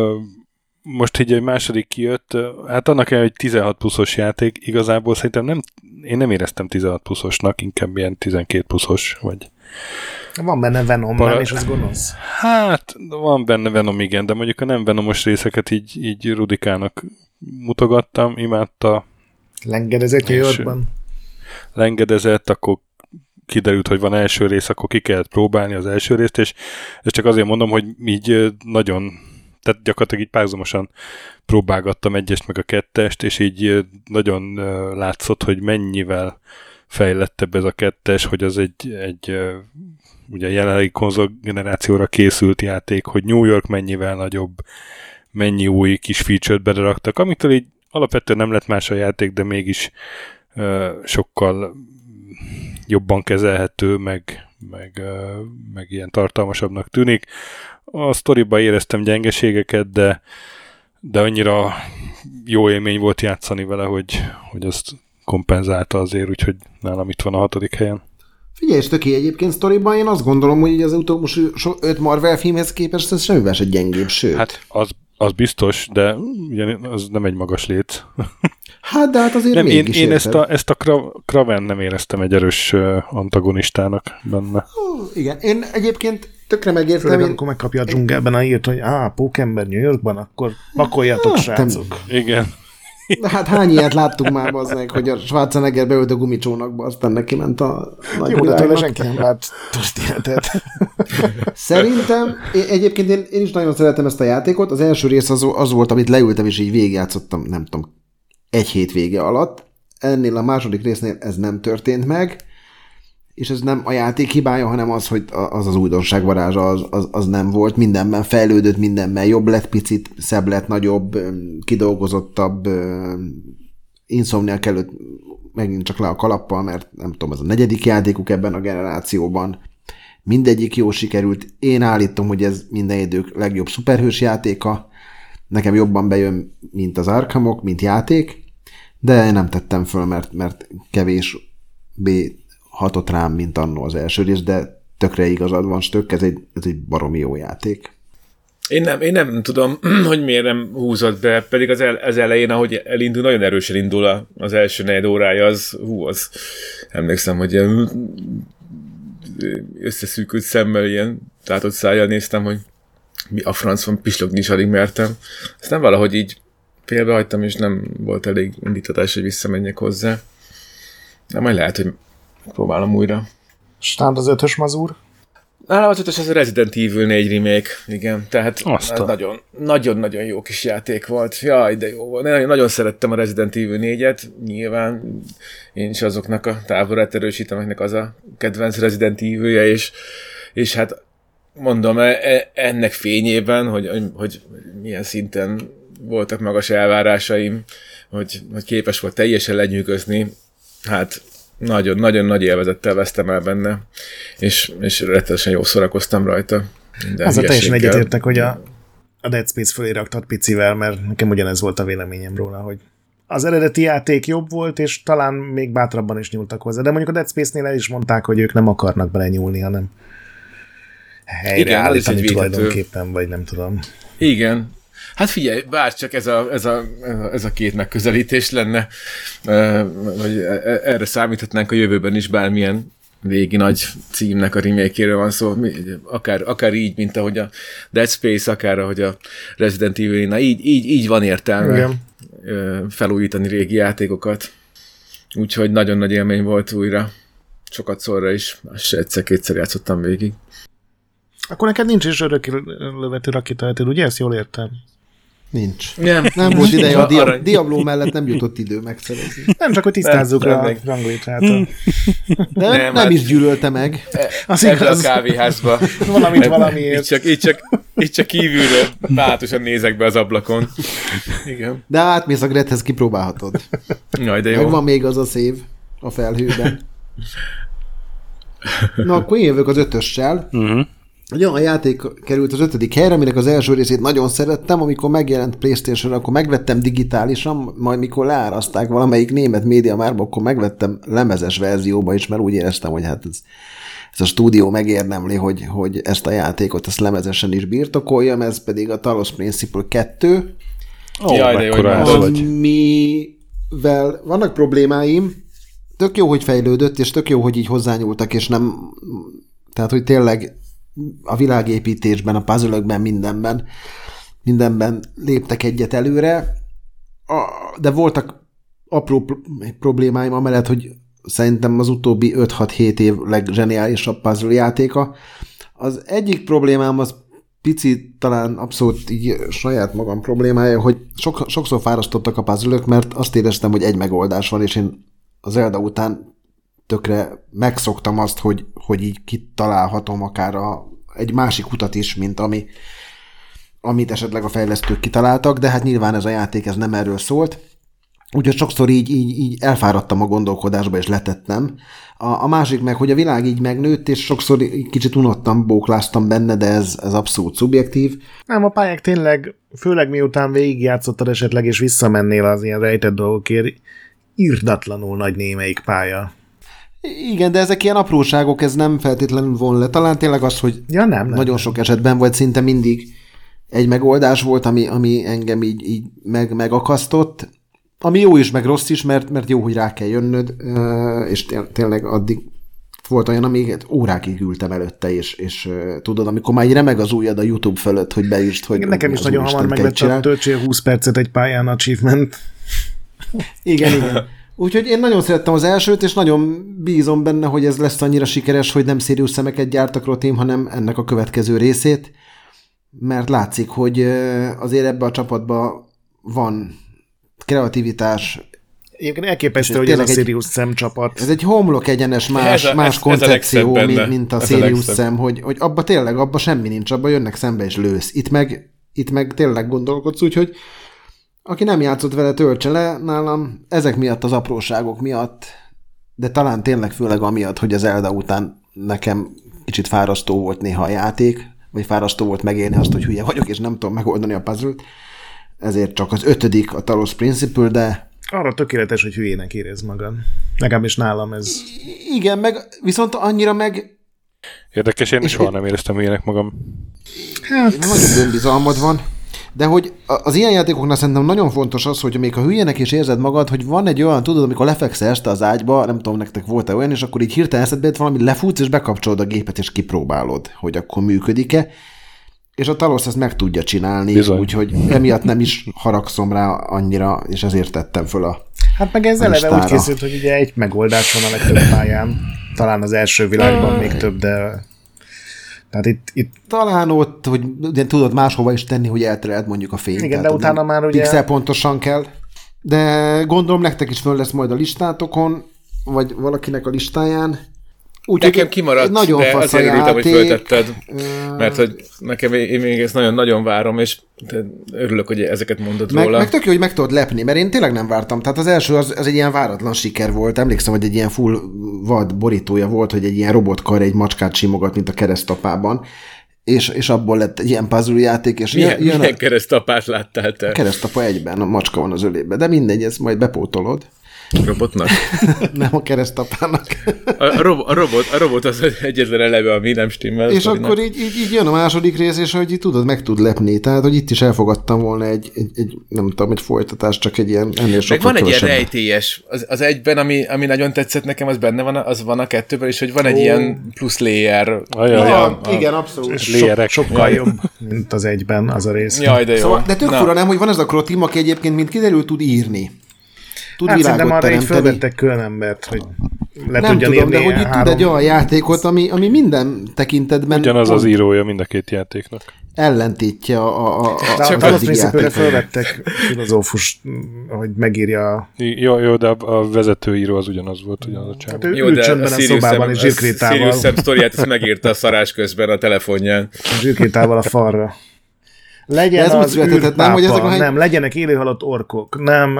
Speaker 1: Most így egy második kijött, hát annak el, hogy tizenhat pluszos játék, igazából szerintem nem, én nem éreztem tizenhat pluszosnak, inkább ilyen tizenkét pluszos, vagy...
Speaker 2: Van benne Venom,
Speaker 1: Para...
Speaker 2: nem, és az gonosz.
Speaker 1: Hát, van benne Venom, igen, de mondjuk a nem Venomos részeket így, így Rudikának mutogattam, imádta.
Speaker 2: Lengedezett New Yorkban.
Speaker 1: Lengedezett, akkor kiderült, hogy van első rész, akkor ki kellett próbálni az első részt, és ezt csak azért mondom, hogy így nagyon, tehát gyakorlatilag így párhuzamosan próbálgattam egyest meg a kettest, és így nagyon látszott, hogy mennyivel fejlettebb ez a kettes, hogy az egy, egy ugye jelenlegi konzolgenerációra készült játék, hogy New York mennyivel nagyobb, mennyi új kis feature-t beleraktak, amitől így alapvetően nem lett más a játék, de mégis uh, sokkal jobban kezelhető, meg, meg, uh, meg ilyen tartalmasabbnak tűnik. A sztoriban éreztem gyengeségeket, de, de annyira jó élmény volt játszani vele, hogy, hogy azt kompenzálta azért, úgyhogy nálam itt van a hatodik helyen.
Speaker 4: Figyelj, és töké, egyébként sztoriban én azt gondolom, hogy az utolsó öt Marvel filmhez képest ez semmivel se gyengébb, sőt.
Speaker 1: Hát az, az biztos, de ugyan az nem egy magas léc.
Speaker 4: Hát, de hát azért
Speaker 1: nem,
Speaker 4: mégis
Speaker 1: én, én ezt a, ezt a Kraven nem éreztem egy erős antagonistának benne.
Speaker 4: Hú, igen, én egyébként tökre megértem.
Speaker 2: Főleg,
Speaker 4: én...
Speaker 2: amikor megkapja a dzsungelben a írt, hogy á, Pókember New Yorkban, akkor pakoljatok,
Speaker 4: hát,
Speaker 2: srácok.
Speaker 1: Igen.
Speaker 4: De hát hány ilyet láttuk már bazdmeg, hogy a Schwarzenegger beült a gumicsónakba, aztán neki ment a nagy
Speaker 2: Jó, de tőle senki nem lát történetet.
Speaker 4: Szerintem, egyébként én, én is nagyon szeretem ezt a játékot. Az első rész az, az volt, amit leültem, és így végigjátszottam, nem tudom, egy hét vége alatt. Ennél a második résznél ez nem történt meg, és ez nem a játék hibája, hanem az, hogy az az újdonság varázsa, az, az, az nem volt. Mindenben fejlődött, mindenben jobb lett, picit szebb lett, nagyobb, kidolgozottabb. Insomniac előtt megint csak le a kalappal, mert nem tudom, ez a negyedik játékuk ebben a generációban. Mindegyik jó sikerült. Én állítom, hogy ez minden idők legjobb szuperhős játéka. Nekem jobban bejön, mint az Arkhamok, mint játék, de nem tettem föl, mert, mert kevés B hatott rám, mint annó az első rész, de tökre igazad van, stök, ez egy, ez egy baromi jó játék.
Speaker 3: Én nem, én nem tudom, hogy miért nem húzott be, pedig az, el, az elején, ahogy elindul, nagyon erősen indul az első negyed órája, az, hú, az emlékszem, hogy összeszűkült szemmel, ilyen tátott szájjal néztem, hogy mi a franc van, pislogni is alig mertem. Aztán valahogy így félbehagytam, és nem volt elég indítatás, hogy visszamenjek hozzá. De majd lehet, hogy próbálom újra.
Speaker 2: Stánd az ötös mazúr?
Speaker 3: Nálam az ötös az a Resident Evil négy remake, igen, tehát
Speaker 1: Aztán.
Speaker 3: nagyon, nagyon-nagyon jó kis játék volt. Jaj, de jó volt. Nagyon, nagyon szerettem a Resident Evil négyet, nyilván én is azoknak a táborát erősítem, akinek az a kedvenc Resident Evil-je, és, és hát mondom, ennek fényében, hogy, hogy milyen szinten voltak magas elvárásaim, hogy, hogy képes volt teljesen lenyűgözni, hát nagyon-nagyon nagy élvezettel vesztem el benne, és, és rettenetesen jól szórakoztam rajta.
Speaker 2: Ezzel teljesen egyetértek, hogy a, a Dead Space fölé raktad picivel, mert nekem ugyanez volt a véleményem róla, hogy az eredeti játék jobb volt, és talán még bátrabban is nyúltak hozzá, de mondjuk a Dead Space-nél el is mondták, hogy ők nem akarnak bele nyúlni, hanem helyreállítani tulajdonképpen, vagy nem tudom.
Speaker 3: Igen, Hát figyelj, bár csak ez a, ez a, ez a két megközelítés lenne, vagy erre számíthatnánk a jövőben is, bármilyen régi nagy címnek a remake-éről van szó, akár, akár így, mint ahogy a Dead Space, akár ahogy a Resident Evil, na így, így, így van értelme igen. felújítani régi játékokat. Úgyhogy nagyon nagy élmény volt újra. Sokat szorra is, azt se egyszer-kétszer játszottam végig.
Speaker 2: Akkor neked nincs is öröki lövető rakétahetőd, ugye? Ezt jól értem?
Speaker 4: Nincs.
Speaker 3: Nem,
Speaker 4: nem volt ideje, a Dia- Diablo mellett nem jutott idő megszerezni.
Speaker 2: Nem, csak hogy tisztázzuk nem, a rangolit.
Speaker 4: De nem, nem hát is gyűlölte meg.
Speaker 3: Ebben a kávéházba.
Speaker 2: Valamit valamiért.
Speaker 3: Így csak, így csak, így csak kívülről bátosan nézek be az ablakon. Igen.
Speaker 4: De átmész a Grethez, kipróbálhatod.
Speaker 3: Jaj, de jó.
Speaker 4: Meg van még az a szév a felhőben. Na, akkor én jövök az ötössel. Uh-huh. Ugye a játék került az ötödik helyre, aminek az első részét nagyon szerettem, amikor megjelent PlayStation-ra, akkor megvettem digitálisan, majd mikor leáraszták valamelyik német médiamárba, akkor megvettem lemezes verzióba is, mert úgy éreztem, hogy hát ez, ez a stúdió megérdemli, hogy, hogy ezt a játékot ezt lemezesen is birtokoljam, ez pedig a Talos Principle kettő.
Speaker 3: Oh, Jaj, de jó, hogy
Speaker 4: amivel vannak problémáim, tök jó, hogy fejlődött, és tök jó, hogy így hozzányúltak, és nem, tehát, hogy tényleg a világépítésben, a puzzle-ökben, mindenben, mindenben léptek egyet előre, de voltak apró problémáim, amellett, hogy szerintem az utóbbi öt-hat-hét év legzseniálisabb puzzle játéka. Az egyik problémám az pici, talán abszolút így saját magam problémája, hogy sok, sokszor fárasztottak a puzzle-ök, mert azt éreztem, hogy egy megoldás van, és én az Zelda után tökre megszoktam azt, hogy, hogy így kitalálhatom akár a, egy másik utat is, mint ami, amit esetleg a fejlesztők kitaláltak, de hát nyilván ez a játék ez nem erről szólt. Úgyhogy sokszor így, így, így elfáradtam a gondolkodásba, és letettem. A, a másik meg, hogy a világ így megnőtt, és sokszor kicsit unottam, bókláztam benne, de ez, ez abszolút szubjektív.
Speaker 2: Nem, a pályák tényleg, főleg miután végigjátszottad esetleg, és visszamennél az ilyen rejtett dolgokért, irdatlanul nagy némelyik pálya.
Speaker 4: Igen, de ezek ilyen apróságok, ez nem feltétlenül von le. Talán tényleg az, hogy
Speaker 2: ja, nem, nem,
Speaker 4: nagyon
Speaker 2: nem.
Speaker 4: sok esetben, vagy szinte mindig egy megoldás volt, ami, ami engem így, így meg, megakasztott. Ami jó is, meg rossz is, mert, mert jó, hogy rá kell jönnöd, és tényleg addig volt olyan, amíg órákig ültem előtte, és, és tudod, amikor már így remeg az ujjad a YouTube fölött, hogy beírst, hogy...
Speaker 2: Nekem is nagyon hamar meglett a töltsél húsz percet egy pályán achievement.
Speaker 4: Igen, igen. Úgyhogy én nagyon szerettem az elsőt, és nagyon bízom benne, hogy ez lesz annyira sikeres, hogy nem Sirius szemeket gyártak Rotim, hanem ennek a következő részét, mert látszik, hogy azért ebbe a csapatban van kreativitás.
Speaker 2: Egyébként elképesztő, hogy ez a Sirius szem csapat.
Speaker 4: Ez egy homlok egyenes más, ez a, más ez, koncepció, ez mint, mint a ez Sirius szem, hogy, hogy abba tényleg, abba semmi nincs, abba jönnek szembe és lősz. Itt meg, itt meg tényleg gondolkodsz, úgyhogy aki nem játszott vele, töltse le nálam, ezek miatt az apróságok miatt, de talán tényleg főleg amiatt, hogy az Zelda után nekem kicsit fárasztó volt néha a játék, vagy fárasztó volt megélni azt, hogy hülye vagyok, és nem tudom megoldani a puzzle-t. Ezért csak az ötödik a Talos Principle, de...
Speaker 2: Arra tökéletes, hogy hülyének érez magad. Nekem is nálam ez...
Speaker 4: I- igen, meg viszont annyira meg...
Speaker 1: Érdekes, én is soha nem éreztem hülyének magam.
Speaker 4: Hát... Nagyon önbizalmad van. De hogy az ilyen játékoknál szerintem nagyon fontos az, hogy még ha hülyének is érzed magad, hogy van egy olyan, tudod, amikor lefekszel este az ágyba, nem tudom, nektek volt-e olyan, és akkor így hirtelen eszedbe jött valami, lefutsz, és bekapcsolod a gépet, és kipróbálod, hogy akkor működik-e. És a Talos ezt meg tudja csinálni, úgyhogy emiatt nem is haragszom rá annyira, és ezért tettem föl a
Speaker 2: Hát meg ez eleve úgy készült, hogy ugye egy megoldás van a legtöbb pályán. Talán az első világban még több, de... Tehát itt, itt...
Speaker 4: Talán ott, hogy ugye, tudod máshova is tenni, hogy eltereld mondjuk a fényt.
Speaker 2: Igen, de utána már ugye...
Speaker 4: Pixel pontosan kell. De gondolom nektek is föl lesz majd a listátokon, vagy valakinek a listáján.
Speaker 3: Úgy, nekem kimaradt, nagyon de azért örültem, hogy föltetted, mert hogy nekem én még ezt nagyon-nagyon várom, és örülök, hogy ezeket mondod
Speaker 4: meg,
Speaker 3: róla.
Speaker 4: Meg tök jó, hogy meg tudod lepni, mert én tényleg nem vártam. Tehát az első az, az egy ilyen váratlan siker volt. Emlékszem, hogy egy ilyen full vad borítója volt, hogy egy ilyen robotkar egy macskát simogat, mint a keresztapában, és, és abból lett egy ilyen puzzle játék. És
Speaker 3: milyen
Speaker 4: jön
Speaker 3: milyen
Speaker 4: a...
Speaker 3: keresztapát láttál te?
Speaker 4: A keresztapa egyben, a macska van az ölében, de mindegy, ezt majd bepótolod.
Speaker 3: Robotnak?
Speaker 4: Nem a keresztapának.
Speaker 3: A, rob- a, robot, a robot az egyetlen eleve, ami nem stimmel.
Speaker 4: És akkor így, így, így jön a második rész, és hogy így tudod, meg tud lepni. Tehát, hogy itt is elfogadtam volna egy, egy, egy nem tudom, egy folytatás, csak egy ilyen ennél sokkal
Speaker 3: meg van egy ilyen
Speaker 4: kevesebb.
Speaker 3: rejtélyes, az, az egyben, ami, ami nagyon tetszett nekem, az benne van, az van a kettőben, és hogy van egy
Speaker 2: Ó.
Speaker 3: ilyen plusz layer.
Speaker 1: Ajaj,
Speaker 4: Ja,
Speaker 3: a, a,
Speaker 4: igen, abszolút.
Speaker 2: So, sokkal jobb, mint az egyben az a rész.
Speaker 3: Jaj, de jó.
Speaker 4: Szóval, de tök
Speaker 3: Na.
Speaker 4: fura nem, hogy van ez a krotim, aki egyébként, mint kiderül, tud írni. Tud
Speaker 2: Hát szerintem
Speaker 4: világot
Speaker 2: arra így
Speaker 4: teremteni.
Speaker 2: fölvettek külön embert, hogy le
Speaker 4: Nem
Speaker 2: tudjan
Speaker 4: tudom, de
Speaker 2: írni
Speaker 4: hogy itt
Speaker 2: három...
Speaker 4: tud egy olyan játékot, ami, ami minden tekintetben
Speaker 1: Ugyanaz
Speaker 4: pont
Speaker 1: az írója mind a két játéknak.
Speaker 4: ellentétje a, a, a,
Speaker 2: De
Speaker 4: a
Speaker 2: csak
Speaker 4: eddig
Speaker 2: valószínűleg
Speaker 4: játékot.
Speaker 2: fölvettek filozófus, hogy megírja a...
Speaker 1: Jó, jó, de a a vezetőíró az ugyanaz volt, ugyanaz a csávó.
Speaker 2: Hát ő
Speaker 3: Jó,
Speaker 2: ült
Speaker 3: de
Speaker 2: csöndben a
Speaker 3: Sirius
Speaker 2: szobában,
Speaker 3: Sam-
Speaker 2: és
Speaker 3: a
Speaker 2: zsírkrétával,
Speaker 3: Sirius Sam sztoriát ezt megírta a szarás közben a telefonján.
Speaker 2: zsírkrétával a falra. Legyen
Speaker 4: Ez úgy
Speaker 2: az
Speaker 4: született, nem, hogy ezek
Speaker 2: űrpápa,
Speaker 4: a hely-
Speaker 2: nem, legyenek élőhalott orkok, nem, uh,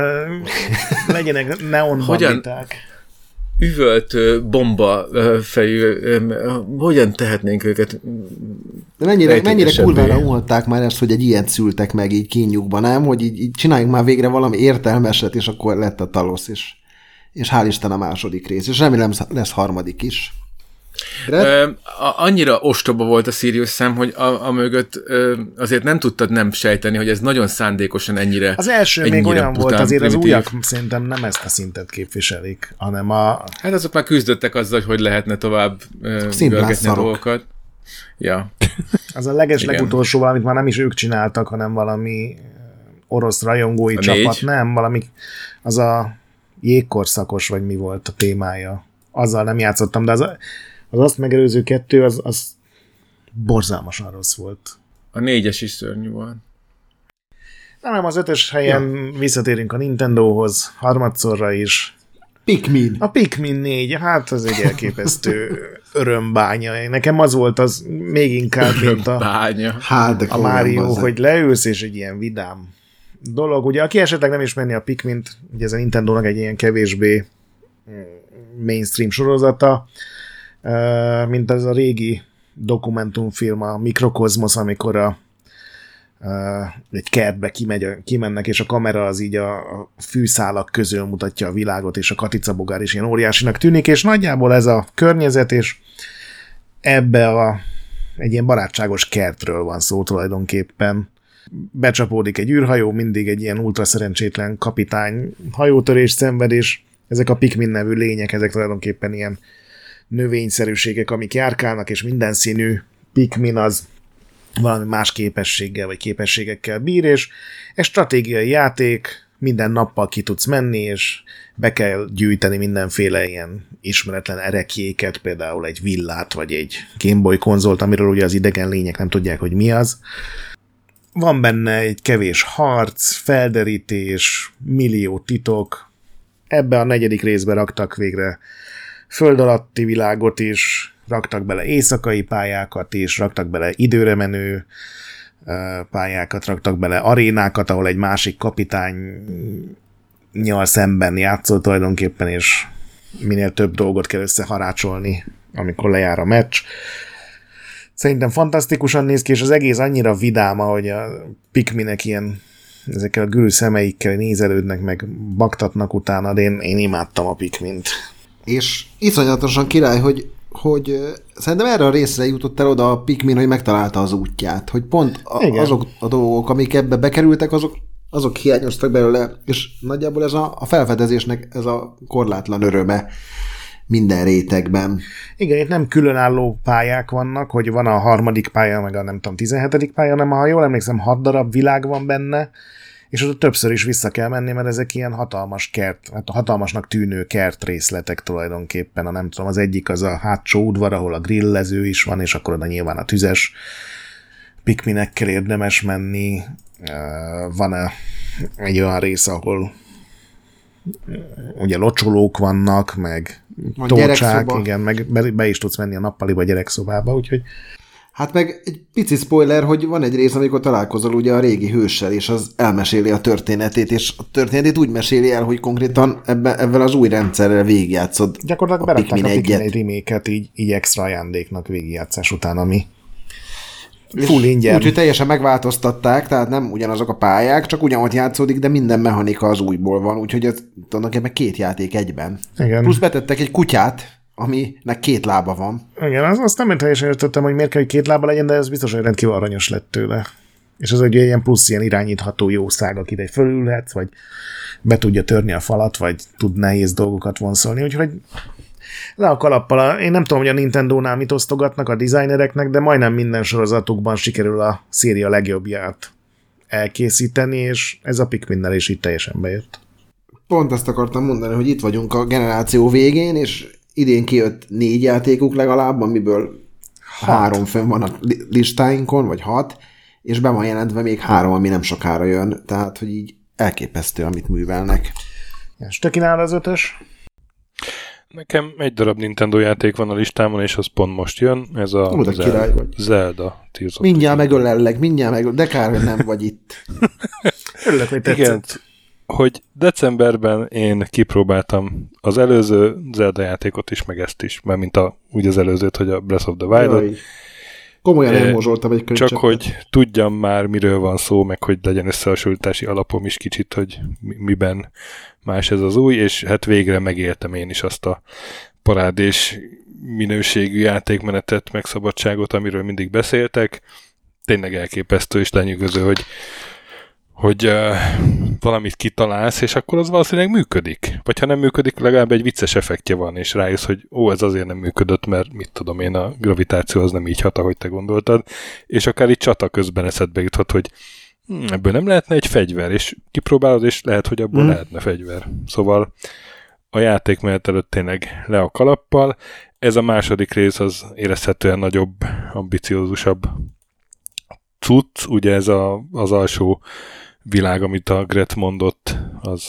Speaker 2: legyenek neonbanditák.
Speaker 3: Üvölt ö, bomba ö, fejű, ö, ö, hogyan tehetnénk őket?
Speaker 4: De mennyire, mennyire
Speaker 3: rejtékesebbé?
Speaker 4: kurvára unhatták már ezt, hogy egy ilyet szültek meg így kínjukban, nem? Hogy így, így csináljunk már végre valami értelmeset, és akkor lett a Talos is. És hál' Isten a második rész. És remélem lesz harmadik is.
Speaker 3: Ö, a, annyira ostoba volt a Sirius Sam, hogy a, a mögött ö, azért nem tudtad nem sejteni, hogy ez nagyon szándékosan ennyire
Speaker 2: Az első még
Speaker 3: ennyire
Speaker 2: olyan volt,
Speaker 3: brutál,
Speaker 2: azért az
Speaker 3: primitív.
Speaker 2: újak szerintem nem ezt a szintet képviselik, hanem a...
Speaker 3: Hát azok már küzdöttek azzal, hogy hogy lehetne tovább ö, üvölgetni a
Speaker 4: szarok.
Speaker 3: dolgokat. Ja.
Speaker 2: Az a leges
Speaker 3: Igen.
Speaker 2: legutolsó valamit már nem is ők csináltak, hanem valami orosz rajongói
Speaker 3: A
Speaker 2: csapat,
Speaker 3: négy?
Speaker 2: nem, valami, az a jégkorszakos, vagy mi volt a témája. Azzal nem játszottam, de az, az azt megelőző kettő, az, az borzalmasan rossz volt.
Speaker 3: A négyes is szörnyű volt.
Speaker 2: Nem, az ötös helyen ja. visszatérünk a Nintendohoz, harmadszorra is.
Speaker 4: Pikmin.
Speaker 2: A Pikmin négy, hát az egy elképesztő örömbánya. Nekem az volt az még inkább, mint a,
Speaker 3: Bánya.
Speaker 4: Hát, de
Speaker 2: a Mario, hogy leülsz, és egy ilyen vidám dolog. Ugye, aki esetleg nem ismerni a Pikmint, ugye ez a Nintendónak egy ilyen kevésbé mainstream sorozata, mint az a régi dokumentumfilm, a Mikrokozmosz, amikor a, egy kertbe kimegy, kimennek, és a kamera az így a, a fűszálak közül mutatja a világot, és a katicabogár is ilyen óriásinak tűnik, és nagyjából ez a környezet, és ebbe a, egy ilyen barátságos kertről van szó tulajdonképpen. Becsapódik egy űrhajó, mindig egy ilyen ultra szerencsétlen kapitány hajótörés szenved, és ezek a Pikmin nevű lények, ezek tulajdonképpen ilyen növényszerűségek, amik járkálnak, és minden színű Pikmin az valami más képességgel vagy képességekkel bír, és egy stratégiai játék, minden nappal ki tudsz menni, és be kell gyűjteni mindenféle ilyen ismeretlen erekjéket, például egy villát, vagy egy Game Boy konzolt, amiről ugye az idegen lények nem tudják, hogy mi az. Van benne egy kevés harc, felderítés, millió titok. Ebbe a negyedik részbe raktak végre föld alatti világot is, raktak bele éjszakai pályákat is, raktak bele időre menő pályákat, raktak bele arénákat, ahol egy másik kapitánnyal szemben játszol tulajdonképpen, és minél több dolgot kell összeharácsolni, amikor lejár a meccs. Szerintem fantasztikusan néz ki, és az egész annyira vidám, ahogy a Pikminek ilyen ezekkel a gürű szemeikkel nézelődnek, meg baktatnak utána, de én, én imádtam a Pikmint.
Speaker 4: És iszonyatosan király, hogy, hogy uh, szerintem erre a részre jutott el oda a Pikmin, hogy megtalálta az útját, hogy pont a, azok a dolgok, amik ebbe bekerültek, azok, azok hiányoztak belőle, és nagyjából ez a, a felfedezésnek ez a korlátlan öröme minden rétegben.
Speaker 2: Igen, itt nem különálló pályák vannak, hogy van a harmadik pálya, meg a nem tudom, tizenhetedik pálya, hanem ha jól emlékszem, hat darab világ van benne, és oda többször is vissza kell menni, mert ezek ilyen hatalmas kert, hát hatalmasnak tűnő kertrészletek tulajdonképpen. A nem tudom, az egyik az a hátsó udvar, ahol a grillező is van, és akkor oda nyilván a tüzes pikminekkel érdemes menni. Van a, egy olyan rész, ahol ugye locsolók vannak, meg
Speaker 4: van
Speaker 2: tócsák, igen, meg be, be is tudsz menni a nappaliba, a gyerekszobába, úgyhogy
Speaker 4: Hát meg egy pici spoiler, hogy van egy rész, amikor találkozol ugye a régi hőssel, és az elmeséli a történetét, és a történetét úgy meséli el, hogy konkrétan ebbe, ebben az új rendszerrel végigjátszod.
Speaker 2: Gyakorlatilag berakták a Pikmin egy remake-et így, így extra ajándéknak végigjátszás után, ami Full ingyen.
Speaker 4: Úgyhogy teljesen megváltoztatták, tehát nem ugyanazok a pályák, csak ugyanott játszódik, de minden mechanika az újból van, úgyhogy ez tulajdonképpen két játék egyben.
Speaker 2: Igen.
Speaker 4: Plusz betettek egy kutyát, aminek két lába van.
Speaker 2: Igen, az, azt nem teljesen értettem, hogy miért kell, hogy két lába legyen, de ez biztos, hogy rendkívül aranyos lett tőle. És az egy ilyen plusz ilyen irányítható jószág, akit egy fölülhetsz, vagy be tudja törni a falat, vagy tud nehéz dolgokat vonszolni, úgyhogy le a kalappal. Én nem tudom, hogy a Nintendo-nál mit osztogatnak a designereknek, de majdnem minden sorozatukban sikerül a széria legjobbját elkészíteni, és ez a Pikminnel is itt teljesen bejött.
Speaker 4: Pont azt akartam mondani, hogy itt vagyunk a generáció végén, és idén kijött négy játékuk legalább, amiből hat. három fönn van a listáinkon, vagy hat, és be van jelentve még három, ami nem sokára jön. Tehát, hogy így elképesztő, amit művelnek.
Speaker 2: És te kínál az ötös?
Speaker 1: Nekem egy darab Nintendo játék van a listámon, és az pont most jön. Ez a
Speaker 4: Ó,
Speaker 1: Zelda, Zelda Tears of
Speaker 4: mindjárt megölellek, mindjárt megölellek, de kár, hogy nem vagy itt.
Speaker 2: Örülök, hogy tetszett.
Speaker 1: Igen, hogy decemberben én kipróbáltam az előző Zelda játékot is, meg ezt is, mert mint a, úgy az előzőt, hogy a Breath of the Wild-ot.
Speaker 4: Komolyan elmozsoltam egy könycseppet.
Speaker 1: Csak hogy tudjam már, miről van szó, meg hogy legyen összehasonlítási alapom is kicsit, hogy miben más ez az új, és hát végre megéltem én is azt a parádés minőségű játékmenetet, meg szabadságot, amiről mindig beszéltek. Tényleg elképesztő és lenyűgöző, hogy hogy uh, valamit kitalálsz, és akkor az valószínűleg működik. Vagy ha nem működik, legalább egy vicces effektje van, és rájössz, hogy ó, ez azért nem működött, mert mit tudom én, a gravitáció az nem így hat, ahogy te gondoltad, és akár itt csata közben eszedbe juthat, hogy hm, ebből nem lehetne egy fegyver, és kipróbálod, és lehet, hogy abból hmm. lehetne fegyver. Szóval a játékmenet előtt tényleg le a kalappal. Ez a második rész az érezhetően nagyobb, ambiciózusabb cucc, ugye ez a, az alsó világ, amit a Gret mondott, az,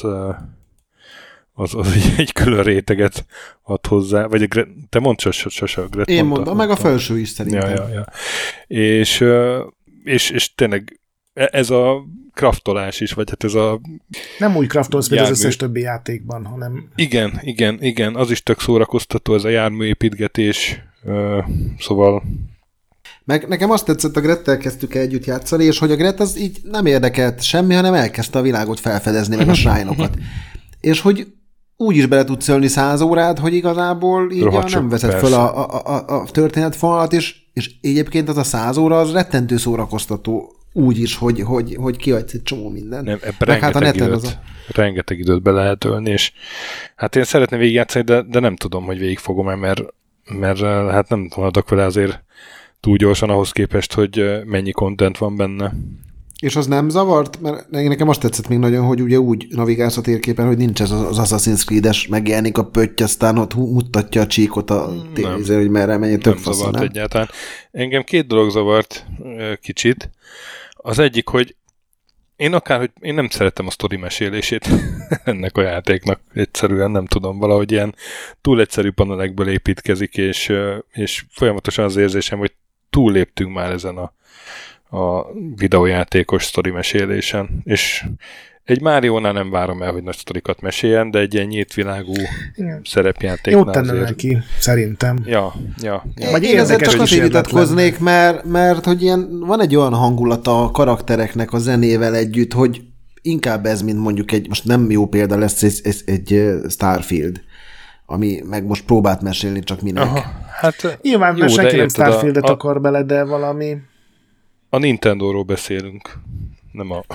Speaker 1: az, az egy, egy külön réteget ad hozzá, vagy a Gret, te mondd sose, sose a Gret
Speaker 4: Én
Speaker 1: mondta,
Speaker 4: mondom, meg a felső is szerintem.
Speaker 1: Ja, ja, ja. És, és, és tényleg ez a kraftolás is, vagy hát ez a...
Speaker 2: Nem úgy kraftolsz, mint az összes többi játékban, hanem...
Speaker 1: Igen, igen, igen, az is tök szórakoztató, ez a járműépítgetés, szóval...
Speaker 4: Meg nekem azt tetszett, a Grettel kezdtük együtt játszani, és hogy a Gret az így nem érdekelt semmi, hanem elkezdte a világot felfedezni, meg a shrine-okat. És hogy úgy is bele tudsz ölni száz órát, hogy igazából így a, nem veszed föl a, a, a, a történetfonalat, és, és egyébként az a száz óra az rettentő szórakoztató úgy is, hogy, hogy, hogy kiadsz egy csomó mindent.
Speaker 1: Nem, ebben
Speaker 4: hát
Speaker 1: rengeteg, időt,
Speaker 4: az a...
Speaker 1: rengeteg időt be lehet ölni, és hát én szeretném végigjátszani, de, de nem tudom, hogy végig fogom-e, mert, mert hát nem haladok vele azért túl gyorsan ahhoz képest, hogy mennyi content van benne.
Speaker 4: És az nem zavart? Mert nekem azt tetszett még nagyon, hogy ugye úgy navigálsz a térképen, hogy nincs ez az Assassin's Creed-es, megjelenik a pötty, aztán ott mutatja a csíkot a tévézőn, hogy merre menj, több faszon,
Speaker 1: zavart
Speaker 4: nem?
Speaker 1: egyáltalán. Engem két dolog zavart kicsit. Az egyik, hogy én akár, hogy én nem szeretem a sztori mesélését ennek a játéknak. Egyszerűen nem tudom, valahogy ilyen túl egyszerű panelekből építkezik, és, és folyamatosan az érzésem, hogy túlléptünk már ezen a, a videójátékos sztori mesélésen, és egy Máriónál nem várom el, hogy nagy sztorikat meséljen, de egy ilyen nyílt világú szerepjátéknál
Speaker 2: jót tenne
Speaker 1: azért...
Speaker 2: neki, szerintem.
Speaker 1: Ja, ja. ja.
Speaker 4: Vagy én ezzel csak azért vitatkoznék, mert, mert hogy ilyen, van egy olyan hangulata a karaktereknek a zenével együtt, hogy inkább ez, mint mondjuk egy, most nem jó példa lesz egy, egy, egy Starfield, ami meg most próbált mesélni, csak minek. Aha,
Speaker 2: hát nyilván, mert senki nem Starfieldet a, akar bele, de valami...
Speaker 1: A Nintendo-ról beszélünk, nem a...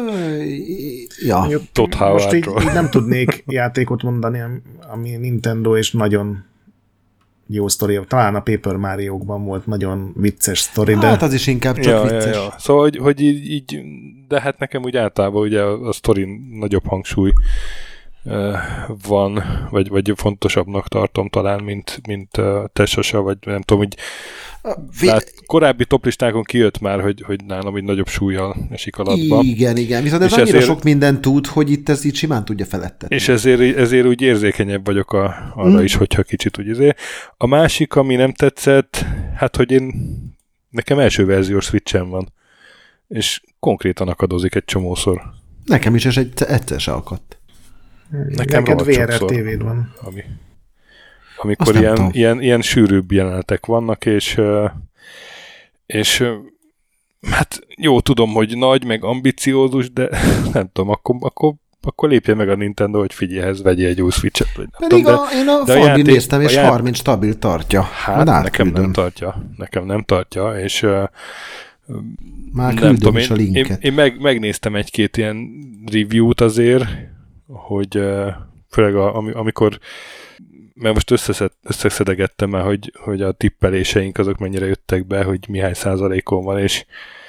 Speaker 4: ja.
Speaker 2: Todd most így, így nem tudnék játékot mondani, ami Nintendo és nagyon jó sztori. Talán a Paper Mario-kban volt nagyon vicces sztori, de...
Speaker 4: Hát az is inkább csak
Speaker 1: ja,
Speaker 4: vicces.
Speaker 1: Ja, ja. Szóval, hogy, hogy így, így, de hát nekem úgy általában ugye a, a sztorin nagyobb hangsúly van, vagy, vagy fontosabbnak tartom talán, mint, mint uh, Tessasa, vagy nem tudom, hogy lát, korábbi toplistákon kijött már, hogy, hogy nálam egy nagyobb súlyjal esik alatba.
Speaker 4: Igen, igen, viszont ez és annyira ezért, sok mindent tud, hogy itt ez így simán tudja felettetni.
Speaker 1: És ezért, ezért úgy érzékenyebb vagyok a, arra hmm. is, hogyha kicsit úgy izé. A másik, ami nem tetszett, hát, hogy én nekem első verziós Switchen van, és konkrétan akadozik egy csomószor.
Speaker 4: Nekem is, és egy, egyszer se akadt.
Speaker 1: Nekem
Speaker 2: neked vé er er tévéd van.
Speaker 1: Ami, amikor ilyen, ilyen, ilyen sűrűbb jelenetek vannak, és, és hát jó, tudom, hogy nagy, meg ambiciózus, de nem tudom, akkor, akkor, akkor lépje meg a Nintendo, hogy figyelj, ehhez vegyél egy új Switch-et. Vagy nem
Speaker 4: Pedig
Speaker 1: tudom,
Speaker 4: a,
Speaker 1: de,
Speaker 4: én a
Speaker 1: de a
Speaker 4: Fandin
Speaker 1: játék,
Speaker 4: néztem, és
Speaker 1: ját...
Speaker 4: harminc stabil tartja.
Speaker 1: Hát nekem nem tartja. Nekem nem tartja, és uh,
Speaker 4: már
Speaker 1: nem tudom,
Speaker 4: is a
Speaker 1: én, én, én meg, megnéztem egy-két ilyen review-t azért, hogy uh, főleg a, amikor mert most összeszed, összeszedegettem már, hogy, hogy a tippeléseink azok mennyire jöttek be, hogy mihány százalékon van, és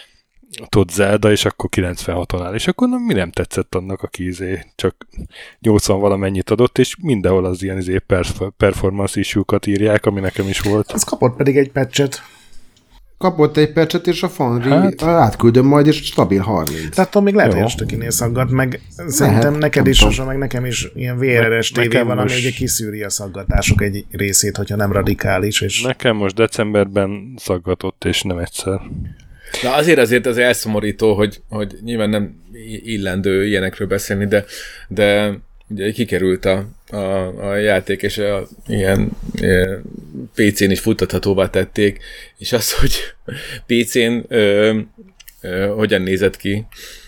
Speaker 1: ott Zelda, és akkor kilencvenhaton áll. És akkor nem, mi nem tetszett annak, aki izé, csak nyolcvan valamennyit adott, és mindenhol az ilyen izé performance issue-kat írják, ami nekem is volt.
Speaker 2: Az kapott pedig egy patchet.
Speaker 4: Kapott egy patchet, és a Fanri
Speaker 1: hát,
Speaker 4: átküldöm majd, és stabil harminc.
Speaker 2: Tehát attól még lehet, hogy Stökinél szaggat, meg szerintem
Speaker 4: lehet,
Speaker 2: neked is, Sasa, meg nekem is ilyen vé er es tévé van, ami
Speaker 1: most...
Speaker 2: ugye kiszűri a szaggatások egy részét, hogyha nem radikális. És...
Speaker 1: Nekem most decemberben szaggatott, és nem egyszer.
Speaker 3: Na azért azért az elszomorító, hogy, hogy nyilván nem illendő ilyenekről beszélni, de, de ugye kikerült a, a, a játék, és a, ilyen, ilyen pé cén is futtathatóvá tették, és az, hogy pé cén ö, ö, hogyan nézett ki,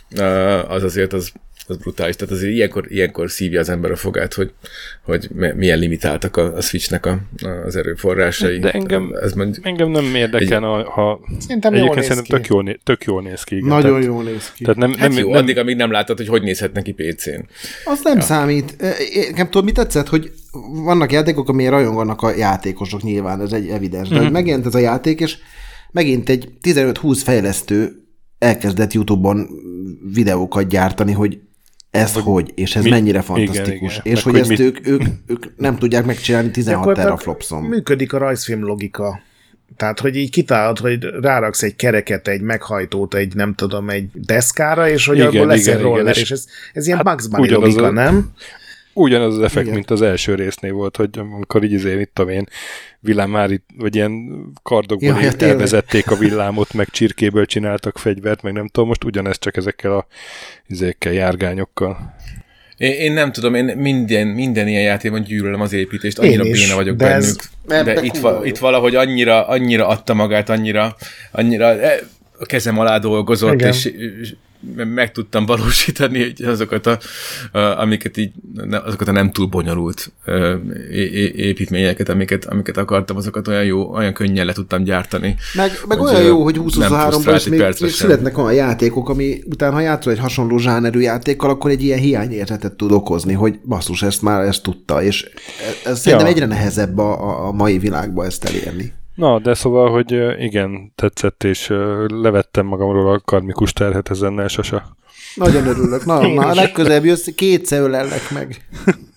Speaker 3: az azért az, az brutális. Tehát azért ilyenkor, ilyenkor szívja az ember a fogát, hogy, hogy milyen limitáltak a, a Switchnek a, az erőforrásai.
Speaker 1: De engem, ez mondjuk, engem nem érdekel, egy, ha
Speaker 2: szerintem jól néz
Speaker 1: szerintem tök jól, tök jól néz ki. Igen.
Speaker 4: Nagyon
Speaker 1: tehát,
Speaker 4: jól néz ki.
Speaker 1: Tehát nem,
Speaker 3: hát
Speaker 1: nem,
Speaker 3: jó,
Speaker 1: nem,
Speaker 3: addig, amíg nem látod, hogy hogy nézhet neki pé cén.
Speaker 4: Az nem ja. számít. Nem tudom, mi tetszett, hogy vannak játékok, amilyen rajonganak a játékosok, nyilván, ez egy evidens. De mm. megjelent ez a játék, és megint egy tizenöt-húsz fejlesztő elkezdett YouTube-on videókat gyártani, ez hogy, hogy és ez mi, mennyire fantasztikus. Igen, igen. És meg hogy ezt mit... ők, ők, ők nem tudják megcsinálni tizenhat teraflopson.
Speaker 2: Működik a rajzfilm logika. Tehát, hogy így kitálod, hogy ráraksz egy kereket, egy meghajtót, egy nem tudom, egy deszkára, és hogy igen, abból lesz igen, egy roller, igen, és ez, ez ilyen hát Bugs Bunny logika, a, nem?
Speaker 1: Ugyanaz az effekt, igen. mint az első résznél volt, hogy amikor így izé, mit tudom én, villámári, vagy ilyen kardokból ja, elvezették a villámot, meg csirkéből csináltak fegyvert, meg nem tudom, most ugyanez csak ezekkel a izékkel, járgányokkal.
Speaker 3: Én, én nem tudom, én minden, minden ilyen játékban gyűlölöm az építést, annyira béna vagyok de bennük. Ez, de itt, va, itt valahogy annyira, annyira adta magát, annyira, annyira a kezem alá dolgozott, igen. és, és meg tudtam valósítani azokat a, a, amiket így, azokat a nem túl bonyolult építményeket, amiket, amiket akartam, azokat olyan jó, olyan könnyen le tudtam gyártani.
Speaker 4: Meg, meg olyan jó, hogy húsz-huszonháromban is még, még születnek olyan játékok, ami utána, ha játszol egy hasonló zsánerű játékkal, akkor egy ilyen hiányérzetet tud okozni, hogy basszus, ezt már ezt tudta, és ez, ez szerintem ja. egyre nehezebb a, a mai világban ezt elérni.
Speaker 1: Na, de szóval, hogy igen, tetszett, és levettem magamról a karmikus terhet ezennel, Sasa.
Speaker 4: Nagyon örülök. Na, na a legközelebb jössz, kétszer ölellek meg.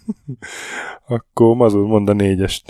Speaker 1: Akkor Mazur, mondd a négyest.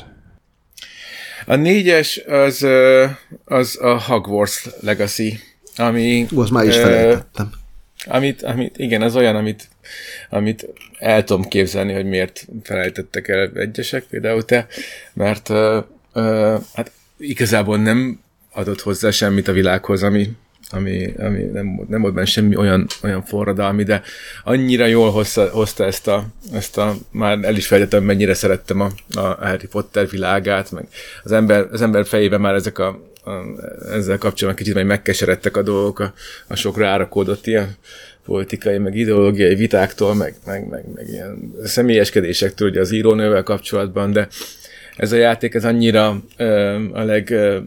Speaker 3: A négyes az, az a Hogwarts Legacy, ami...
Speaker 4: Ó, azt már is felejtettem.
Speaker 3: Amit, amit, igen, az olyan, amit, amit el tudom képzelni, hogy miért felejtettek el egyesek, például te, mert uh, uh, hát igazából nem adott hozzá semmit a világhoz, ami, ami, ami nem, nem volt benne semmi olyan, olyan forradalmi, de annyira jól hozta, hozta ezt, a, ezt a, már el is fejtettem, mennyire szerettem a, a Harry Potter világát, meg az ember, az ember fejében már ezek a, a, ezzel kapcsolatban kicsit megkeseredtek a dolgok, a, a sok rárakódott ilyen politikai, meg ideológiai vitáktól, meg, meg, meg, meg ilyen személyeskedésektől ugye az írónővel kapcsolatban, de ez a játék ez annyira ö, a legszebb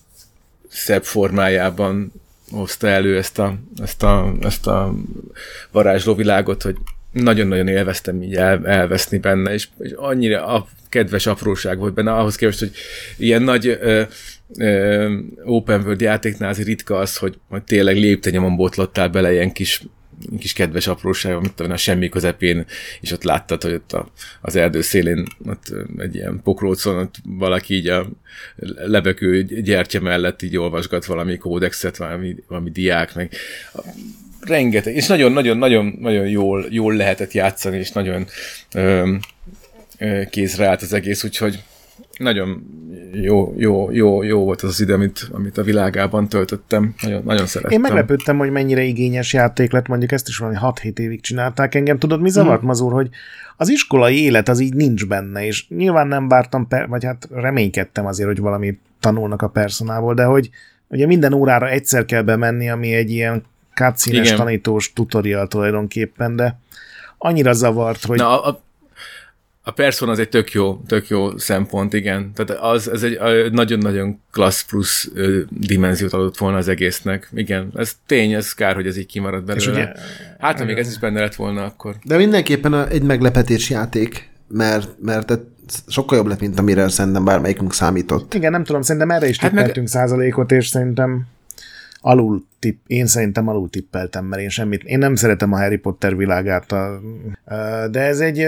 Speaker 3: formájában hozta elő ezt a, ezt a, ezt a varázsló világot, hogy nagyon-nagyon élveztem így el, elveszni benne, és, és annyira a kedves apróság volt benne, ahhoz képest, hogy ilyen nagy ö, ö, open world játéknál azért ritka az, hogy, hogy tényleg léptenyomon botlottál bele ilyen kis kis kedves apróság, amit a semmi közepén, és ott láttad, hogy ott a, az erdő szélén ott egy ilyen pokrócon ott valaki így a lebekő gyertya mellett így olvasgat valami kódexet, valami, valami diák, meg rengeteg, és nagyon-nagyon-nagyon jól, jól lehetett játszani, és nagyon ö, ö, kézre állt az egész, úgyhogy nagyon jó, jó, jó, jó volt az az idő, amit, amit a világában töltöttem. Nagyon, nagyon szerettem.
Speaker 2: Én meglepődtem, hogy mennyire igényes játék lett, mondjuk ezt is valami hat-hét évig csinálták engem. Tudod, mi zavart, mm. Mazur, hogy az iskolai élet az így nincs benne, és nyilván nem vártam, per, vagy hát reménykedtem azért, hogy valami tanulnak a personából, de hogy ugye minden órára egyszer kell bemenni, ami egy ilyen cutscene-es
Speaker 3: Igen.
Speaker 2: tanítós tutorial tulajdonképpen, de annyira zavart, hogy...
Speaker 3: Na, a, a Persona az egy tök jó, tök jó szempont, igen. Tehát az, ez egy ö, nagyon-nagyon klassz plusz ö, dimenziót adott volna az egésznek. Igen, ez tény, ez kár, hogy ez így kimarad belőle.
Speaker 2: ugye-
Speaker 3: Hát, ha még ez is benne lett volna, akkor...
Speaker 4: De mindenképpen a- egy meglepetés játék, mert, mert ez sokkal jobb lett, mint amire szerintem bármelyikünk számított.
Speaker 2: Igen, nem tudom, szerintem erre is
Speaker 3: Hát meg-
Speaker 2: tippeltünk százalékot, és szerintem alul tipp, én szerintem alul tippeltem, mert én semmit, én nem szeretem a Harry Potter világát, a, de ez egy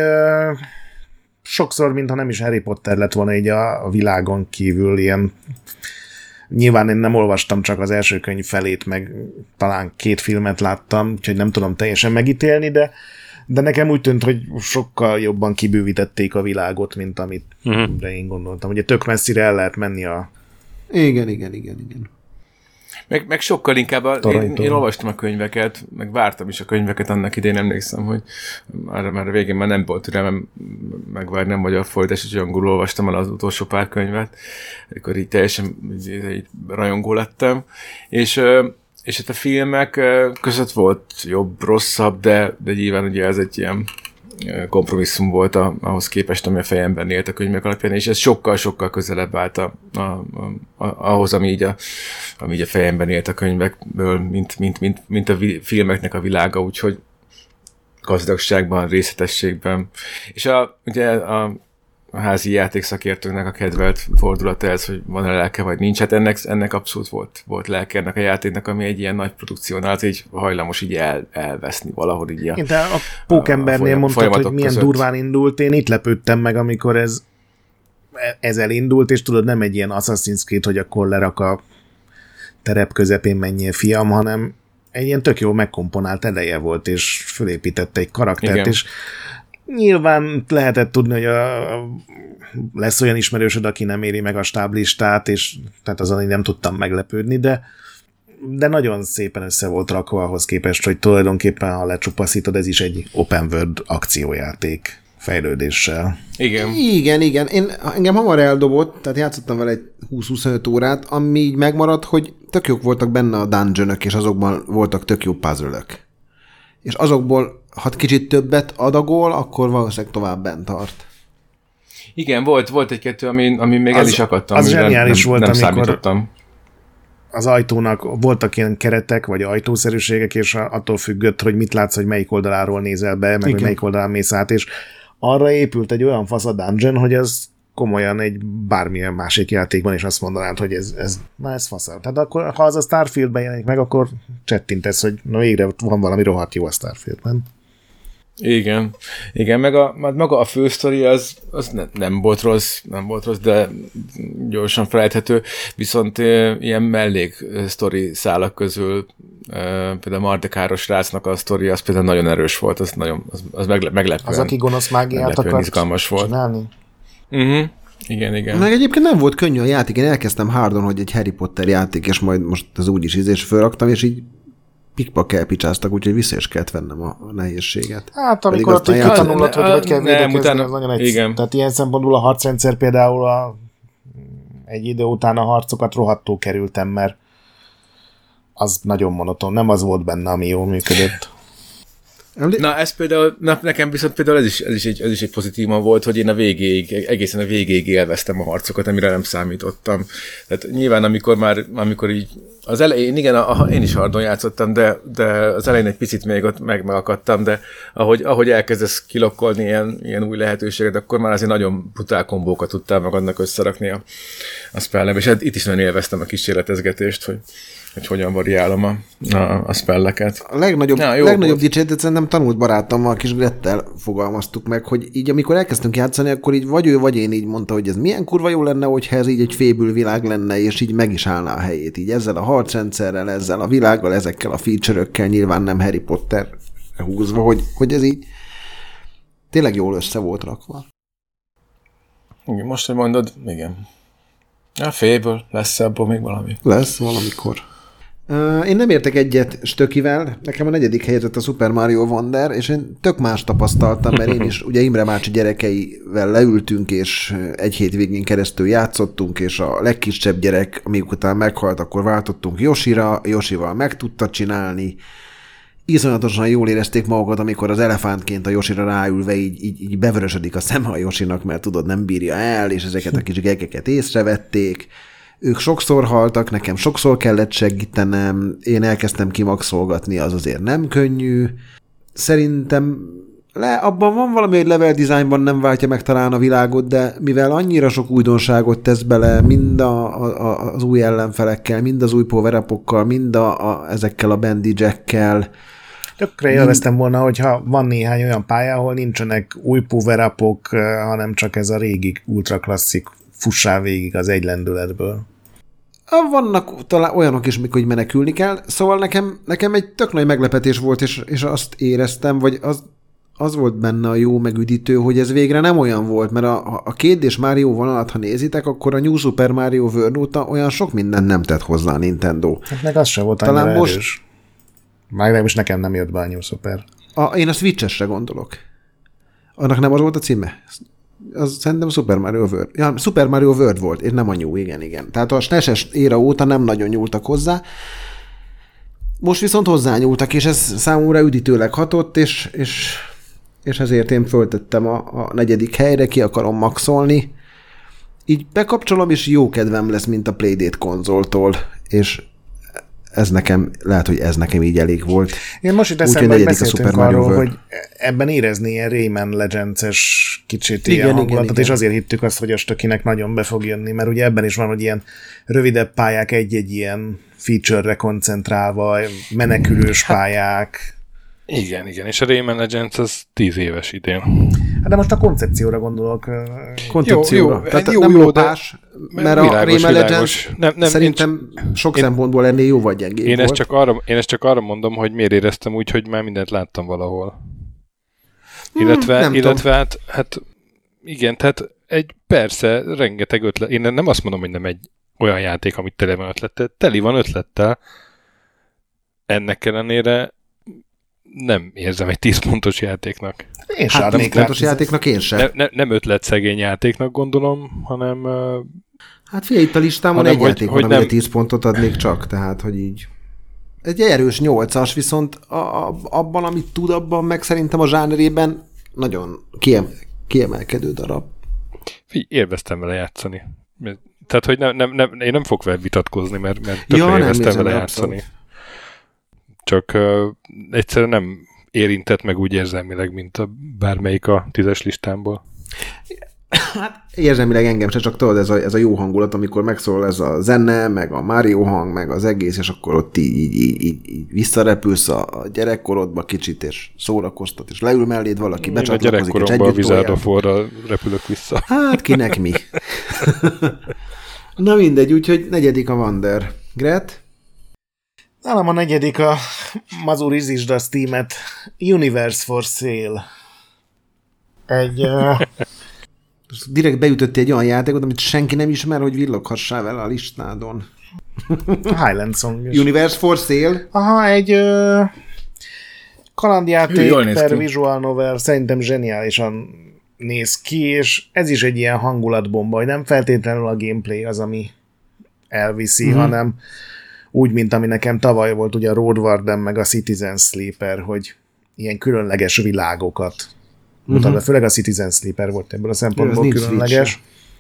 Speaker 2: sokszor, mintha nem is Harry Potter lett volna így a, a világon kívül ilyen. Nyilván én nem olvastam csak az első könyv felét, meg talán két filmet láttam, úgyhogy nem tudom teljesen megítélni, de, de nekem úgy tűnt, hogy sokkal jobban kibővítették a világot, mint amit uh-huh. de én gondoltam. Ugye tök messzire el lehet menni a...
Speaker 4: Igen, igen, igen, igen.
Speaker 3: Meg, meg sokkal inkább, a, én, én olvastam a könyveket, meg vártam is a könyveket annak idején, emlékszem, hogy már, már a végén már nem volt türelmem megvárni, nem magyar fordítás, és angolul olvastam el az utolsó pár könyvet, akkor így teljesen így, így rajongó lettem, és, és hát a filmek között volt jobb, rosszabb, de, de nyilván ugye ez egy ilyen kompromisszum volt a, ahhoz képest, ami a fejemben élt a könyvek alapján, és ez sokkal-sokkal közelebb állt a, a, a, a, ahhoz, ami így, a, ami így a fejemben élt a könyvekből, mint, mint, mint, mint a vi, filmeknek a világa, úgyhogy gazdagságban, részletességben. És a, ugye a, a házi játékszakértőknek a kedvelt fordulata ez, hogy van-e lelke, vagy nincs. Hát ennek, ennek abszolút volt, volt lelke ennek a játéknak, ami egy ilyen nagy produkciónál így hajlamos így el, elveszni valahogy így a,
Speaker 2: Én te a Pókembernél mondtad, hogy milyen
Speaker 3: között.
Speaker 2: durván indult, én itt lepődtem meg, amikor ez, ez elindult, és tudod, nem egy ilyen Assassin's Creed, hogy akkor lerak a terep közepén menjél fiam, hanem egy ilyen tök jó megkomponált eleje volt, és fölépítette egy karaktert,
Speaker 3: Igen.
Speaker 2: és nyilván lehetett tudni, hogy a, a, lesz olyan ismerősöd, aki nem éri meg a stáblistát, és tehát azon én nem tudtam meglepődni, de, de nagyon szépen össze volt rakva ahhoz képest, hogy tulajdonképpen, ha lecsupaszítod, ez is egy open world akciójáték fejlődéssel.
Speaker 3: Igen.
Speaker 4: Igen, igen. Én, engem hamar eldobott, tehát játszottam vele egy húsz-huszonöt órát, ami így megmaradt, hogy tök jók voltak benne a dungeonök, és azokban voltak tök jó puzzle-ök. És azokból, ha kicsit többet adagol, akkor valószínűleg tovább bent tart.
Speaker 3: Igen, volt, volt egy-kettő, ami, ami még
Speaker 2: Az-
Speaker 3: el is akadtam,
Speaker 2: az
Speaker 3: amire
Speaker 2: zseniális
Speaker 3: nem,
Speaker 2: volt,
Speaker 3: nem
Speaker 2: amikor-
Speaker 3: számítottam.
Speaker 2: Az ajtónak voltak ilyen keretek, vagy ajtószerűségek, és attól függött, hogy mit látsz, hogy melyik oldaláról nézel be, meg
Speaker 4: Igen.
Speaker 2: hogy melyik oldalán mész át, és arra épült egy olyan fasz a dungeon, hogy ez komolyan egy bármilyen másik játékban is azt mondanád, hogy ez, ez na ez fasza. Tehát akkor, ha az a Starfieldben jelenik meg, akkor csettintesz, hogy na végre van valami rohadt jó a Starfieldben.
Speaker 3: Igen, igen, meg a, meg maga a fősztori az, az ne, nem volt rossz, nem volt rossz, de gyorsan felejthető, viszont e, ilyen mellék sztori szálak közül, e, például Mardekáros srácnak a sztori, az például nagyon erős volt, az, nagyon, az, az megle, meglepően,
Speaker 2: Az, aki gonosz mágiát
Speaker 3: meglepően
Speaker 2: akart
Speaker 3: izgalmas volt.
Speaker 2: csinálni.
Speaker 3: Uh-huh. Igen, igen.
Speaker 4: Meg egyébként nem volt könnyű a játék, én elkezdtem hardon, hogy egy Harry Potter játék, és majd most az úgyis ízés fölraktam, és így pikpak elpicsáztak, úgyhogy vissza is kellett vennem a nehézséget.
Speaker 2: Hát amikor ott
Speaker 4: aztán
Speaker 2: így
Speaker 4: játszottam-
Speaker 2: kitanulod, hogy hogy kell
Speaker 3: Nem,
Speaker 2: védekezni,
Speaker 3: utána-
Speaker 2: az nagyon egyszerű.
Speaker 3: igen.
Speaker 2: Tehát ilyen szempontból a harcrendszer például a, egy idő után a harcokat rohadtul kerültem, mert az nagyon monoton. Nem az volt benne, ami jól működött.
Speaker 4: Emlé-
Speaker 3: Na, ez például, na, nekem viszont például ez is, ez is, egy, ez is egy pozitívan volt, hogy én a végéig, egészen a végéig élveztem a harcokat, amire nem számítottam. Tehát nyilván, amikor már, amikor így, az elején, igen, a, a, én is hardon játszottam, de, de az elején egy picit még ott meg, megakadtam, de ahogy, ahogy elkezdesz kilokkolni ilyen, ilyen új lehetőséget, akkor már azért nagyon brutál kombókat tudtál magadnak összerakni a, a spellnek, és hát itt is nagyon élveztem a kísérletezgetést, hogy hogy hogyan variálom a, a, a spelleket.
Speaker 4: A legnagyobb,
Speaker 3: Ja, jó
Speaker 4: legnagyobb
Speaker 3: volt.
Speaker 4: dicséretet szerintem tanult barátommal, a kis Grettel fogalmaztuk meg, hogy így amikor elkezdtünk játszani, akkor így vagy ő, vagy én így mondta, hogy ez milyen kurva jó lenne, hogyha ez így egy fébül világ lenne, és így meg is állná a helyét. Így ezzel a harcrendszerrel, ezzel a világgal, ezekkel a feature-ökkel, nyilván nem Harry Potter húzva, hogy, hogy ez így tényleg jól össze volt rakva.
Speaker 3: Igen, most, hogy mondod, igen. A félből lesz ebből még valami.
Speaker 4: Lesz valamikor. Uh, én nem értek egyet Stökivel, nekem a negyedik helyezett a Super Mario Wonder, és én tök más tapasztaltam, mert én is, ugye Imre bácsi gyerekeivel leültünk, és egy hétvégén keresztül játszottunk, és a legkisebb gyerek, amíg után meghalt, akkor váltottunk Yoshira, Yoshival meg tudta csinálni, iszonyatosan jól érezték magukat, amikor az elefántként a Yoshira ráülve így, így, így bevörösödik a szeme a Yoshinak, mert tudod, nem bírja el, és ezeket a kis gegeket észrevették. Ők sokszor haltak, nekem sokszor kellett segítenem, én elkezdtem kimaxolgatni, az azért nem könnyű. Szerintem le, abban van valami, hogy level designban nem váltja meg talán a világot, de mivel annyira sok újdonságot tesz bele, mind a, a, az új ellenfelekkel, mind az új power-upokkal, mind a, a, ezekkel a bandageekkel.
Speaker 2: Tökre élveztem volna, hogyha van néhány olyan pálya, ahol nincsenek új power-upok, hanem csak ez a régi ultra klasszik fussál végig az egy lendületből.
Speaker 4: Vannak talán olyanok is, mikor menekülni kell, szóval nekem, nekem egy tök nagy meglepetés volt, és, és azt éreztem, vagy az, az volt benne a jó megüdítő, hogy ez végre nem olyan volt, mert a, a két dés Mario vonalat, ha nézitek, akkor a New Super Mario World óta olyan sok mindent nem tett hozzá a Nintendo.
Speaker 2: Hát meg az sem volt annyira talán most... erős. Már most nekem nem jött be a New Super.
Speaker 4: A, én a Switch-esre gondolok. Annak nem az volt a címe? Az szerintem Super Mario World. Ja, Super Mario World volt, és nem a New, igen, igen. Tehát a es en e es éra óta nem nagyon nyúltak hozzá. Most viszont hozzányúltak, és ez számomra üdítőleg hatott, és, és, és ezért én föltettem a, a negyedik helyre, ki akarom maxolni. Így bekapcsolom, és jó kedvem lesz, mint a Playdate konzoltól, és ez nekem, lehet, hogy ez nekem így elég volt.
Speaker 2: Én most itt eszembe, hogy beszéltünk arról, World. Hogy ebben érezni ilyen Rayman Legends-es kicsit igen, ilyen hangulatot, igen, és igen. Azért hittük azt, hogy a Stökinek nagyon be fog jönni, mert ugye ebben is van, hogy ilyen rövidebb pályák egy-egy ilyen feature-re koncentrálva, menekülős pályák.
Speaker 1: Igen, igen, és a Rayman Legends az tíz éves idén.
Speaker 2: Hát de most a koncepcióra gondolok.
Speaker 4: Koncepcióra. Jó, jó, Tehát jó, nem jó, lopás, mert világos, a Rayman Legends nem, nem, szerintem én, sok én, szempontból ennél jóval gyengébb
Speaker 1: én
Speaker 4: volt.
Speaker 1: Ezt csak arra, én ezt csak arra mondom, hogy miért éreztem úgy, hogy már mindent láttam valahol. Illetve, hmm, illetve hát, hát igen, tehát egy persze rengeteg ötlet. Én nem azt mondom, hogy nem egy olyan játék, amit tele van ötlettel. Teli van ötlettel. Ennek ellenére nem érzem egy tíz pontos játéknak.
Speaker 2: Én
Speaker 4: hát nem pontos játéknak én sem.
Speaker 1: Ne, ne, nem ötletszegény játéknak gondolom, hanem... Uh,
Speaker 4: hát figyelj, itt a listámon egy hogy, játék hogy van, amire tíz pontot adnék csak, tehát, hogy így... Egy erős nyolcas, viszont a, a, abban, amit tud, abban meg szerintem a zsánerében nagyon kiem, kiemelkedő darab.
Speaker 1: Figyelj, élveztem vele játszani. Tehát, hogy nem, nem, nem, én nem fogok vele vitatkozni, mert, mert tökre
Speaker 4: ja,
Speaker 1: élveztem vele játszani. Abszolút. Csak uh, egyszerűen nem érintett meg úgy érzelmileg, mint a bármelyik a tízes listámból.
Speaker 4: Hát érzelmileg engem se, csak tudod, ez a, ez a jó hangulat, amikor megszól ez a zene, meg a Mario hang, meg az egész, és akkor ott így, így, így, így, így visszarepülsz a gyerekkorodba kicsit, és szórakoztat, és leül melléd valaki,
Speaker 1: én
Speaker 4: becsatlakozik, és együtt
Speaker 1: tolják. A Wizard of War-ra repülök vissza.
Speaker 4: Hát kinek mi. Na mindegy, úgyhogy negyedik a Wonder. Gret?
Speaker 2: Nálam a negyedik a Mazur izisd a Steam-et. Universe for Sale. Egy... Uh...
Speaker 4: Direkt beütöttél egy olyan játékot, amit senki nem ismer, hogy villoghassál vele a listádon.
Speaker 2: Highland Song is.
Speaker 4: Universe for Sale?
Speaker 2: Aha, egy uh, kalandjáték per visual novel, szerintem zseniálisan néz ki, és ez is egy ilyen hangulatbomba, hogy nem feltétlenül a gameplay az, ami elviszi, mm-hmm. hanem úgy, mint ami nekem tavaly volt ugye a Road Warden meg a Citizen Sleeper, hogy ilyen különleges világokat uh-huh. mutatva. Főleg a Citizen Sleeper volt ebből a szempontból különleges.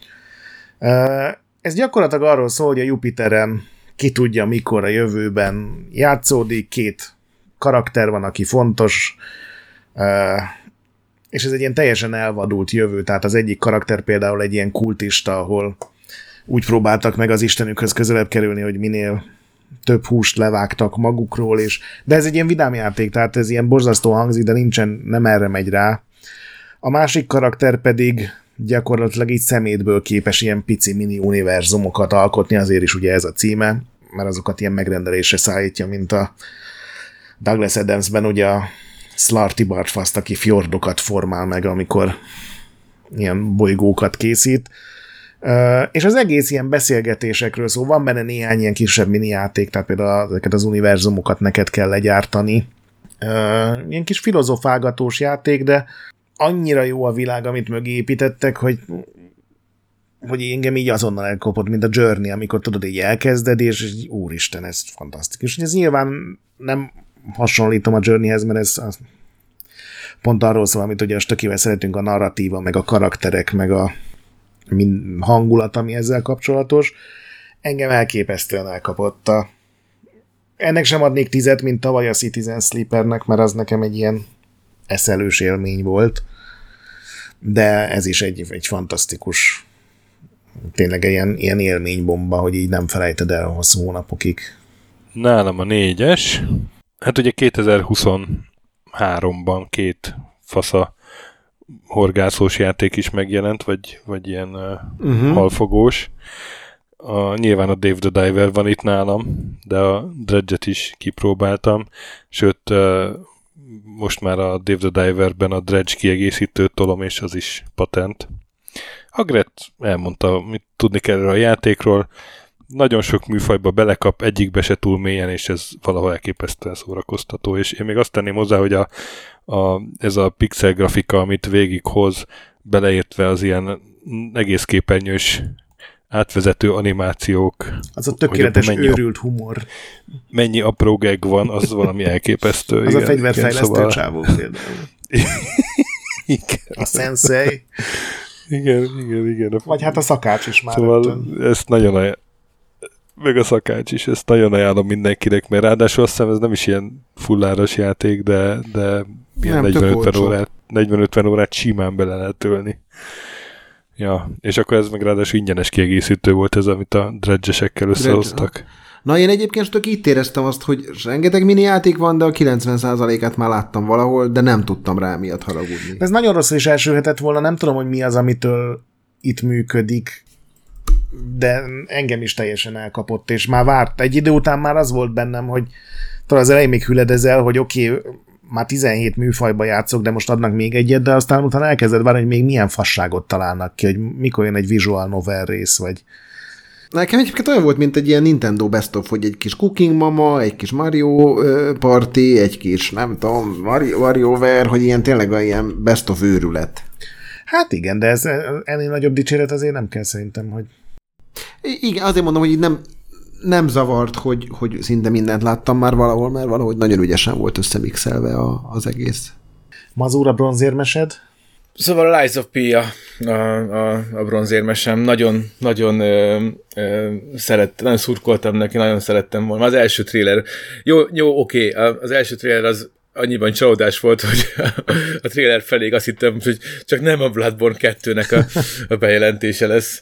Speaker 2: Ez gyakorlatilag arról szól, hogy a Jupiteren ki tudja, mikor a jövőben játszódik, két karakter van, aki fontos, és ez egy ilyen teljesen elvadult jövő, tehát az egyik karakter például egy ilyen kultista, ahol úgy próbáltak meg az istenükhöz közelebb kerülni, hogy minél több húst levágtak magukról, és de ez egy ilyen vidám játék, tehát ez ilyen borzasztó hangzik, de nincsen, nem erre megy rá. A másik karakter pedig gyakorlatilag így szemétből képes ilyen pici mini univerzumokat alkotni, azért is ugye ez a címe, mert azokat ilyen megrendelésre szállítja, mint a Douglas Adamsben ugye a Slarty Bartfast, aki fjordokat formál meg, amikor ilyen bolygókat készít. Uh, és az egész ilyen beszélgetésekről szól, van benne néhány ilyen kisebb mini játék, tehát például ezeket az univerzumokat neked kell legyártani. Uh, ilyen kis filozofálgatós játék, de annyira jó a világ, amit mögé építettek, hogy hogy engem így azonnal elkopott, mint a Journey, amikor tudod, így elkezded, és így, úristen, ez fantasztikus. Ez nyilván nem hasonlítom a Journeyhez, mert ez az pont arról szól, amit ugye a Stökivel szeretünk, a narratíva, meg a karakterek, meg a hangulat, ami ezzel kapcsolatos. Engem elképesztően elkapott. A... Ennek sem adnék tizet, mint tavaly a Citizen Sleepernek, mert az nekem egy ilyen eszelős élmény volt. De ez is egy, egy fantasztikus, tényleg ilyen, ilyen élménybomba, hogy így nem felejted el hosszú hónapokig.
Speaker 1: Nálam a négyes. Hát ugye kétezer-huszonháromban két fasza horgászós játék is megjelent, vagy, vagy ilyen uh-huh. halfogós. A, nyilván a Dave the Diver van itt nálam, de a Dredge-et is kipróbáltam, sőt uh, most már a Dave the Diverben a Dredge kiegészítőt tolom, és az is patent. Agret elmondta, mit tudni kell a játékról, nagyon sok műfajba belekap, egyikbe se túl mélyen, és ez valahol elképesztően szórakoztató, és én még azt tenném hozzá, hogy a, a, ez a pixel grafika, amit végighoz, beleértve az ilyen egész képernyős átvezető animációk.
Speaker 2: Az a tökéletes
Speaker 1: mennyi,
Speaker 2: őrült humor.
Speaker 1: Mennyi apró gag van, az valami elképesztő.
Speaker 2: Az igen, a fegyverfejlesztő
Speaker 1: szóval...
Speaker 2: csávó például.
Speaker 1: Igen.
Speaker 2: A sensei.
Speaker 1: Igen, igen, igen.
Speaker 2: Vagy hát a szakács is már.
Speaker 1: Szóval
Speaker 2: ötön.
Speaker 1: ezt nagyon aj- meg a szakács is, ezt nagyon ajánlom mindenkinek, mert ráadásul azt hiszem ez nem is ilyen fulláros játék, de, de ilyen negyven-ötven órát, negyven-ötven órát simán bele lehet tölni. Ja, és akkor ez meg ráadásul ingyenes kiegészítő volt ez, amit a dredgesekkel összehoztak.
Speaker 4: Na, én egyébként tök itt éreztem azt, hogy rengeteg mini játék van, de a kilencven százalékát már láttam valahol, de nem tudtam rá miatt haragudni.
Speaker 2: Ez nagyon rosszul is elsülhetett volna, nem tudom, hogy mi az, amitől itt működik, de engem is teljesen elkapott, és már várt. Egy idő után már az volt bennem, hogy talán az elején még hüledezel, hogy oké, okay, már tizenhét műfajba játszok, de most adnak még egyet, de aztán utána elkezded várni, hogy még milyen fasságot találnak ki, hogy mikor jön egy visual novel rész, vagy...
Speaker 4: Nekem egyébként olyan volt, mint egy ilyen Nintendo Best of, hogy egy kis Cooking Mama, egy kis Mario Party, egy kis, nem tudom, Mario, WarioWare, hogy ilyen tényleg ilyen Best of őrület.
Speaker 2: Hát igen, de ez ennél nagyobb dicséret azért nem kell szerintem, hogy...
Speaker 4: Igen, azért mondom, hogy így nem, nem zavart, hogy, hogy szinte mindent láttam már valahol, mert valahogy nagyon ügyesen volt összemixelve a, az egész.
Speaker 2: Mazura bronzérmesed?
Speaker 3: Szóval a Lies of P a, a, a, a bronzérmesem. Nagyon, nagyon ö, ö, szeret, nagyon szurkoltam neki, nagyon szerettem volna. Az első trailer, jó, jó oké, az első trailer az annyiban csalódás volt, hogy a trailer felé azt hittem, hogy csak nem a Bloodborne kettőnek a, a bejelentése lesz.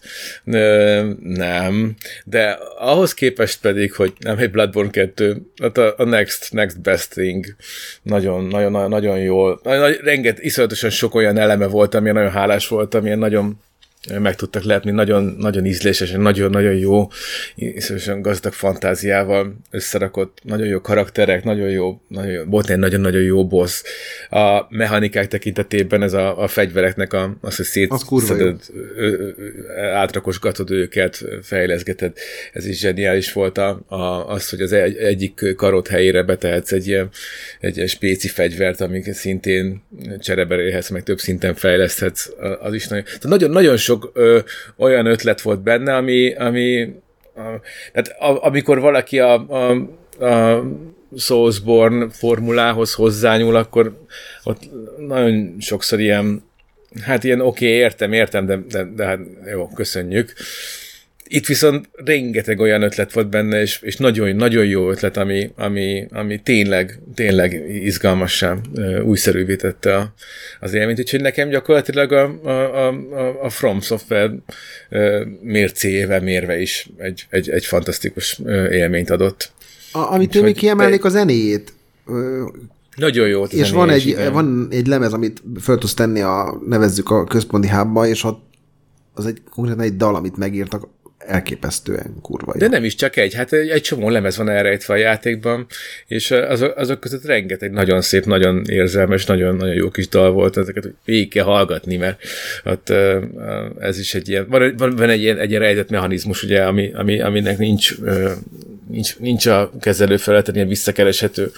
Speaker 3: Nem. De ahhoz képest pedig, hogy nem egy Bloodborne kettő, a, a next, next best thing. Nagyon, nagyon, nagyon jól. Nagyon, renget, iszonyatosan sok olyan eleme volt, amilyen nagyon hálás volt, amilyen nagyon meg tudtak lepni, nagyon, nagyon ízlésesen, nagyon-nagyon jó, iszonyatosan gazdag fantáziával összerakott, nagyon jó karakterek, nagyon jó, nagyon jó, volt egy nagyon-nagyon jó boss. A mechanikák tekintetében ez a, a fegyvereknek a, az, hogy szétszeded, átrakosgatod őket, fejleszgeted, ez is zseniális volt a, a, az, hogy az egy, egyik karod helyére betehetsz egy ilyen egy, egy spéci fegyvert, amik szintén csereberélhetsz, meg több szinten fejleszthetsz, az is nagyon, nagyon, nagyon sok Ö, olyan ötlet volt benne, ami, ami a, tehát a, amikor valaki a, a, a Soulsborne formulához hozzányúl, akkor ott nagyon sokszor ilyen, hát ilyen oké, okay, értem, értem, de, de, de hát jó, köszönjük. Itt viszont rengeteg olyan ötlet volt benne, és, és nagyon, nagyon jó ötlet, ami, ami, ami tényleg, tényleg izgalmassá, újszerűvé tette a, az élményt. Úgyhogy nekem gyakorlatilag a, a, a, a From Software mércéjével mérve is egy, egy, egy fantasztikus élményt adott.
Speaker 4: A, amit ő még kiemelnék a zenéjét.
Speaker 3: Nagyon jó.
Speaker 4: És van egy, van egy lemez, amit föl tudsz tenni, a, nevezzük a központi hubba, és ott az egy konkrétan egy dal, amit megírtak, elképesztően kurva jó.
Speaker 3: De nem is csak egy, hát egy, egy csomó lemez van elrejtve a játékban, és azok, azok között rengeteg nagyon szép, nagyon érzelmes, nagyon, nagyon jó kis dal volt, ezeket végig kell hallgatni, mert ott ez is egy ilyen, van, van, van egy ilyen, egy ilyen rejtett mechanizmus, ugye, ami, ami, aminek nincs, nincs, nincs a kezelőfelületen ilyen visszakereshető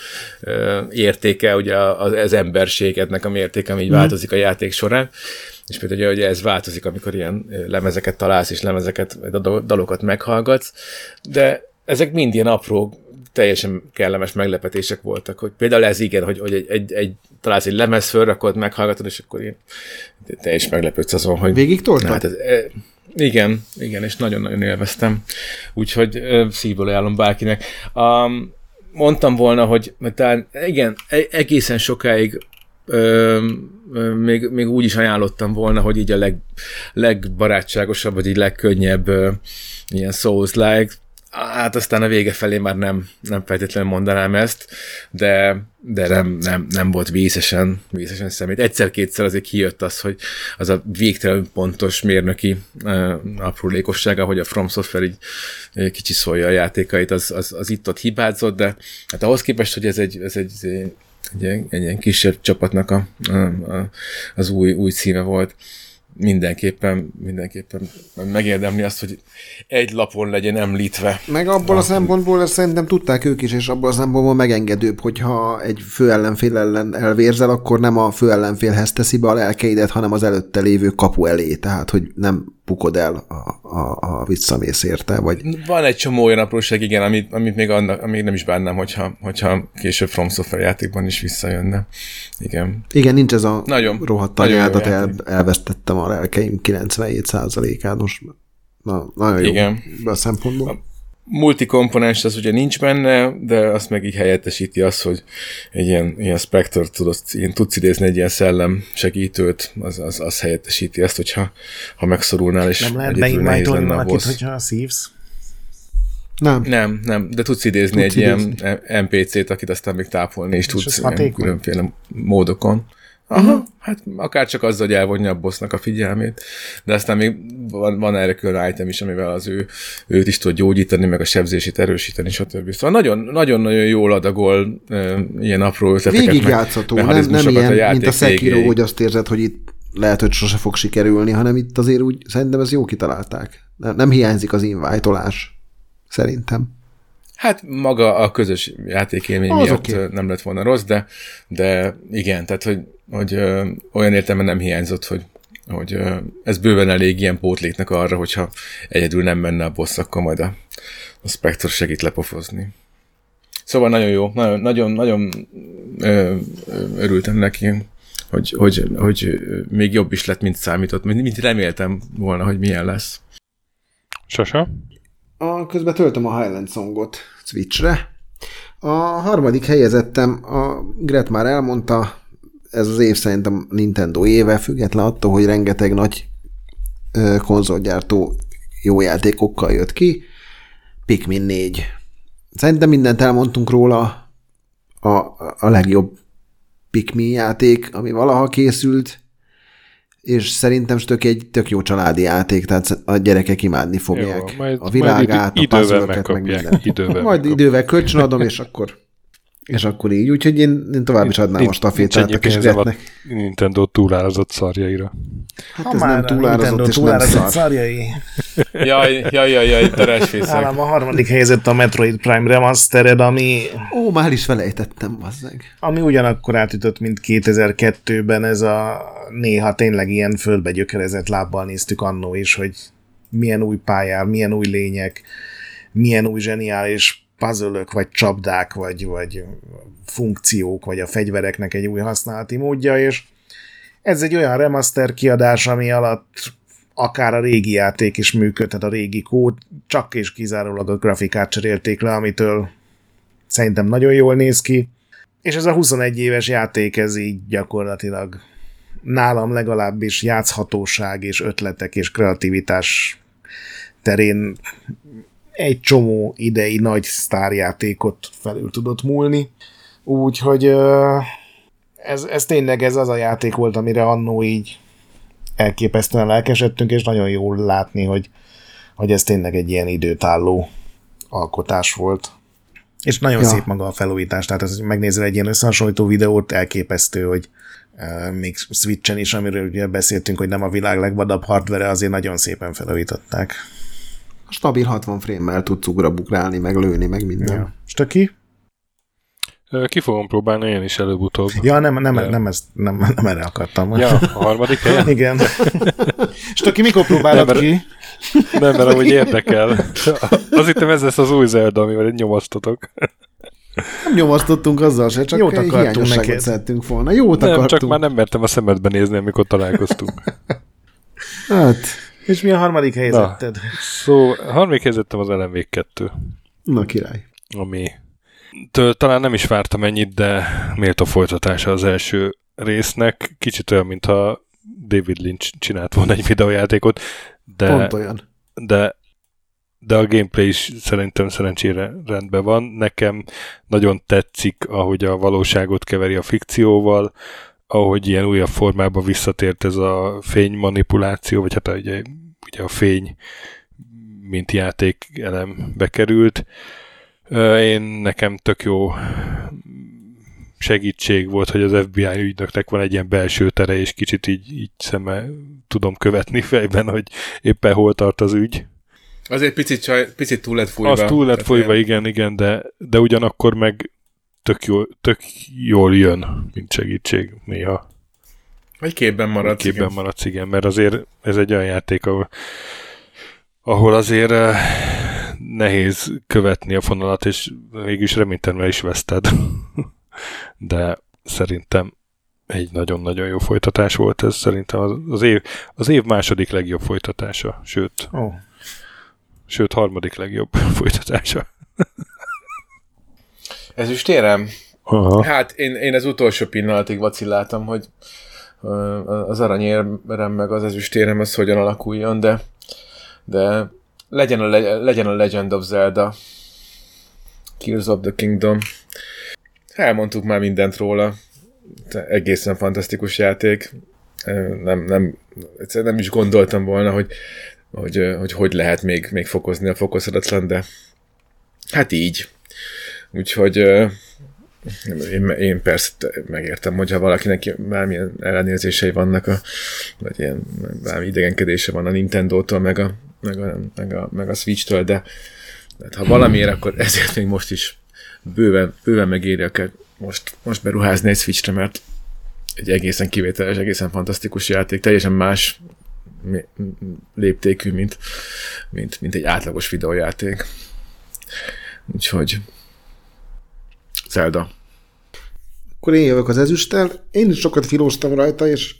Speaker 3: értéke, ugye az, az emberségednek a mértéke, ami így mm. változik a játék során. És például ugye ez változik, amikor ilyen lemezeket találsz, és lemezeket, dalokat meghallgatsz, de ezek mind ilyen apró, teljesen kellemes meglepetések voltak, hogy például ez igen, hogy, hogy egy, egy, egy, találsz egy lemez, fölrakod, meghallgatod, és akkor ilyen teljesen meglepődsz azon, hogy...
Speaker 4: Végig toltad?
Speaker 3: Hát ez, igen, igen, és nagyon-nagyon élveztem. Úgyhogy szívből ajánlom bárkinek. Um, mondtam volna, hogy talán igen, egészen sokáig Ö, ö, még, még úgy is ajánlottam volna, hogy így a leg, legbarátságosabb, vagy így legkönnyebb ö, ilyen Souls-like. Hát aztán a vége felé már nem, nem feltétlenül mondanám ezt, de, de nem, nem, nem volt vészesen, vészesen szemét. Egyszer-kétszer azért kijött az, hogy az a végtelenül pontos mérnöki uh, aprólékossága, hogy a From Software így uh, kicsiszolja a játékait, az, az, az itt-ott hibázott, de hát ahhoz képest, hogy ez egy, ez egy Egy, egy ilyen kisebb csapatnak a, a, a, az új, új címe volt. Mindenképpen, mindenképpen megérdemli azt, hogy egy lapon legyen említve.
Speaker 4: Meg abból a, a szempontból szerintem tudták ők is, és abból a szempontból megengedőbb, hogyha egy főellenfél ellen elvérzel, akkor nem a főellenfélhez teszi be a lelkeidet, hanem az előtte lévő kapu elé, tehát hogy nem bukod el, a, a, a visszamész érte, vagy...
Speaker 3: Van egy csomó olyan apróság, igen, amit, amit még, annak, még nem is bánnám, hogyha, hogyha később From Software játékban is visszajönne. Igen.
Speaker 4: Igen, nincs ez a
Speaker 3: nagyon,
Speaker 4: rohadt anyádat, el, elvesztettem a lelkeim kilencvenhét százalékát most. Na, nagyon jó
Speaker 3: igen.
Speaker 4: A szempontból.
Speaker 3: A multikomponens az ugye nincs benne, de azt meg így helyettesíti az, hogy egy ilyen, ilyen Spectre tudsz, ilyen tudsz idézni egy ilyen szellem segítőt, az, az, az helyettesíti ezt, hogyha ha megszorulnál, és
Speaker 2: nem lehet beinvite-olni valakit, hogyha szívsz?
Speaker 4: Nem.
Speaker 3: Nem, nem, de tudsz idézni tudsz egy idézni. Ilyen en pé cét, akit aztán még tápolni is tudsz különféle módokon. Aha, uh-huh. Hát akár csak azzal, hogy elvonja a bossnak a figyelmét, de aztán még van, van erre külön item is, amivel az ő, őt is tud gyógyítani, meg a sebzését erősíteni, stb. Szóval nagyon-nagyon jól adagol e, ilyen apró ötleteket,
Speaker 4: végig játszható, nem, nem ilyen, a mint a Sekiro, hogy azt érzed, hogy itt lehet, hogy sose fog sikerülni, hanem itt azért úgy, szerintem ez jó kitalálták. Nem, nem hiányzik az invite-olás, szerintem.
Speaker 3: Hát maga a közös játékélmény
Speaker 4: az
Speaker 3: miatt
Speaker 4: okay.
Speaker 3: nem lett volna rossz, de, de igen, tehát hogy, hogy ö, olyan értelemben nem hiányzott, hogy, hogy ö, ez bőven elég ilyen pótléknek arra, hogyha egyedül nem menne a boss, akkor majd a, a Spectre segít lepofozni. Szóval nagyon jó, nagyon, nagyon, nagyon ö, örültem neki, hogy, hogy, hogy még jobb is lett, mint számított, mint, mint reméltem volna, hogy milyen lesz.
Speaker 1: Sasa?
Speaker 4: A, közben töltöm a Highland Songot Switchre. A harmadik helyezettem, a Gret már elmondta, ez az év szerintem Nintendo éve, független attól, hogy rengeteg nagy ö, konzolgyártó jó játékokkal jött ki. Pikmin négy. Szerintem mindent elmondtunk róla, a, a legjobb Pikmin játék, ami valaha készült, és szerintem tök egy tök jó családi játék, tehát a gyerekek imádni fogják. Jó, majd, a világát,
Speaker 1: majd
Speaker 4: a puzzle-öket, meg minden.
Speaker 1: Idővel
Speaker 4: majd idővel kölcsönadom, és akkor és akkor így. Úgyhogy én, én tovább is adnám a stafétát a kis Gretnek.
Speaker 1: Nintendo túlárazott szarjaira.
Speaker 4: Hát ha ez nem túlárazott, és nem szar.
Speaker 2: Szarjai.
Speaker 3: Jaj, jaj, jaj, jaj, teresfészek.
Speaker 2: Nálam a harmadik helyezett a Metroid Prime Remastered, ami...
Speaker 4: Ó, már is felejtettem, bazzeg.
Speaker 2: Ami ugyanakkor átütött, mint kétezer-kettőben, ez a néha tényleg ilyen földbe gyökerezett lábbal néztük annó is, hogy milyen új pályár, milyen új lények, milyen új zseniális puzzle-ök, vagy csapdák, vagy, vagy funkciók, vagy a fegyvereknek egy új használati módja, és ez egy olyan remaster kiadás, ami alatt akár a régi játék is működhet, a régi kód, csak és kizárólag a grafikát cserélték le, amitől szerintem nagyon jól néz ki, és ez a huszonegy éves játék, ez így gyakorlatilag nálam legalábbis játszhatóság és ötletek és kreativitás terén egy csomó idei nagy sztárjátékot felül tudott múlni. Úgyhogy ez, ez tényleg ez az a játék volt, amire annó így elképesztően lelkesedtünk, és nagyon jól látni, hogy hogy ez tényleg egy ilyen időtálló alkotás volt. És nagyon ja. szép maga a felújítás, tehát ez, megnézel egy ilyen összehasonlító videót, elképesztő, hogy uh, még Switchen is, amiről ugye beszéltünk, hogy nem a világ legvadabb hardware, azért nagyon szépen felújították.
Speaker 4: Stabil hatvan frame-mel tudsz ugrabugrálni, meg lőni, meg minden.
Speaker 2: Ja. Stöki?
Speaker 1: Ki fogom próbálni én is előbb-utóbb.
Speaker 2: Ja, nem, nem, nem, nem, ezt, nem, nem erre akartam.
Speaker 1: Ja, a harmadik helyen?
Speaker 2: Igen. Stöki, mikor próbálod nem, ki?
Speaker 1: Nem, mert ahogy érdekel. Az itt ez lesz az új Zelda, amivel nyomasztotok.
Speaker 4: Nem nyomasztottunk azzal se, csak
Speaker 2: jót akartunk neked.
Speaker 4: Szerettünk volna. Jót
Speaker 1: nem,
Speaker 4: akartunk.
Speaker 1: csak már nem mertem a szemedbe nézni, amikor találkoztunk.
Speaker 4: Hát.
Speaker 2: És mi a harmadik helyzeted?
Speaker 1: Szó, a harmadik helyzetem az Alan Wake kettő.
Speaker 4: Na király.
Speaker 1: Ami től talán nem is vártam ennyit, de méltó folytatása az első résznek. Kicsit olyan, mintha David Lynch csinált volna egy videójátékot, de,
Speaker 4: Pont olyan.
Speaker 1: de, de a gameplay is szerintem szerencsére rendben van. Nekem nagyon tetszik, ahogy a valóságot keveri a fikcióval, ahogy ilyen újabb formában visszatért ez a fénymanipuláció, vagy hát ugye, ugye a fény mint játék elem bekerült. Én nekem tök jó segítség volt, hogy az ef bé i ügynöknek van egy ilyen belső tere, és kicsit így, így szemmel tudom követni fejben, hogy éppen hol tart az ügy.
Speaker 3: Azért picit, csaj, picit túl lett fújva.
Speaker 1: Az túl lett fújva, igen, igen, de, de ugyanakkor meg tök, jó, tök jól jön, mint segítség néha.
Speaker 3: Vagy képben maradsz,
Speaker 1: képben
Speaker 3: igen.
Speaker 1: maradsz, igen, mert azért ez egy olyan játék, ahol, ahol azért uh, nehéz követni a fonalat, és mégis reménytelenül is veszted. De szerintem egy nagyon-nagyon jó folytatás volt ez, szerintem az, az, év, az év második legjobb folytatása, sőt,
Speaker 2: oh.
Speaker 1: sőt harmadik legjobb folytatása.
Speaker 3: Ezüstérem?
Speaker 1: Aha.
Speaker 3: Hát én, én az utolsó pillanatig vacilláltam, hogy az aranyérem meg az ezüstérem az hogyan alakuljon, de, de legyen, a, legyen a Legend of Zelda, Tears of the Kingdom. Elmondtuk már mindent róla. Egészen fantasztikus játék. Nem, nem, nem is gondoltam volna, hogy hogy, hogy, hogy lehet még, még fokozni a fokozhatatlan, de hát így. Úgyhogy én, én persze megértem, hogyha valakinek bármilyen ellenérzései vannak, a, vagy ilyen bármi idegenkedése van a Nintendótól, meg a, meg a, meg a, meg a Switch-től, de hát ha valamiért, akkor ezért még most is bőven, bőven megéri akár most, most beruházni egy Switchre, mert egy egészen kivételes, egészen fantasztikus játék, teljesen más léptékű, mint, mint, mint egy átlagos videójáték. Úgyhogy Zelda.
Speaker 4: Akkor én jövök az ezüsttel. Én is sokat filóztam rajta, és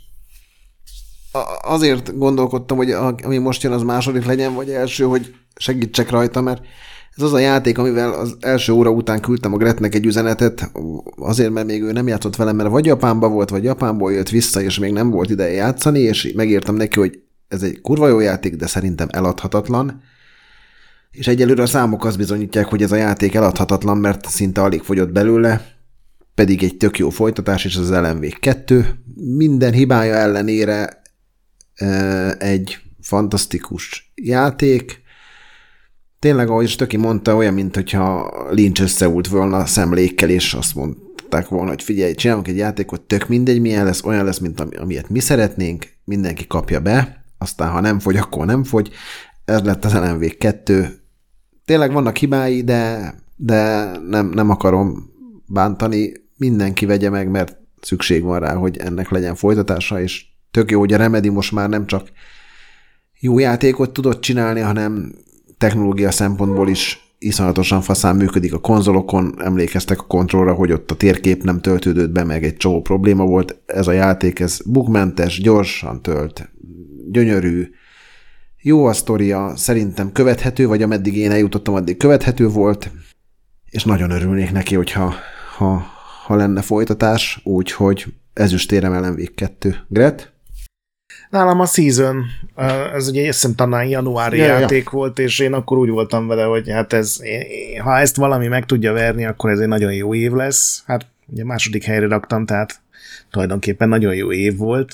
Speaker 4: azért gondolkodtam, hogy ami most jön, az második legyen, vagy első, hogy segítsek rajta, mert ez az a játék, amivel az első óra után küldtem a Gretnek egy üzenetet, azért, mert még ő nem játszott velem, mert vagy Japánban volt, vagy Japánból jött vissza, és még nem volt ideje játszani, és megértem neki, hogy ez egy kurva jó játék, de szerintem eladhatatlan. És egyelőre a számok azt bizonyítják, hogy ez a játék eladhatatlan, mert szinte alig fogyott belőle, pedig egy tök jó folytatás, és az Alan Wake kettő. Minden hibája ellenére egy fantasztikus játék. Tényleg, ahogy Stöki mondta, olyan, mint hogyha Lynch összeült volna szemlékkel, és azt mondták volna, hogy figyelj, csinálunk egy játékot, tök mindegy, milyen lesz, olyan lesz, mint amilyet mi szeretnénk, mindenki kapja be, aztán ha nem fogy, akkor nem fogy. Ez lett az Alan Wake kettő. Tényleg vannak hibái, de, de nem, nem akarom bántani. Mindenki vegye meg, mert szükség van rá, hogy ennek legyen folytatása, és tök jó, hogy a Remedy most már nem csak jó játékot tudott csinálni, hanem technológia szempontból is iszonyatosan faszán működik a konzolokon. Emlékeztek a kontrollra, hogy ott a térkép nem töltődött be, meg egy csomó probléma volt. Ez a játék, ez bugmentes, gyorsan tölt, gyönyörű, jó a sztoria, szerintem követhető, vagy ameddig én eljutottam, addig követhető volt, és nagyon örülnék neki, hogyha ha, ha lenne folytatás, úgyhogy ezüstérem Alan Wake kettő. Gret?
Speaker 2: Nálam a Season, ez ugye azt hiszem talán januári ja, játék ja. volt, és én akkor úgy voltam vele, hogy hát ez, ha ezt valami meg tudja verni, akkor ez egy nagyon jó év lesz. Hát ugye második helyre raktam, tehát tulajdonképpen nagyon jó év volt.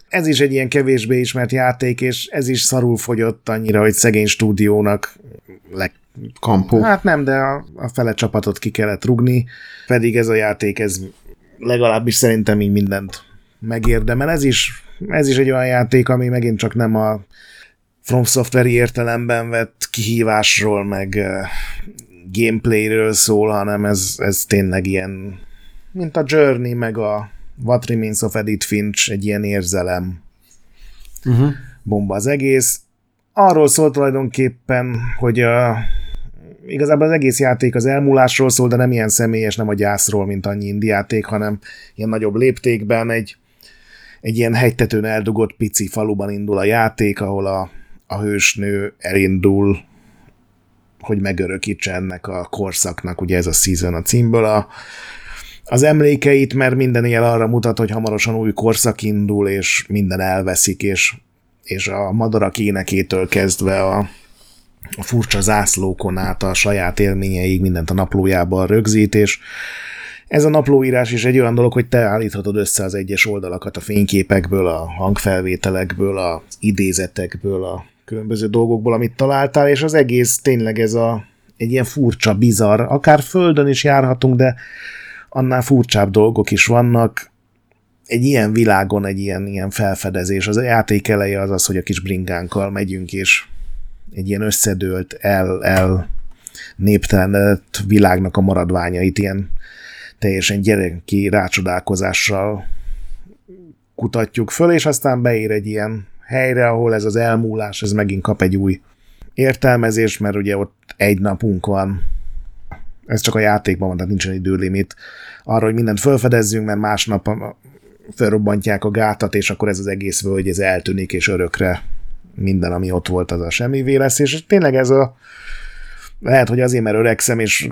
Speaker 2: ez is egy ilyen kevésbé ismert játék, és ez is szarul fogyott annyira, hogy szegény stúdiónak leg...
Speaker 4: Kampó.
Speaker 2: Hát nem, de a, a fele csapatot ki kellett rugni, pedig ez a játék, ez legalábbis szerintem így mindent megérdemel. Ez is, ez is egy olyan játék, ami megint csak nem a From Software-i értelemben vett kihívásról, meg uh, gameplayről szól, hanem ez, ez tényleg ilyen, mint a Journey, meg a What Remains of Edith Finch, egy ilyen érzelem uh-huh. bomba az egész. Arról szól tulajdonképpen, hogy a, igazából az egész játék az elmúlásról szól, de nem ilyen személyes, nem a gyászról, mint annyi indie játék, hanem ilyen nagyobb léptékben egy, egy ilyen hegytetőn eldugott pici faluban indul a játék, ahol a, a hősnő elindul, hogy megörökítse ennek a korszaknak, ugye ez a Season a címből a, az emlékeit, mert minden jel arra mutat, hogy hamarosan új korszak indul, és minden elveszik, és, és a madarak énekétől kezdve a, a furcsa zászlókon át a saját élményeig mindent a naplójában rögzít, és ez a naplóírás is egy olyan dolog, hogy te állíthatod össze az egyes oldalakat a fényképekből, a hangfelvételekből, az idézetekből, a különböző dolgokból, amit találtál, és az egész tényleg ez a, egy ilyen furcsa, bizarr, akár földön is járhatunk, de annál furcsább dolgok is vannak. Egy ilyen világon egy ilyen, ilyen felfedezés. Az a játék eleje az az, hogy a kis bringánkkal megyünk, és egy ilyen összedőlt, el, el néptelenedett világnak a maradványait ilyen teljesen gyereki rácsodálkozással kutatjuk föl, és aztán beér egy ilyen helyre, ahol ez az elmúlás, ez megint kap egy új értelmezést, mert ugye ott egy napunk van. Ez csak a játékban van, tehát nincsen időlimit arra, hogy mindent felfedezzünk, mert másnap felrobbantják a gátat, és akkor ez az egész völgy, ez eltűnik, és örökre minden, ami ott volt, az a semmivé lesz, és tényleg ez a lehet, hogy azért, mert öregszem, és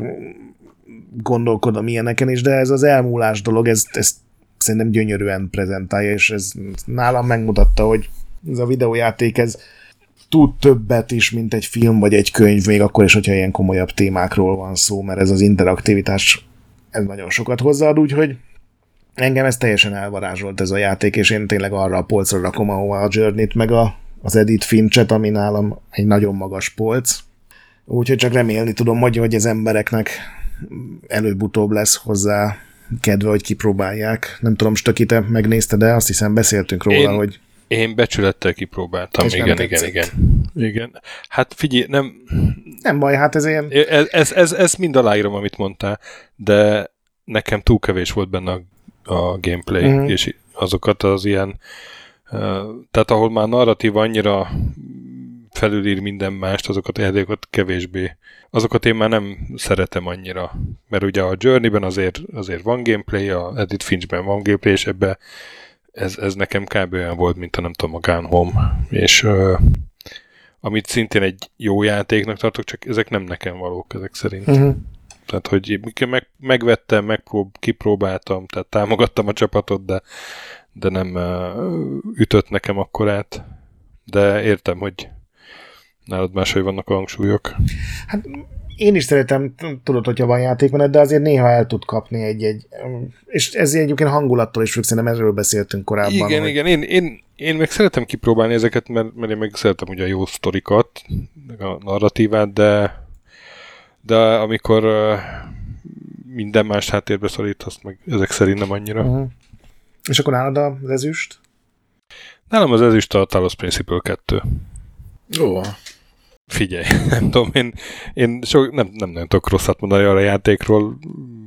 Speaker 2: gondolkodom ilyeneken is, de ez az elmúlás dolog, ez, ez szerintem gyönyörűen prezentálja, és ez nálam megmutatta, hogy ez a videójáték, ez tud többet is, mint egy film vagy egy könyv, még akkor is, hogyha ilyen komolyabb témákról van szó, mert ez az interaktivitás ez nagyon sokat hozzáad, úgyhogy engem ez teljesen elvarázsolt ez a játék, és én tényleg arra a polcra rakom, ahova a Journey-t, meg a, az Edith Finch-et, ami nálam egy nagyon magas polc. Úgyhogy csak remélni tudom, hogy, hogy az embereknek előbb-utóbb lesz hozzá kedve, hogy kipróbálják. Nem tudom, Stöki, te megnézted, de azt hiszem beszéltünk róla,
Speaker 1: én,
Speaker 2: hogy...
Speaker 1: Én becsülettel kipróbáltam,
Speaker 2: és
Speaker 1: igen, igen, igen. Igen. Hát figyelj, nem...
Speaker 2: Nem baj, hát ez ilyen...
Speaker 1: Ez, ez, ez, ez mind aláírom, amit mondtál, de nekem túl kevés volt benne a, a gameplay, uh-huh. és azokat az ilyen... Uh, tehát ahol már narratív annyira felülír minden mást, azokat a játékokat kevésbé. Azokat én már nem szeretem annyira, mert ugye a Journey-ben azért, azért van gameplay, a Edith Finch-ben van gameplay, és ebben ez, ez nekem kb. Olyan volt, mint a nem tudom, a Gone Home, és uh, amit szintén egy jó játéknak tartok, csak ezek nem nekem valók, ezek szerint. Uh-huh. Tehát, hogy meg, megvettem, megprób, kipróbáltam, tehát támogattam a csapatot, de, de nem uh, ütött nekem akkorát. De értem, hogy nálad máshogy vannak a hangsúlyok.
Speaker 2: Hát én is szeretem, tudod, hogyha van játékmenet, de azért néha el tud kapni egy-egy, és ez egyébként hangulattól is függ, szerintem erről beszéltünk korábban.
Speaker 1: Igen,
Speaker 2: hogy...
Speaker 1: igen, én, én, én meg szeretem kipróbálni ezeket, mert, mert én meg szeretem ugye a jó sztorikat, a narratívát, de, de amikor uh, minden más háttérbe szorítasz, meg ezek szerint nem annyira. Uh-huh.
Speaker 2: És akkor nálad az ezüst?
Speaker 1: Nálam az ezüst a Talos Principle kettő.
Speaker 3: Ó.
Speaker 1: Figyelj, nem tudom, én, én so, nem, nem nagyon tudok rosszat mondani arra a játékról.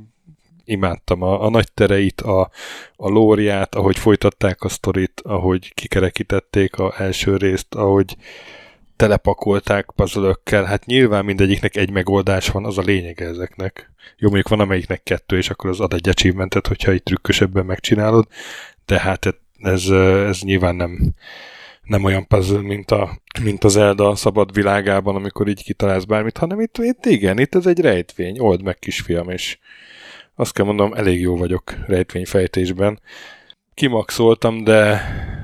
Speaker 1: Imádtam a, a nagy tereit, a, a lóriát, ahogy folytatták a sztorit, ahogy kikerekítették az első részt, ahogy telepakolták puzzle-ökkel. Hát nyilván mindegyiknek egy megoldás van, az a lényege ezeknek. Jó, mondjuk van amelyiknek kettő, és akkor az ad egy achievementet, hogyha így trükkösebben megcsinálod, de hát ez, ez nyilván nem nem olyan puzzle, mint, a, mint az Zelda szabad világában, amikor így kitalálsz bármit, hanem itt, itt igen, itt ez egy rejtvény, old meg kisfiam, és azt kell mondom, elég jó vagyok rejtvényfejtésben. Kimaxoltam, de,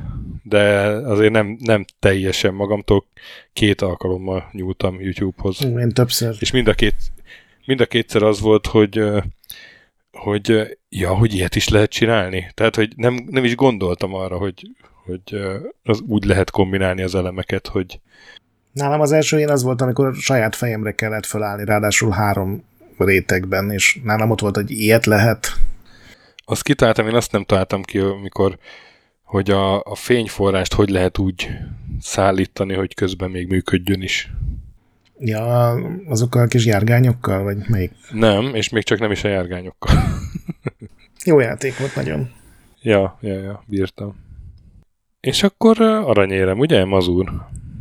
Speaker 1: de azért nem, nem teljesen magamtól, két alkalommal nyúltam YouTube-hoz.
Speaker 2: Én többször.
Speaker 1: És mind a, két, mind a kétszer az volt, hogy hogy ja, hogy ilyet is lehet csinálni. Tehát, hogy nem, nem is gondoltam arra, hogy, hogy az úgy lehet kombinálni az elemeket, hogy
Speaker 2: nálam az első én az volt, amikor saját fejemre kellett felállni, ráadásul három rétegben, és nálam ott volt, hogy ilyet lehet.
Speaker 1: Azt kitaláltam, én azt nem találtam ki, amikor, hogy a, a fényforrást hogy lehet úgy szállítani, hogy közben még működjön is.
Speaker 2: Ja, azokkal a kis járgányokkal, vagy melyik?
Speaker 1: Nem, és még csak nem is a járgányokkal.
Speaker 2: Jó játék volt nagyon.
Speaker 1: Ja, ja, ja, bírtam. És akkor aranyérem, ugye, Mazur?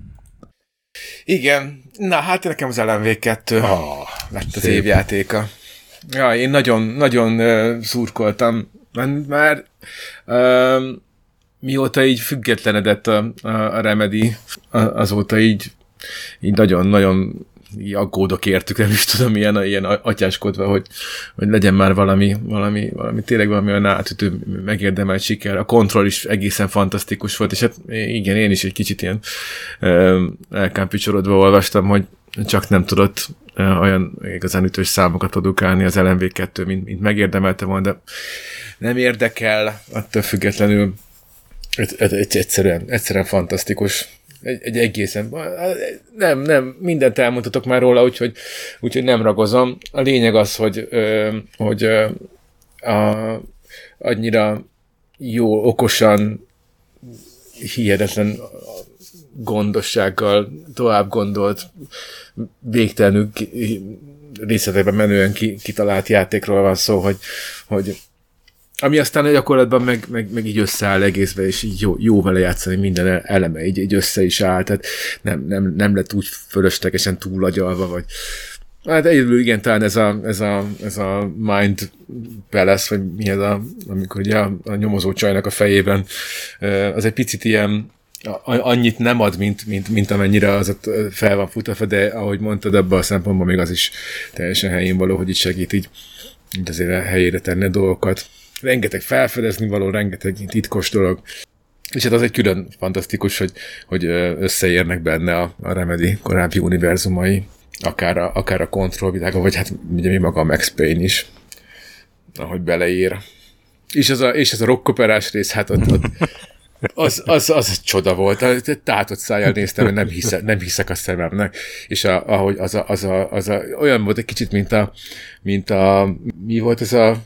Speaker 3: Igen, na hát nekem az el em vé kettő
Speaker 1: Ah,
Speaker 3: lett az
Speaker 1: szép.
Speaker 3: évjátéka. Ja, én nagyon, nagyon uh, szurkoltam, már uh, mióta így függetlenedett a, a, a Remedy, a, azóta így, így nagyon-nagyon aggódok értük, nem is tudom, ilyen, ilyen atyáskodva, hogy, hogy legyen már valami, valami, valami tényleg valami olyan átütő, megérdemelt siker. A Control is egészen fantasztikus volt, és hát igen, én is egy kicsit ilyen elkámpicsorodva olvastam, hogy csak nem tudott olyan igazán ütős számokat produkálni az el em vé kettő, mint, mint megérdemelte volna, de nem érdekel, attól függetlenül egyszerűen, egyszerűen fantasztikus. Egy, egy egészen, nem, nem, mindent elmondhatok már róla, úgyhogy, úgyhogy nem ragozom. A lényeg az, hogy, ö, hogy ö, a, annyira jó, okosan, hihetetlen gondossággal tovább gondolt, végtelenül részletekben menően kitalált játékról van szó, hogy, hogy ami aztán a gyakorlatban meg, meg, meg így összeáll egészben, és így jó, jó vele játszani, minden eleme így, így össze is áll, tehát nem, nem, nem lett úgy fölöslegesen túlagyalva, vagy hát egyedül igen, talán ez a, ez a, ez a Mind Palace, vagy mi ez a, amikor ugye a, a nyomozó csajnak a fejében, az egy picit ilyen, annyit nem ad, mint, mint, mint amennyire az ott fel van futatva, de ahogy mondtad, abban a szempontból még az is teljesen helyén való, hogy itt segít így, így azért helyére tenni a dolgokat. Rengeteg felfedezni való, rengeteg titkos dolog. És hát az egy külön fantasztikus, hogy, hogy összeérnek benne a, a Remedy korábbi univerzumai, akár a, akár a Control világa, vagy hát ugye mi maga a Max Payne is, ahogy beleír. És az a, és az a rockoperás rész, hát ott, ott az, az, az egy csoda volt. Tátott szájjal néztem, hogy nem, hiszek, nem hiszek a szememnek. És a, ahogy az a, az a, az a, olyan volt egy kicsit, mint a, mint a mi volt ez a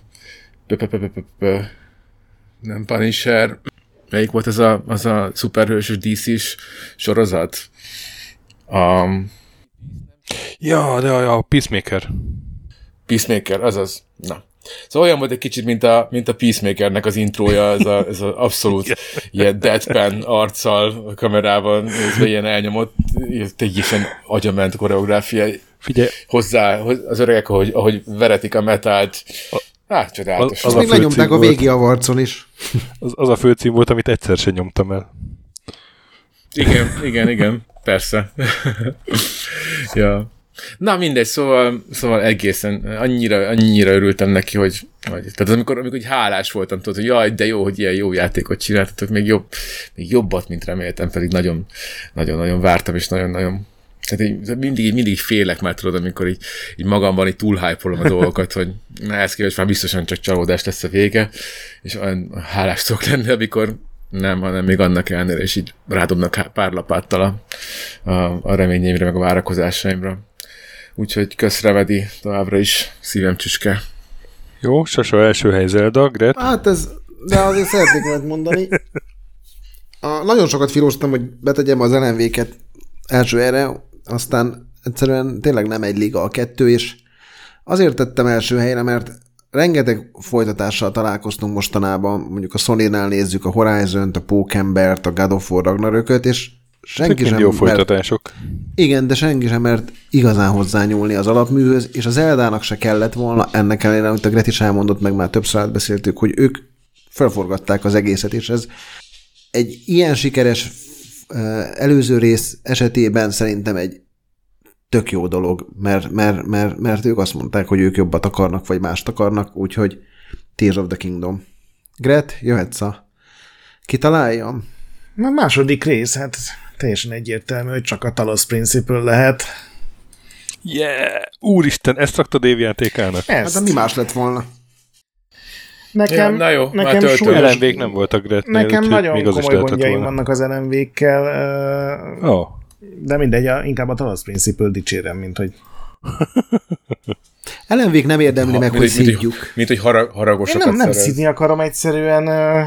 Speaker 3: nem Punisher. Melyik volt az a, az a szuperhősös dé cés sorozat? Um,
Speaker 1: ja, de a, a Peacemaker.
Speaker 3: Peacemaker, azaz. Na. Szóval olyan volt egy kicsit, mint a, mint a Peacemakernek az intrója, ez az ez abszolút ilyen deadpan arccal, a kamerában nézve ilyen elnyomott, teljesen agyament koreográfia.
Speaker 1: Figyelj.
Speaker 3: Hozzá, az öregek, ahogy, ahogy veretik a metált. Hát, csodálatos.
Speaker 4: Az, az még lenyomták a végi avarcon is.
Speaker 1: Az, az a főcím volt, amit egyszer sem nyomtam el.
Speaker 3: Igen, igen, igen, persze. Ja. Na mindegy, szóval, szóval egészen annyira, annyira örültem neki, hogy, hogy tehát amikor, amikor így hálás voltam, tudod, hogy jaj, de jó, hogy ilyen jó játékot csináltatok, még, jobb, még jobbat, mint reméltem, pedig nagyon, nagyon, nagyon vártam, és nagyon-nagyon tehát így, mindig, mindig félek már, tudod, amikor így, így magamban így túlhype-olom a dolgokat, hogy na, ezt képest már biztosan csak csalódás lesz a vége, és olyan hálás szok lenni, amikor nem, hanem még annak ellenére, és így rádobnak pár lapáttal a, a, a reményeimre, meg a várakozásaimra. Úgyhogy kösz Remedy, továbbra is szívem csücske.
Speaker 1: Jó, Sasa első hely Zelda, Gret.
Speaker 4: Hát ez, de azért szeretnék majd mondani. A, nagyon sokat filóztam, hogy betegyem az el em vé-ket első erre, aztán egyszerűen tényleg nem egy liga a kettő, és azért tettem első helyre, mert rengeteg folytatással találkoztunk mostanában, mondjuk a Sony-nál nézzük a Horizont, a Pókembert, a God of War Ragnarököt, és senki sem
Speaker 1: jó
Speaker 4: mert,
Speaker 1: folytatások.
Speaker 4: Igen, de senki sem mert igazán hozzányúlni az alapműhöz, és az Zeldának se kellett volna, ennek ellenére, amit a Gret is elmondott, meg már többször átbeszéltük, hogy ők felforgatták az egészet, és ez egy ilyen sikeres előző rész esetében szerintem egy tök jó dolog, mert, mert, mert, mert ők azt mondták, hogy ők jobbat akarnak, vagy mást akarnak, úgyhogy Tears of the Kingdom. Gret, jöhetsz a... Kitaláljam?
Speaker 2: A második rész, hát teljesen egyértelmű, hogy csak a Talos Principle lehet.
Speaker 1: Yeah! Úristen, ezt raktad évjátékának?
Speaker 4: Hát mi más lett volna?
Speaker 2: Nekem,
Speaker 3: Ja, na jó,
Speaker 2: nekem
Speaker 3: már
Speaker 2: súlyos,
Speaker 1: el em vé-k nem voltak Gretnél,
Speaker 2: nekem nagyon
Speaker 1: még az
Speaker 2: komoly gondjaim
Speaker 1: volna.
Speaker 2: vannak az el em vé-kkel, uh,
Speaker 1: Oh.
Speaker 2: de mindegy, a, inkább a Talos Principle dicsérem, mint hogy...
Speaker 4: el em vé-k nem érdemli
Speaker 3: Ha,
Speaker 4: meg,
Speaker 3: mint,
Speaker 4: hogy
Speaker 3: mint,
Speaker 4: szídjuk.
Speaker 3: Mint, mint hogy harag,
Speaker 2: Én
Speaker 3: haragosokat
Speaker 2: nem, nem
Speaker 3: szerez.
Speaker 2: szidni akarom egyszerűen. Uh,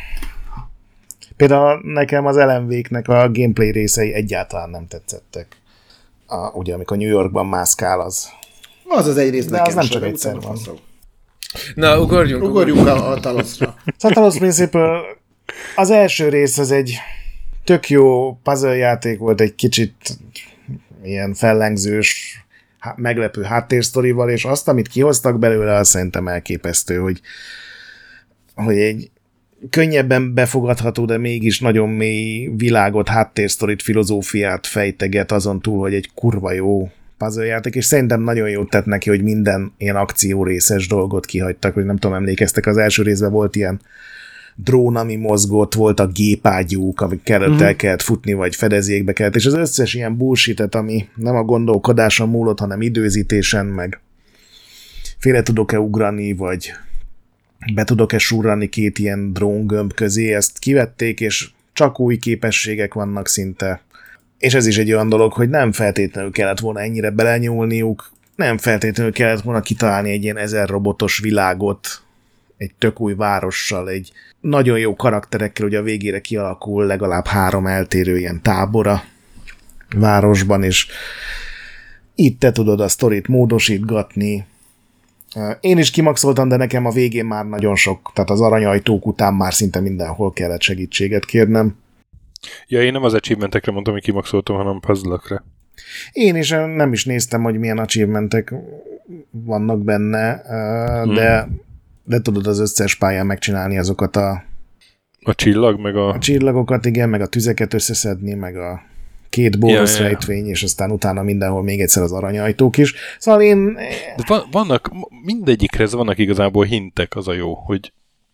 Speaker 2: például nekem az el em vé-knek a gameplay részei egyáltalán nem tetszettek. A, ugye, amikor New Yorkban mászkál az.
Speaker 4: Az az egy rész
Speaker 2: De
Speaker 4: nekem
Speaker 2: az nem
Speaker 4: sem,
Speaker 2: csak
Speaker 4: de
Speaker 2: egyszer
Speaker 4: utána
Speaker 2: van.
Speaker 4: faszom.
Speaker 3: Na, ugorjunk.
Speaker 4: Ugorjunk a, a Talosra.
Speaker 2: Szóval Talos Principle az első rész az egy tök jó puzzle játék volt, egy kicsit ilyen fellengzős, há- meglepő háttérsztorival, és azt, amit kihoztak belőle, azt szerintem elképesztő, hogy, hogy egy könnyebben befogadható, de mégis nagyon mély világot, háttérsztorit, filozófiát fejteget azon túl, hogy egy kurva jó puzzle játék, és szerintem nagyon jót tett neki, hogy minden ilyen akciórészes dolgot kihagytak, hogy nem tudom, emlékeztek, az első részben volt ilyen drón, ami mozgott, voltak gépágyúk, amik kellett, uh-huh. el kellett futni, vagy fedezékbe kellett, és az összes ilyen bullshitet, ami nem a gondolkodáson múlott, hanem időzítésen, meg félre tudok-e ugrani, vagy be tudok-e surrani két ilyen dróngömb közé, ezt kivették, és csak új képességek vannak szinte. És ez is egy olyan dolog, hogy nem feltétlenül kellett volna ennyire belenyúlniuk, nem feltétlenül kellett volna kitalálni egy ilyen ezer robotos világot, egy tök új várossal, egy nagyon jó karakterekkel, hogy a végére kialakul legalább három eltérő ilyen tábora városban, és itt te tudod a sztorit módosítgatni. Én is kimaxoltam, de nekem a végén már nagyon sok, tehát az aranyajtók után már szinte mindenhol kellett segítséget kérnem.
Speaker 1: Ja, én nem az achievementekre mondtam, hogy kimaxoltam, hanem puzzle-okra. Én
Speaker 2: is nem is néztem, hogy milyen achievementek vannak benne, de, hmm. de tudod az összes pályán megcsinálni azokat a...
Speaker 1: A csillag, meg a...
Speaker 2: A csillagokat, igen, meg a tüzeket összeszedni, meg a két bónusz ja, rejtvény, ja. és aztán utána mindenhol még egyszer az aranyajtók is. Szóval én...
Speaker 1: De van, vannak, mindegyikre vannak igazából hintek, az a jó, hogy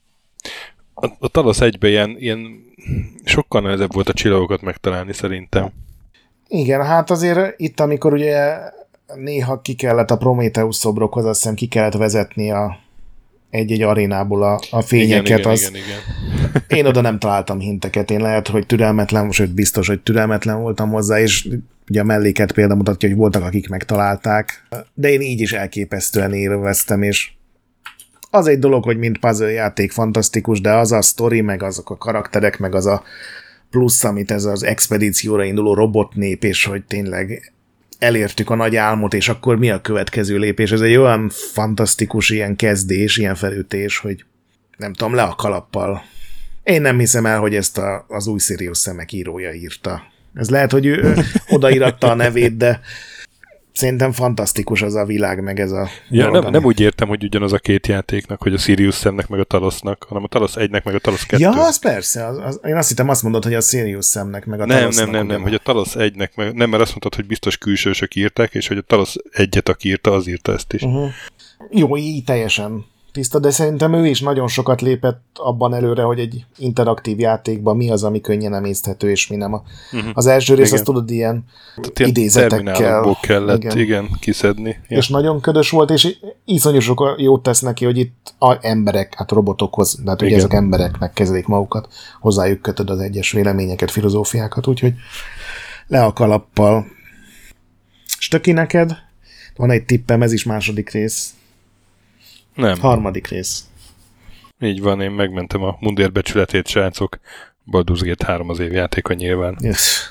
Speaker 1: a, a Talos egyben ilyen, ilyen sokkal nehezebb volt a csillagokat megtalálni szerintem.
Speaker 2: Igen, hát azért itt, amikor ugye néha ki kellett a Prometheus szobrokhoz, azt hiszem ki kellett vezetni a egy-egy arénából a, a fényeket.
Speaker 1: Igen,
Speaker 2: az...
Speaker 1: igen, igen, igen.
Speaker 2: Én oda nem találtam hinteket. Én lehet, hogy türelmetlen, sőt biztos, hogy türelmetlen voltam hozzá, és ugye a melléket példa mutatja, hogy voltak, akik megtalálták. De én így is elképesztően élveztem, és az egy dolog, hogy mint puzzle játék fantasztikus, de az a sztori, meg azok a karakterek, meg az a plusz, amit ez az expedícióra induló robotnép, és hogy tényleg elértük a nagy álmot, és akkor mi a következő lépés? Ez egy olyan fantasztikus ilyen kezdés, ilyen felütés, hogy nem tudom, le a kalappal. Én nem hiszem el, hogy ezt a, az új Sirius Szemek írója írta. Ez lehet, hogy ő odaíratta a nevét, de szerintem fantasztikus az a világ, meg ez a...
Speaker 1: Ja, nem, nem úgy értem, hogy ugyanaz a két játéknak, hogy a Sirius Szemnek, meg a Talosnak, hanem a Talos egynek, meg a Talos kettőnek.
Speaker 2: Ja, az persze. Az, az, én azt hittem, azt mondod, hogy a Sirius Szemnek, meg a
Speaker 1: nem,
Speaker 2: Talosnak.
Speaker 1: Nem, nem, nem, hogy a Talos egynek, meg, nem, mert azt mondtad, hogy biztos külsősök írták, és hogy a Talos egyet, aki írta, az írta ezt is. Uh-huh.
Speaker 2: Jó, így teljesen tiszta, de szerintem ő is nagyon sokat lépett abban előre, hogy egy interaktív játékban mi az, ami könnyen emészthető, és mi nem. A, uh-huh. Az első rész, azt tudod, ilyen idézetekkel
Speaker 1: kellett, igen, igen kiszedni.
Speaker 2: Ja. És nagyon ködös volt, és iszonyú sok jót tesz neki, hogy itt a emberek, hát robotokhoz, de hát ugye ezek embereknek kezelik magukat, hozzájuk kötöd az egyes véleményeket, filozófiákat, úgyhogy le a kalappal. Stöki neked? Van egy tippem, ez is második rész.
Speaker 1: Nem.
Speaker 2: Harmadik rész.
Speaker 1: Így van, én megmentem a mundér becsületét, srácok. Baldur's Gate három az év játéka nyilván.
Speaker 2: Yes.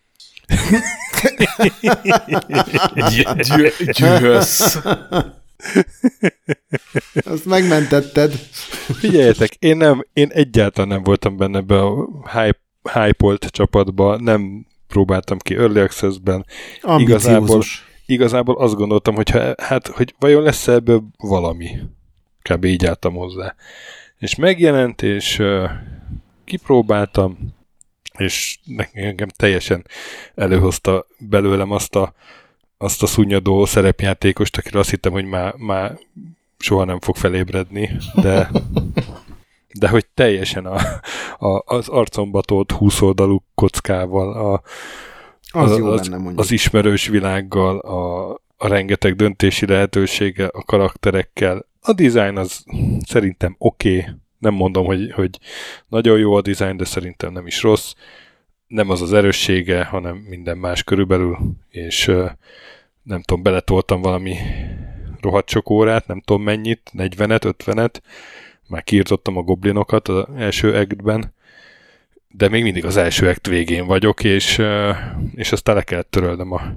Speaker 3: Győsz.
Speaker 4: Azt megmentetted.
Speaker 1: Figyeljetek, én, nem, én egyáltalán nem voltam benne be a hype, hype-olt csapatba, nem próbáltam ki Early Access-ben. Igazából, igazából azt gondoltam, hogy ha, hát, hogy vajon lesz ebből valami. Kb. Így álltam hozzá. És megjelent, és uh, kipróbáltam, és nekem teljesen előhozta belőlem azt a, azt a szunnyadó szerepjátékost, akiről azt hittem, hogy már, már soha nem fog felébredni, de, de hogy teljesen a, a, az arcomba tolt húsz oldalú kockával, a,
Speaker 4: az,
Speaker 1: az,
Speaker 4: jó
Speaker 1: az,
Speaker 4: benne,
Speaker 1: az ismerős világgal, a, a rengeteg döntési lehetősége, a karakterekkel, A design az szerintem oké. Okay. Nem mondom, hogy, hogy nagyon jó a design, de szerintem nem is rossz. Nem az az erőssége, hanem minden más körülbelül, és nem tudom, beletoltam valami rohadt sok órát, nem tudom mennyit, negyvenet, ötvenet, már kiirtottam a goblinokat az első actben, de még mindig az első act végén vagyok, és, és aztán le kellett törölnem a,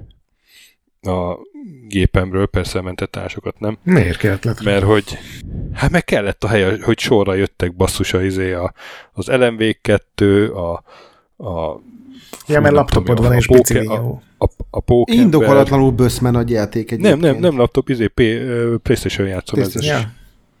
Speaker 1: a gépemről, persze a mentettásokat nem.
Speaker 2: Miért kellett letörölni?
Speaker 1: Mert hogy hát meg kellett a hely, hogy sorra jöttek basszusa izé a, az el em vé kettő, a, a
Speaker 2: ja, mert laptopod van, és pici jó.
Speaker 1: A, a Pókember.
Speaker 4: Indokolatlanul böszmen nagy játék egyébként.
Speaker 1: Nem, nem, nem laptop, izé, P, PlayStation játszom ezzel.
Speaker 2: Ja.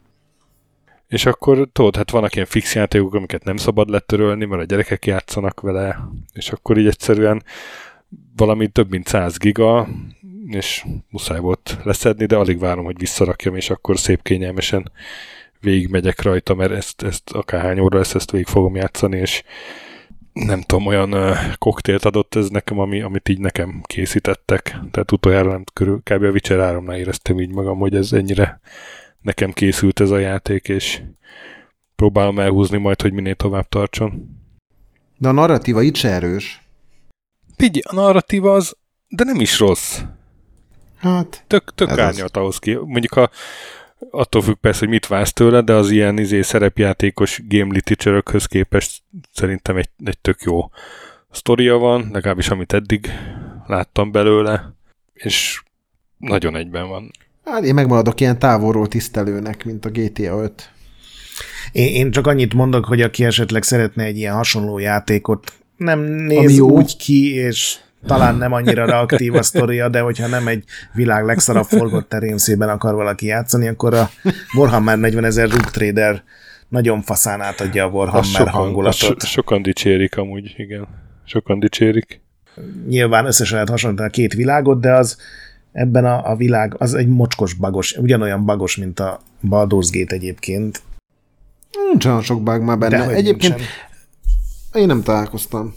Speaker 1: És akkor tudod, hát vannak ilyen fix játékok, amiket nem szabad letörölni, mert a gyerekek játszanak vele, és akkor így egyszerűen valami több mint száz giga, és muszáj volt leszedni, de alig várom, hogy visszarakjam, és akkor szép kényelmesen végigmegyek rajta, mert ezt, ezt akárhány óra lesz, ezt végig fogom játszani, és nem tudom, olyan uh, koktélt adott ez nekem, ami, amit így nekem készítettek. Tehát utoljára nem körül, kb. A Witcher háromnál éreztem így magam, hogy ez ennyire nekem készült ez a játék, és próbálom elhúzni majd, hogy minél tovább tartson.
Speaker 4: De a narratíva itt se erős.
Speaker 1: Figyelj, a narratíva az, de nem is rossz.
Speaker 4: Hát,
Speaker 1: Tök, tök árnyalt ahhoz ki. Mondjuk a attól függ persze, hogy mit vársz tőle, de az ilyen izé, szerepjátékos game literature-ökhöz képest szerintem egy, egy tök jó sztoria van, legalábbis amit eddig láttam belőle, és nagyon egyben van.
Speaker 4: Hát én megmaradok ilyen távolról tisztelőnek, mint a gé té á öt.
Speaker 2: Én, én csak annyit mondok, hogy aki esetleg szeretne egy ilyen hasonló játékot, nem néz úgy ki, és talán nem annyira reaktív a sztoria, de hogyha nem egy világ legszarabb forgott terémszében akar valaki játszani, akkor a Warhammer negyvenezer Rook Trader nagyon faszán átadja a Warhammer sokan, hangulatot.
Speaker 1: So, sokan dicsérik amúgy, igen. Sokan dicsérik.
Speaker 2: Nyilván összesen lehet hasonlítani a két világot, de az ebben a, a világ, az egy mocskos bagos, ugyanolyan bagos, mint a Baldur's Gate egyébként.
Speaker 4: Nincs olyan sok bug már benne.
Speaker 2: De
Speaker 4: egyébként nincsen. Én nem találkoztam.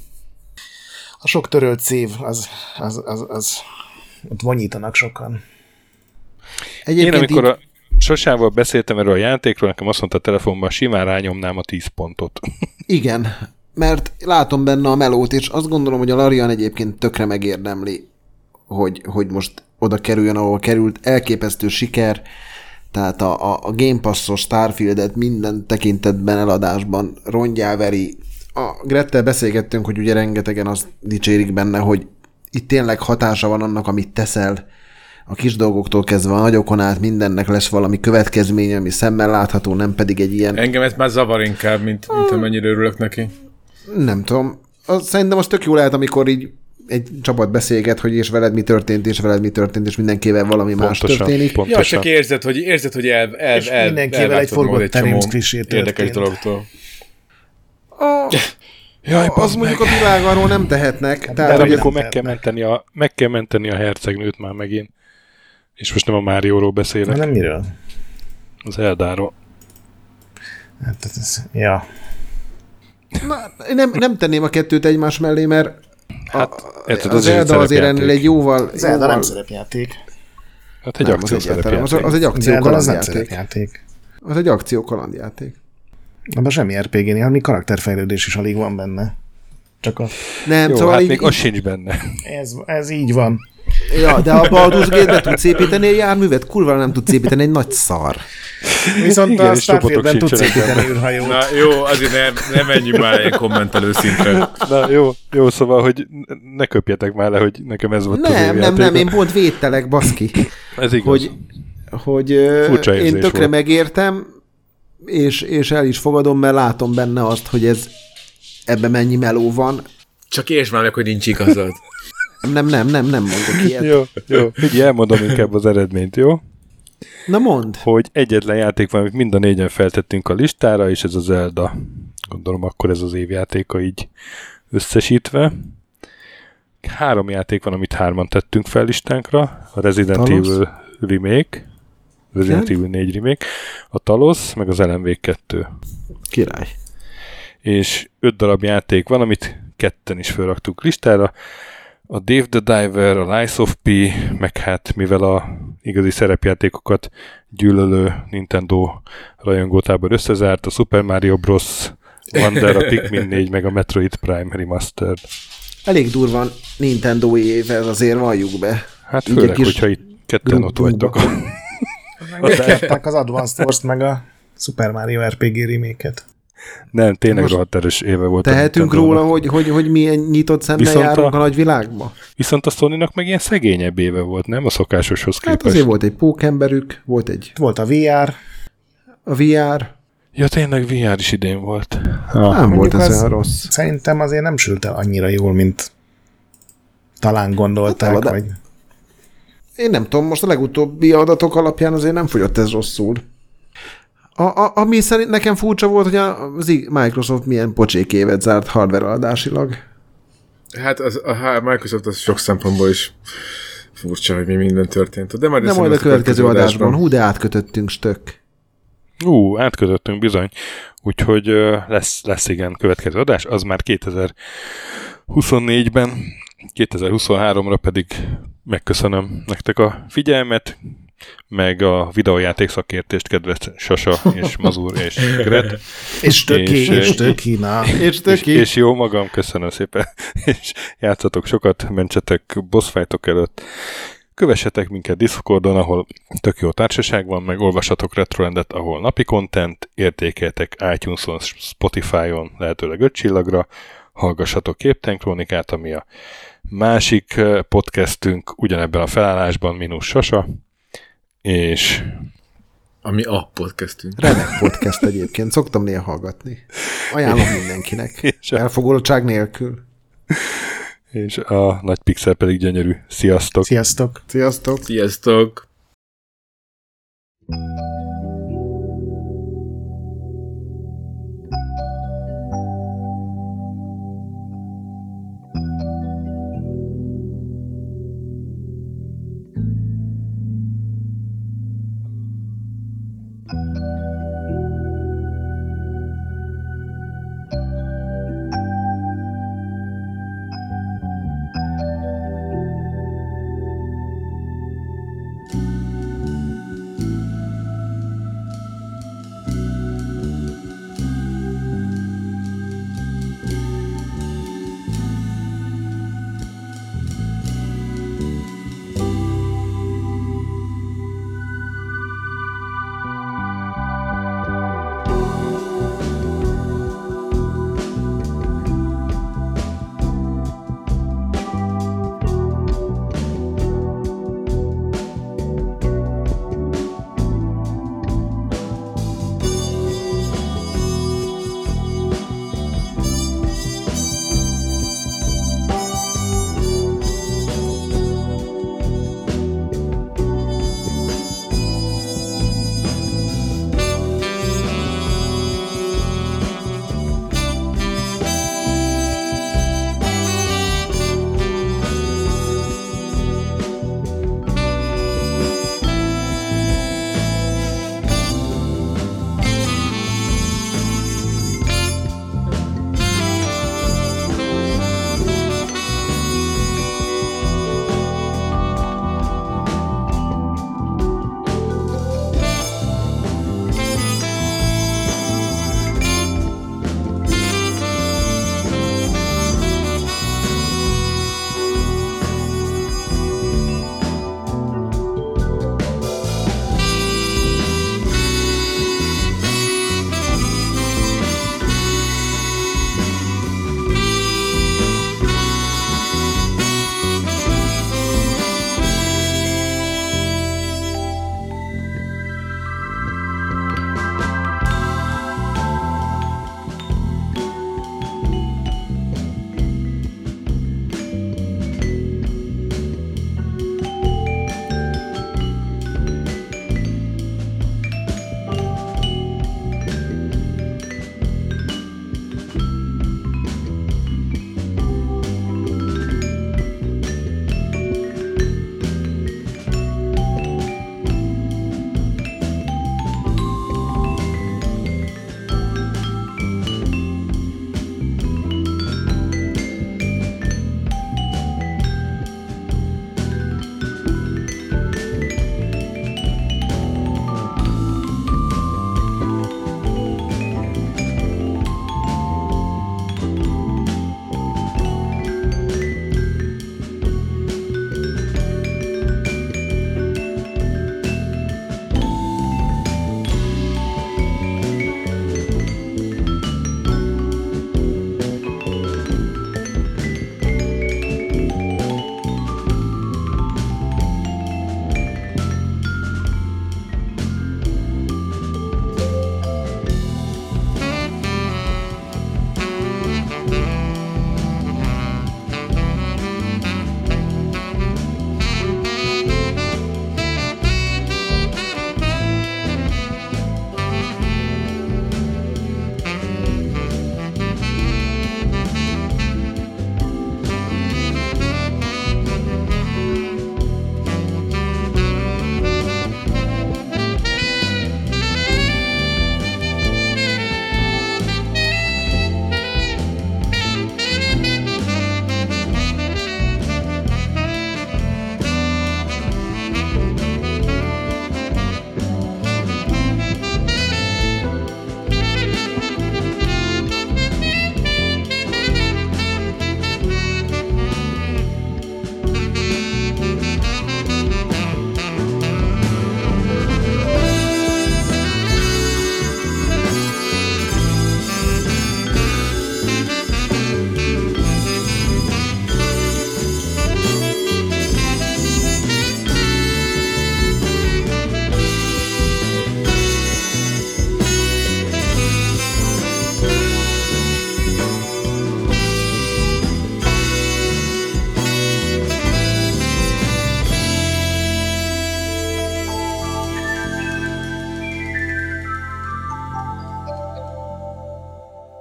Speaker 2: A sok törölt szív, az, az, az, az ott vonyítanak sokan.
Speaker 1: Egyébként én amikor így... a Sosával beszéltem erről a játékról, nekem azt mondta a telefonban, simán rányomnám a tíz pontot.
Speaker 4: Igen, mert látom benne a melót, és azt gondolom, hogy a Larian egyébként tökre megérdemli, hogy, hogy most oda kerüljön, ahol került. Elképesztő siker, tehát a, a, a Game Pass-os Starfieldet minden tekintetben eladásban rongyá veri. A Grettel beszélgettünk, hogy ugye rengetegen azt dicsérik benne, hogy itt tényleg hatása van annak, amit teszel, a kis dolgoktól kezdve a nagyokon át mindennek lesz valami következménye, ami szemmel látható, nem pedig egy ilyen...
Speaker 3: Engem ez már zavar inkább, mint, mint amennyire örülök neki.
Speaker 4: Nem tudom. Az, szerintem az tök jó lehet, amikor így egy csapat beszélget, hogy és veled mi történt, és veled mi történt, és mindenkivel valami pontosan, más történik.
Speaker 3: Pontosan. Ja, csak érzed, hogy, érzed, hogy el, el,
Speaker 2: és
Speaker 3: el,
Speaker 2: mindenkivel egy forgott terémszklisé történt.
Speaker 3: Érdekes dologtól.
Speaker 4: A... Jaj, az meg. Mondjuk a világ arról nem tehetnek.
Speaker 1: Hát, tehát, de amikor meg kell, menteni a, meg kell menteni a hercegnőt már megint. És most nem a Márióról beszélek.
Speaker 2: Nem miről?
Speaker 1: Az Eldáról.
Speaker 2: Hát ez, ja.
Speaker 4: Na, nem, nem tenném a kettőt egymás mellé, mert
Speaker 1: hát,
Speaker 4: a, az, az Elda azért ennél egy jóval...
Speaker 2: Az Elda nem szerepjáték.
Speaker 1: Hát egy akció szerepjáték.
Speaker 4: Az, az egy akció kalandjáték.
Speaker 2: Az,
Speaker 4: az egy akció kalandjáték.
Speaker 2: Abban semmi er pé gé-nél, hanem karakterfejlődés is alig van benne. Csak a...
Speaker 4: Nem,
Speaker 1: jó,
Speaker 4: szóval
Speaker 1: hát
Speaker 4: így,
Speaker 1: még az sincs benne.
Speaker 2: Ez, ez így van.
Speaker 4: Ja, de a Baldur's Gate-be tudsz építeni egy járművet, kurva nem tudsz építeni egy nagy szar.
Speaker 2: Viszont igen, a Starfieldben tudsz építeni űrhajót.
Speaker 3: Na jó, azért nem, nem menjünk már ilyen kommentelő szintre.
Speaker 1: Na jó, jó, szóval, hogy ne köpjetek már le, hogy nekem ez volt
Speaker 4: nem,
Speaker 1: az
Speaker 4: Nem, nem, nem, én pont védtelek, baszki.
Speaker 1: Ez igaz.
Speaker 4: Hogy, hogy én tökre volt. Megértem, és, és el is fogadom, mert látom benne azt, hogy ez ebben mennyi meló van.
Speaker 3: Csak értsd már meg, hogy nincs igazad.
Speaker 4: Nem, nem, nem, nem mondok ilyet.
Speaker 1: Jó, jó. Figyelj, elmondom inkább az eredményt, jó?
Speaker 4: Na mondd.
Speaker 1: Hogy egyetlen játék van, amit mind a négyen feltettünk a listára, és ez az Zelda. Gondolom akkor ez az évjátéka így összesítve. Három játék van, amit hárman tettünk fel listánkra. A Resident Talos. Evil Remake, Resident Evil négy Remake, a Talos, meg az el em vé kettő.
Speaker 4: Király.
Speaker 1: És öt darab játék van, amit ketten is felraktuk listára. A Dave the Diver, a Lies of P, meg hát mivel a igazi szerepjátékokat gyűlölő Nintendo rajongótábor összezárt, a Super Mario Bros. Wonder, a Pikmin négy, meg a Metroid Prime Remastered.
Speaker 4: Elég durvan Nintendo év, ez azért valljuk be.
Speaker 1: Hát főleg, hogyha itt ketten ott vagytok.
Speaker 2: Megkapták az Advanced Wars meg a Super Mario er pé gé remake-et.
Speaker 1: Nem, tényleg rohadt erős éve volt.
Speaker 4: Tehetünk róla, hogy, hogy, hogy milyen nyitott szemmel
Speaker 1: Viszont
Speaker 4: járunk a,
Speaker 1: a
Speaker 4: nagy világba?
Speaker 1: Viszont a Sony-nak meg ilyen szegényebb éve volt, nem? A szokásoshoz képest.
Speaker 4: Hát azért volt egy pókemberük, volt egy...
Speaker 2: Volt a vé er.
Speaker 4: A vé er.
Speaker 1: Ja, tényleg vé er is idén volt.
Speaker 4: Ah, nem volt ez olyan rossz.
Speaker 2: Szerintem azért nem sült el annyira jól, mint talán gondolták. Hát, vagy...
Speaker 4: Én nem tudom, most a legutóbbi adatok alapján azért nem fogyott ez rosszul. A, a, ami szerint nekem furcsa volt, hogy a Microsoft milyen pocsék évet zárt hardware adásilag.
Speaker 3: Hát az, a Microsoft az sok szempontból is furcsa, hogy mi minden történt. De majd,
Speaker 4: de majd a következő adásban. adásban. Hú, de átkötöttünk stök.
Speaker 1: Ú, átkötöttünk bizony. Úgyhogy lesz, lesz igen következő adás, az már kétezer-huszonnégyben, kétezer-huszonháromra pedig megköszönöm nektek a figyelmet, meg a videójáték szakértést, kedves Sasa és Mazur és Gret.
Speaker 2: És Töki, és Töki, na.
Speaker 1: És, és, és jó magam, köszönöm szépen. És játszatok sokat, mentsetek boss fightok előtt. Kövessetek minket Discordon, ahol tök jó társaság van, meg olvassatok Retrolandet, ahol napi content, értékeltek iTunes-on, Spotify-on, lehetőleg öt csillagra, hallgassatok Képten Krónikát, ami a másik podcastünk ugyanebben a felállásban, mínusz Sasa, és...
Speaker 3: Ami a podcastünk.
Speaker 4: Remek podcast egyébként, szoktam néha hallgatni. Ajánlom mindenkinek, elfogultság nélkül.
Speaker 1: És a nagy pixel pedig gyönyörű. Sziasztok!
Speaker 2: Sziasztok!
Speaker 4: Sziasztok!
Speaker 3: Sziasztok!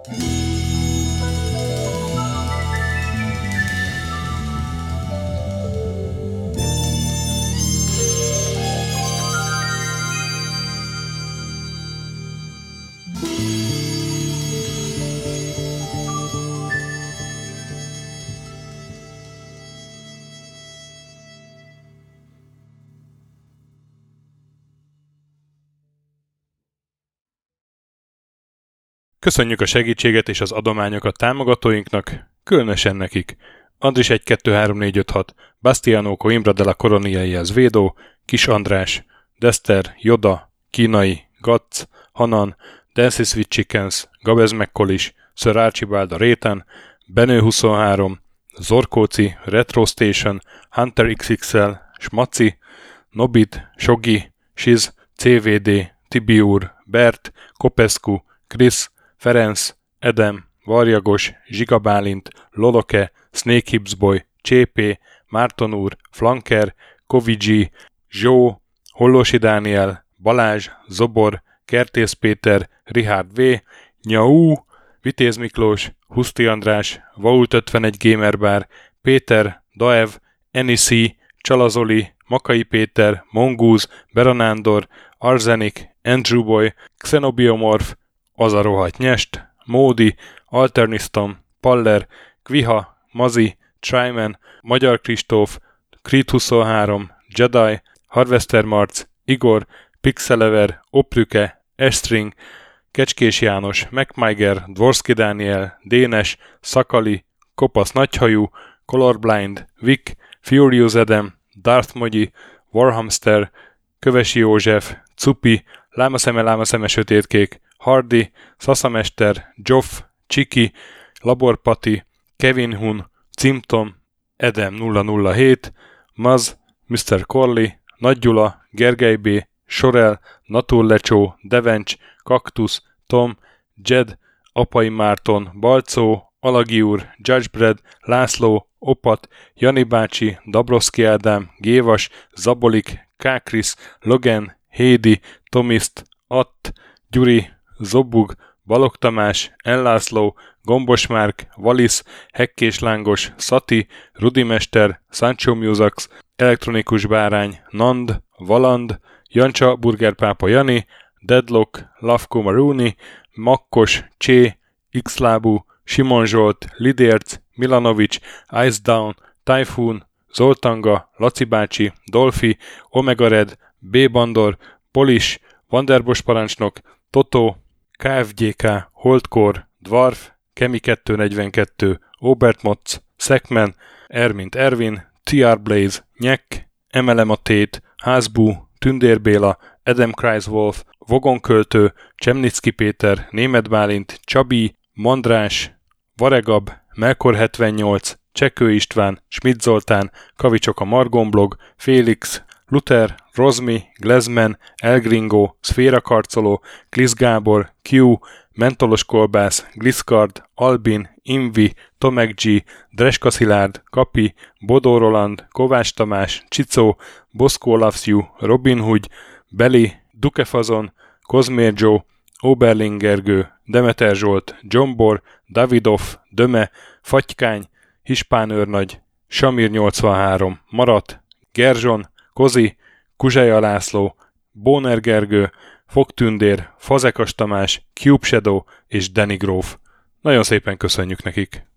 Speaker 1: Köszönjük a segítséget és az adományokat támogatóinknak, különösen nekik. Andris egy kettő három négy öt hat, Bastiano Coimbra de la Coroniaihez Védó, Kis András, Dester, Joda, Kínai, Gatz, Hanan, Dances with Chickens, Gabez McCollis, Sir Archibald a Réten, Benő huszonhárom, Zorkóci, Retro Station, Hunter iksz iksz el, Smaci, Nobit, Sogi, Siz, cé vé dé, Tibiur, Bert, Kopescu, Krisz, Ferenc, Edem, Varjagos, Zsigabálint, Loloke, Snake Hips Boy, Csépé, Márton úr, Flanker, Kovicsi, Zsó, Hollósi Dániel, Balázs, Zobor, Kertész Péter, Richard V, Nyau, Vitéz Miklós, Huszti András, Vault ötvenegy Gamerbar, Péter, Daev, Enisi, Csalazoli, Makai Péter, Mongúz, Beranándor, Arzenik, Andrew Boy, Xenobiomorph, Az a rohadt nyest, Módi, Alternisztom, Paller, Kviha, Mazi, Tryman, Magyar Kristóf, Creed huszonhárom, Jedi, Harvester Marc, Igor, Pixelever, Oprüke, Estring, Kecskés János, MacMiger, Dvorski Dániel, Dénes, Szakali, Kopasz Nagyhajú, Colorblind, Vic, Furious Edem, Darth Mogyi, Warhamster, Kövesi József, Cupi, Lámaszeme, Lámaszeme Sötétkék, Hardy, Szaszamester, Joff, Csiki, Laborpati, Kevin Hun, Cimtom, Edem nulla nulla hét, Maz, miszter Corley, Nagy Gyula, Gergely B, Sorel, Naturlecsó, Devencs, Kaktusz, Tom, Jed, Apai Márton, Balcó, Alagi úr, Judgebred, László, Opat, Jani bácsi, Dabrowski Ádám, Gévas, Zabolik, Kákris, Logan, Hédi, Tomiszt, Att, Gyuri, Zobug, Balog Tamás, Enlászló, Gombos Márk, Valisz, Hekkés Lángos, Szati, Rudimester, Sancho Musax, Elektronikus Bárány, Nand, Valand, Jancsa Burgerpápa Jani, Deadlock, Lavko Maruni, Makkos, Csé, Xlábú, Simon Zsolt, Lidérc, Milanovic, Ice Down, Typhoon, Zoltanga, Laci bácsi, Dolfi, Omega Red, B. Bandor, Polis, Vanderbos parancsnok, Toto, ká ef gé ká, Holdcore, Dwarf, Kemi kettőnegyvenkettő, Obert Motz, Szekmen, Ermint Ervin, té er Blaze, Nyek, em el em a Tét, Házbú, Tündér Béla, Adam Kreiswolf, Vogonköltő, Csemnicki Péter, Németh Bálint, Csabi, Mandrás, Varegab, Melkor hetvennyolc, Csekő István, Schmidt Zoltán, Kavicsok a Margonblog, Félix, Luther, Rozmi, Glezman, Elgringo, Szféra Karcoló, Glisz Gábor, Q, Mentolos Kolbász, Gliszkard, Albin, Invi, Tomek G, Dreska Szilárd, Kapi, Bodó Roland, Kovács Tamás, Csicó, Boszkó Loves You, Robin Hood, Beli, Dukefazon, Kozmér Joe, Oberling Gergő, Demeter Zsolt, Dzsombor, Davidov, Döme, Fatykány, Hispán őrnagy, Samir nyolcvanhárom, Marat, Gerzson, Kozi, Kuzseja László, Bóner Gergő, Fogtündér, Fazekas Tamás, Cube Shadow és Danny Gróf. Nagyon szépen köszönjük nekik!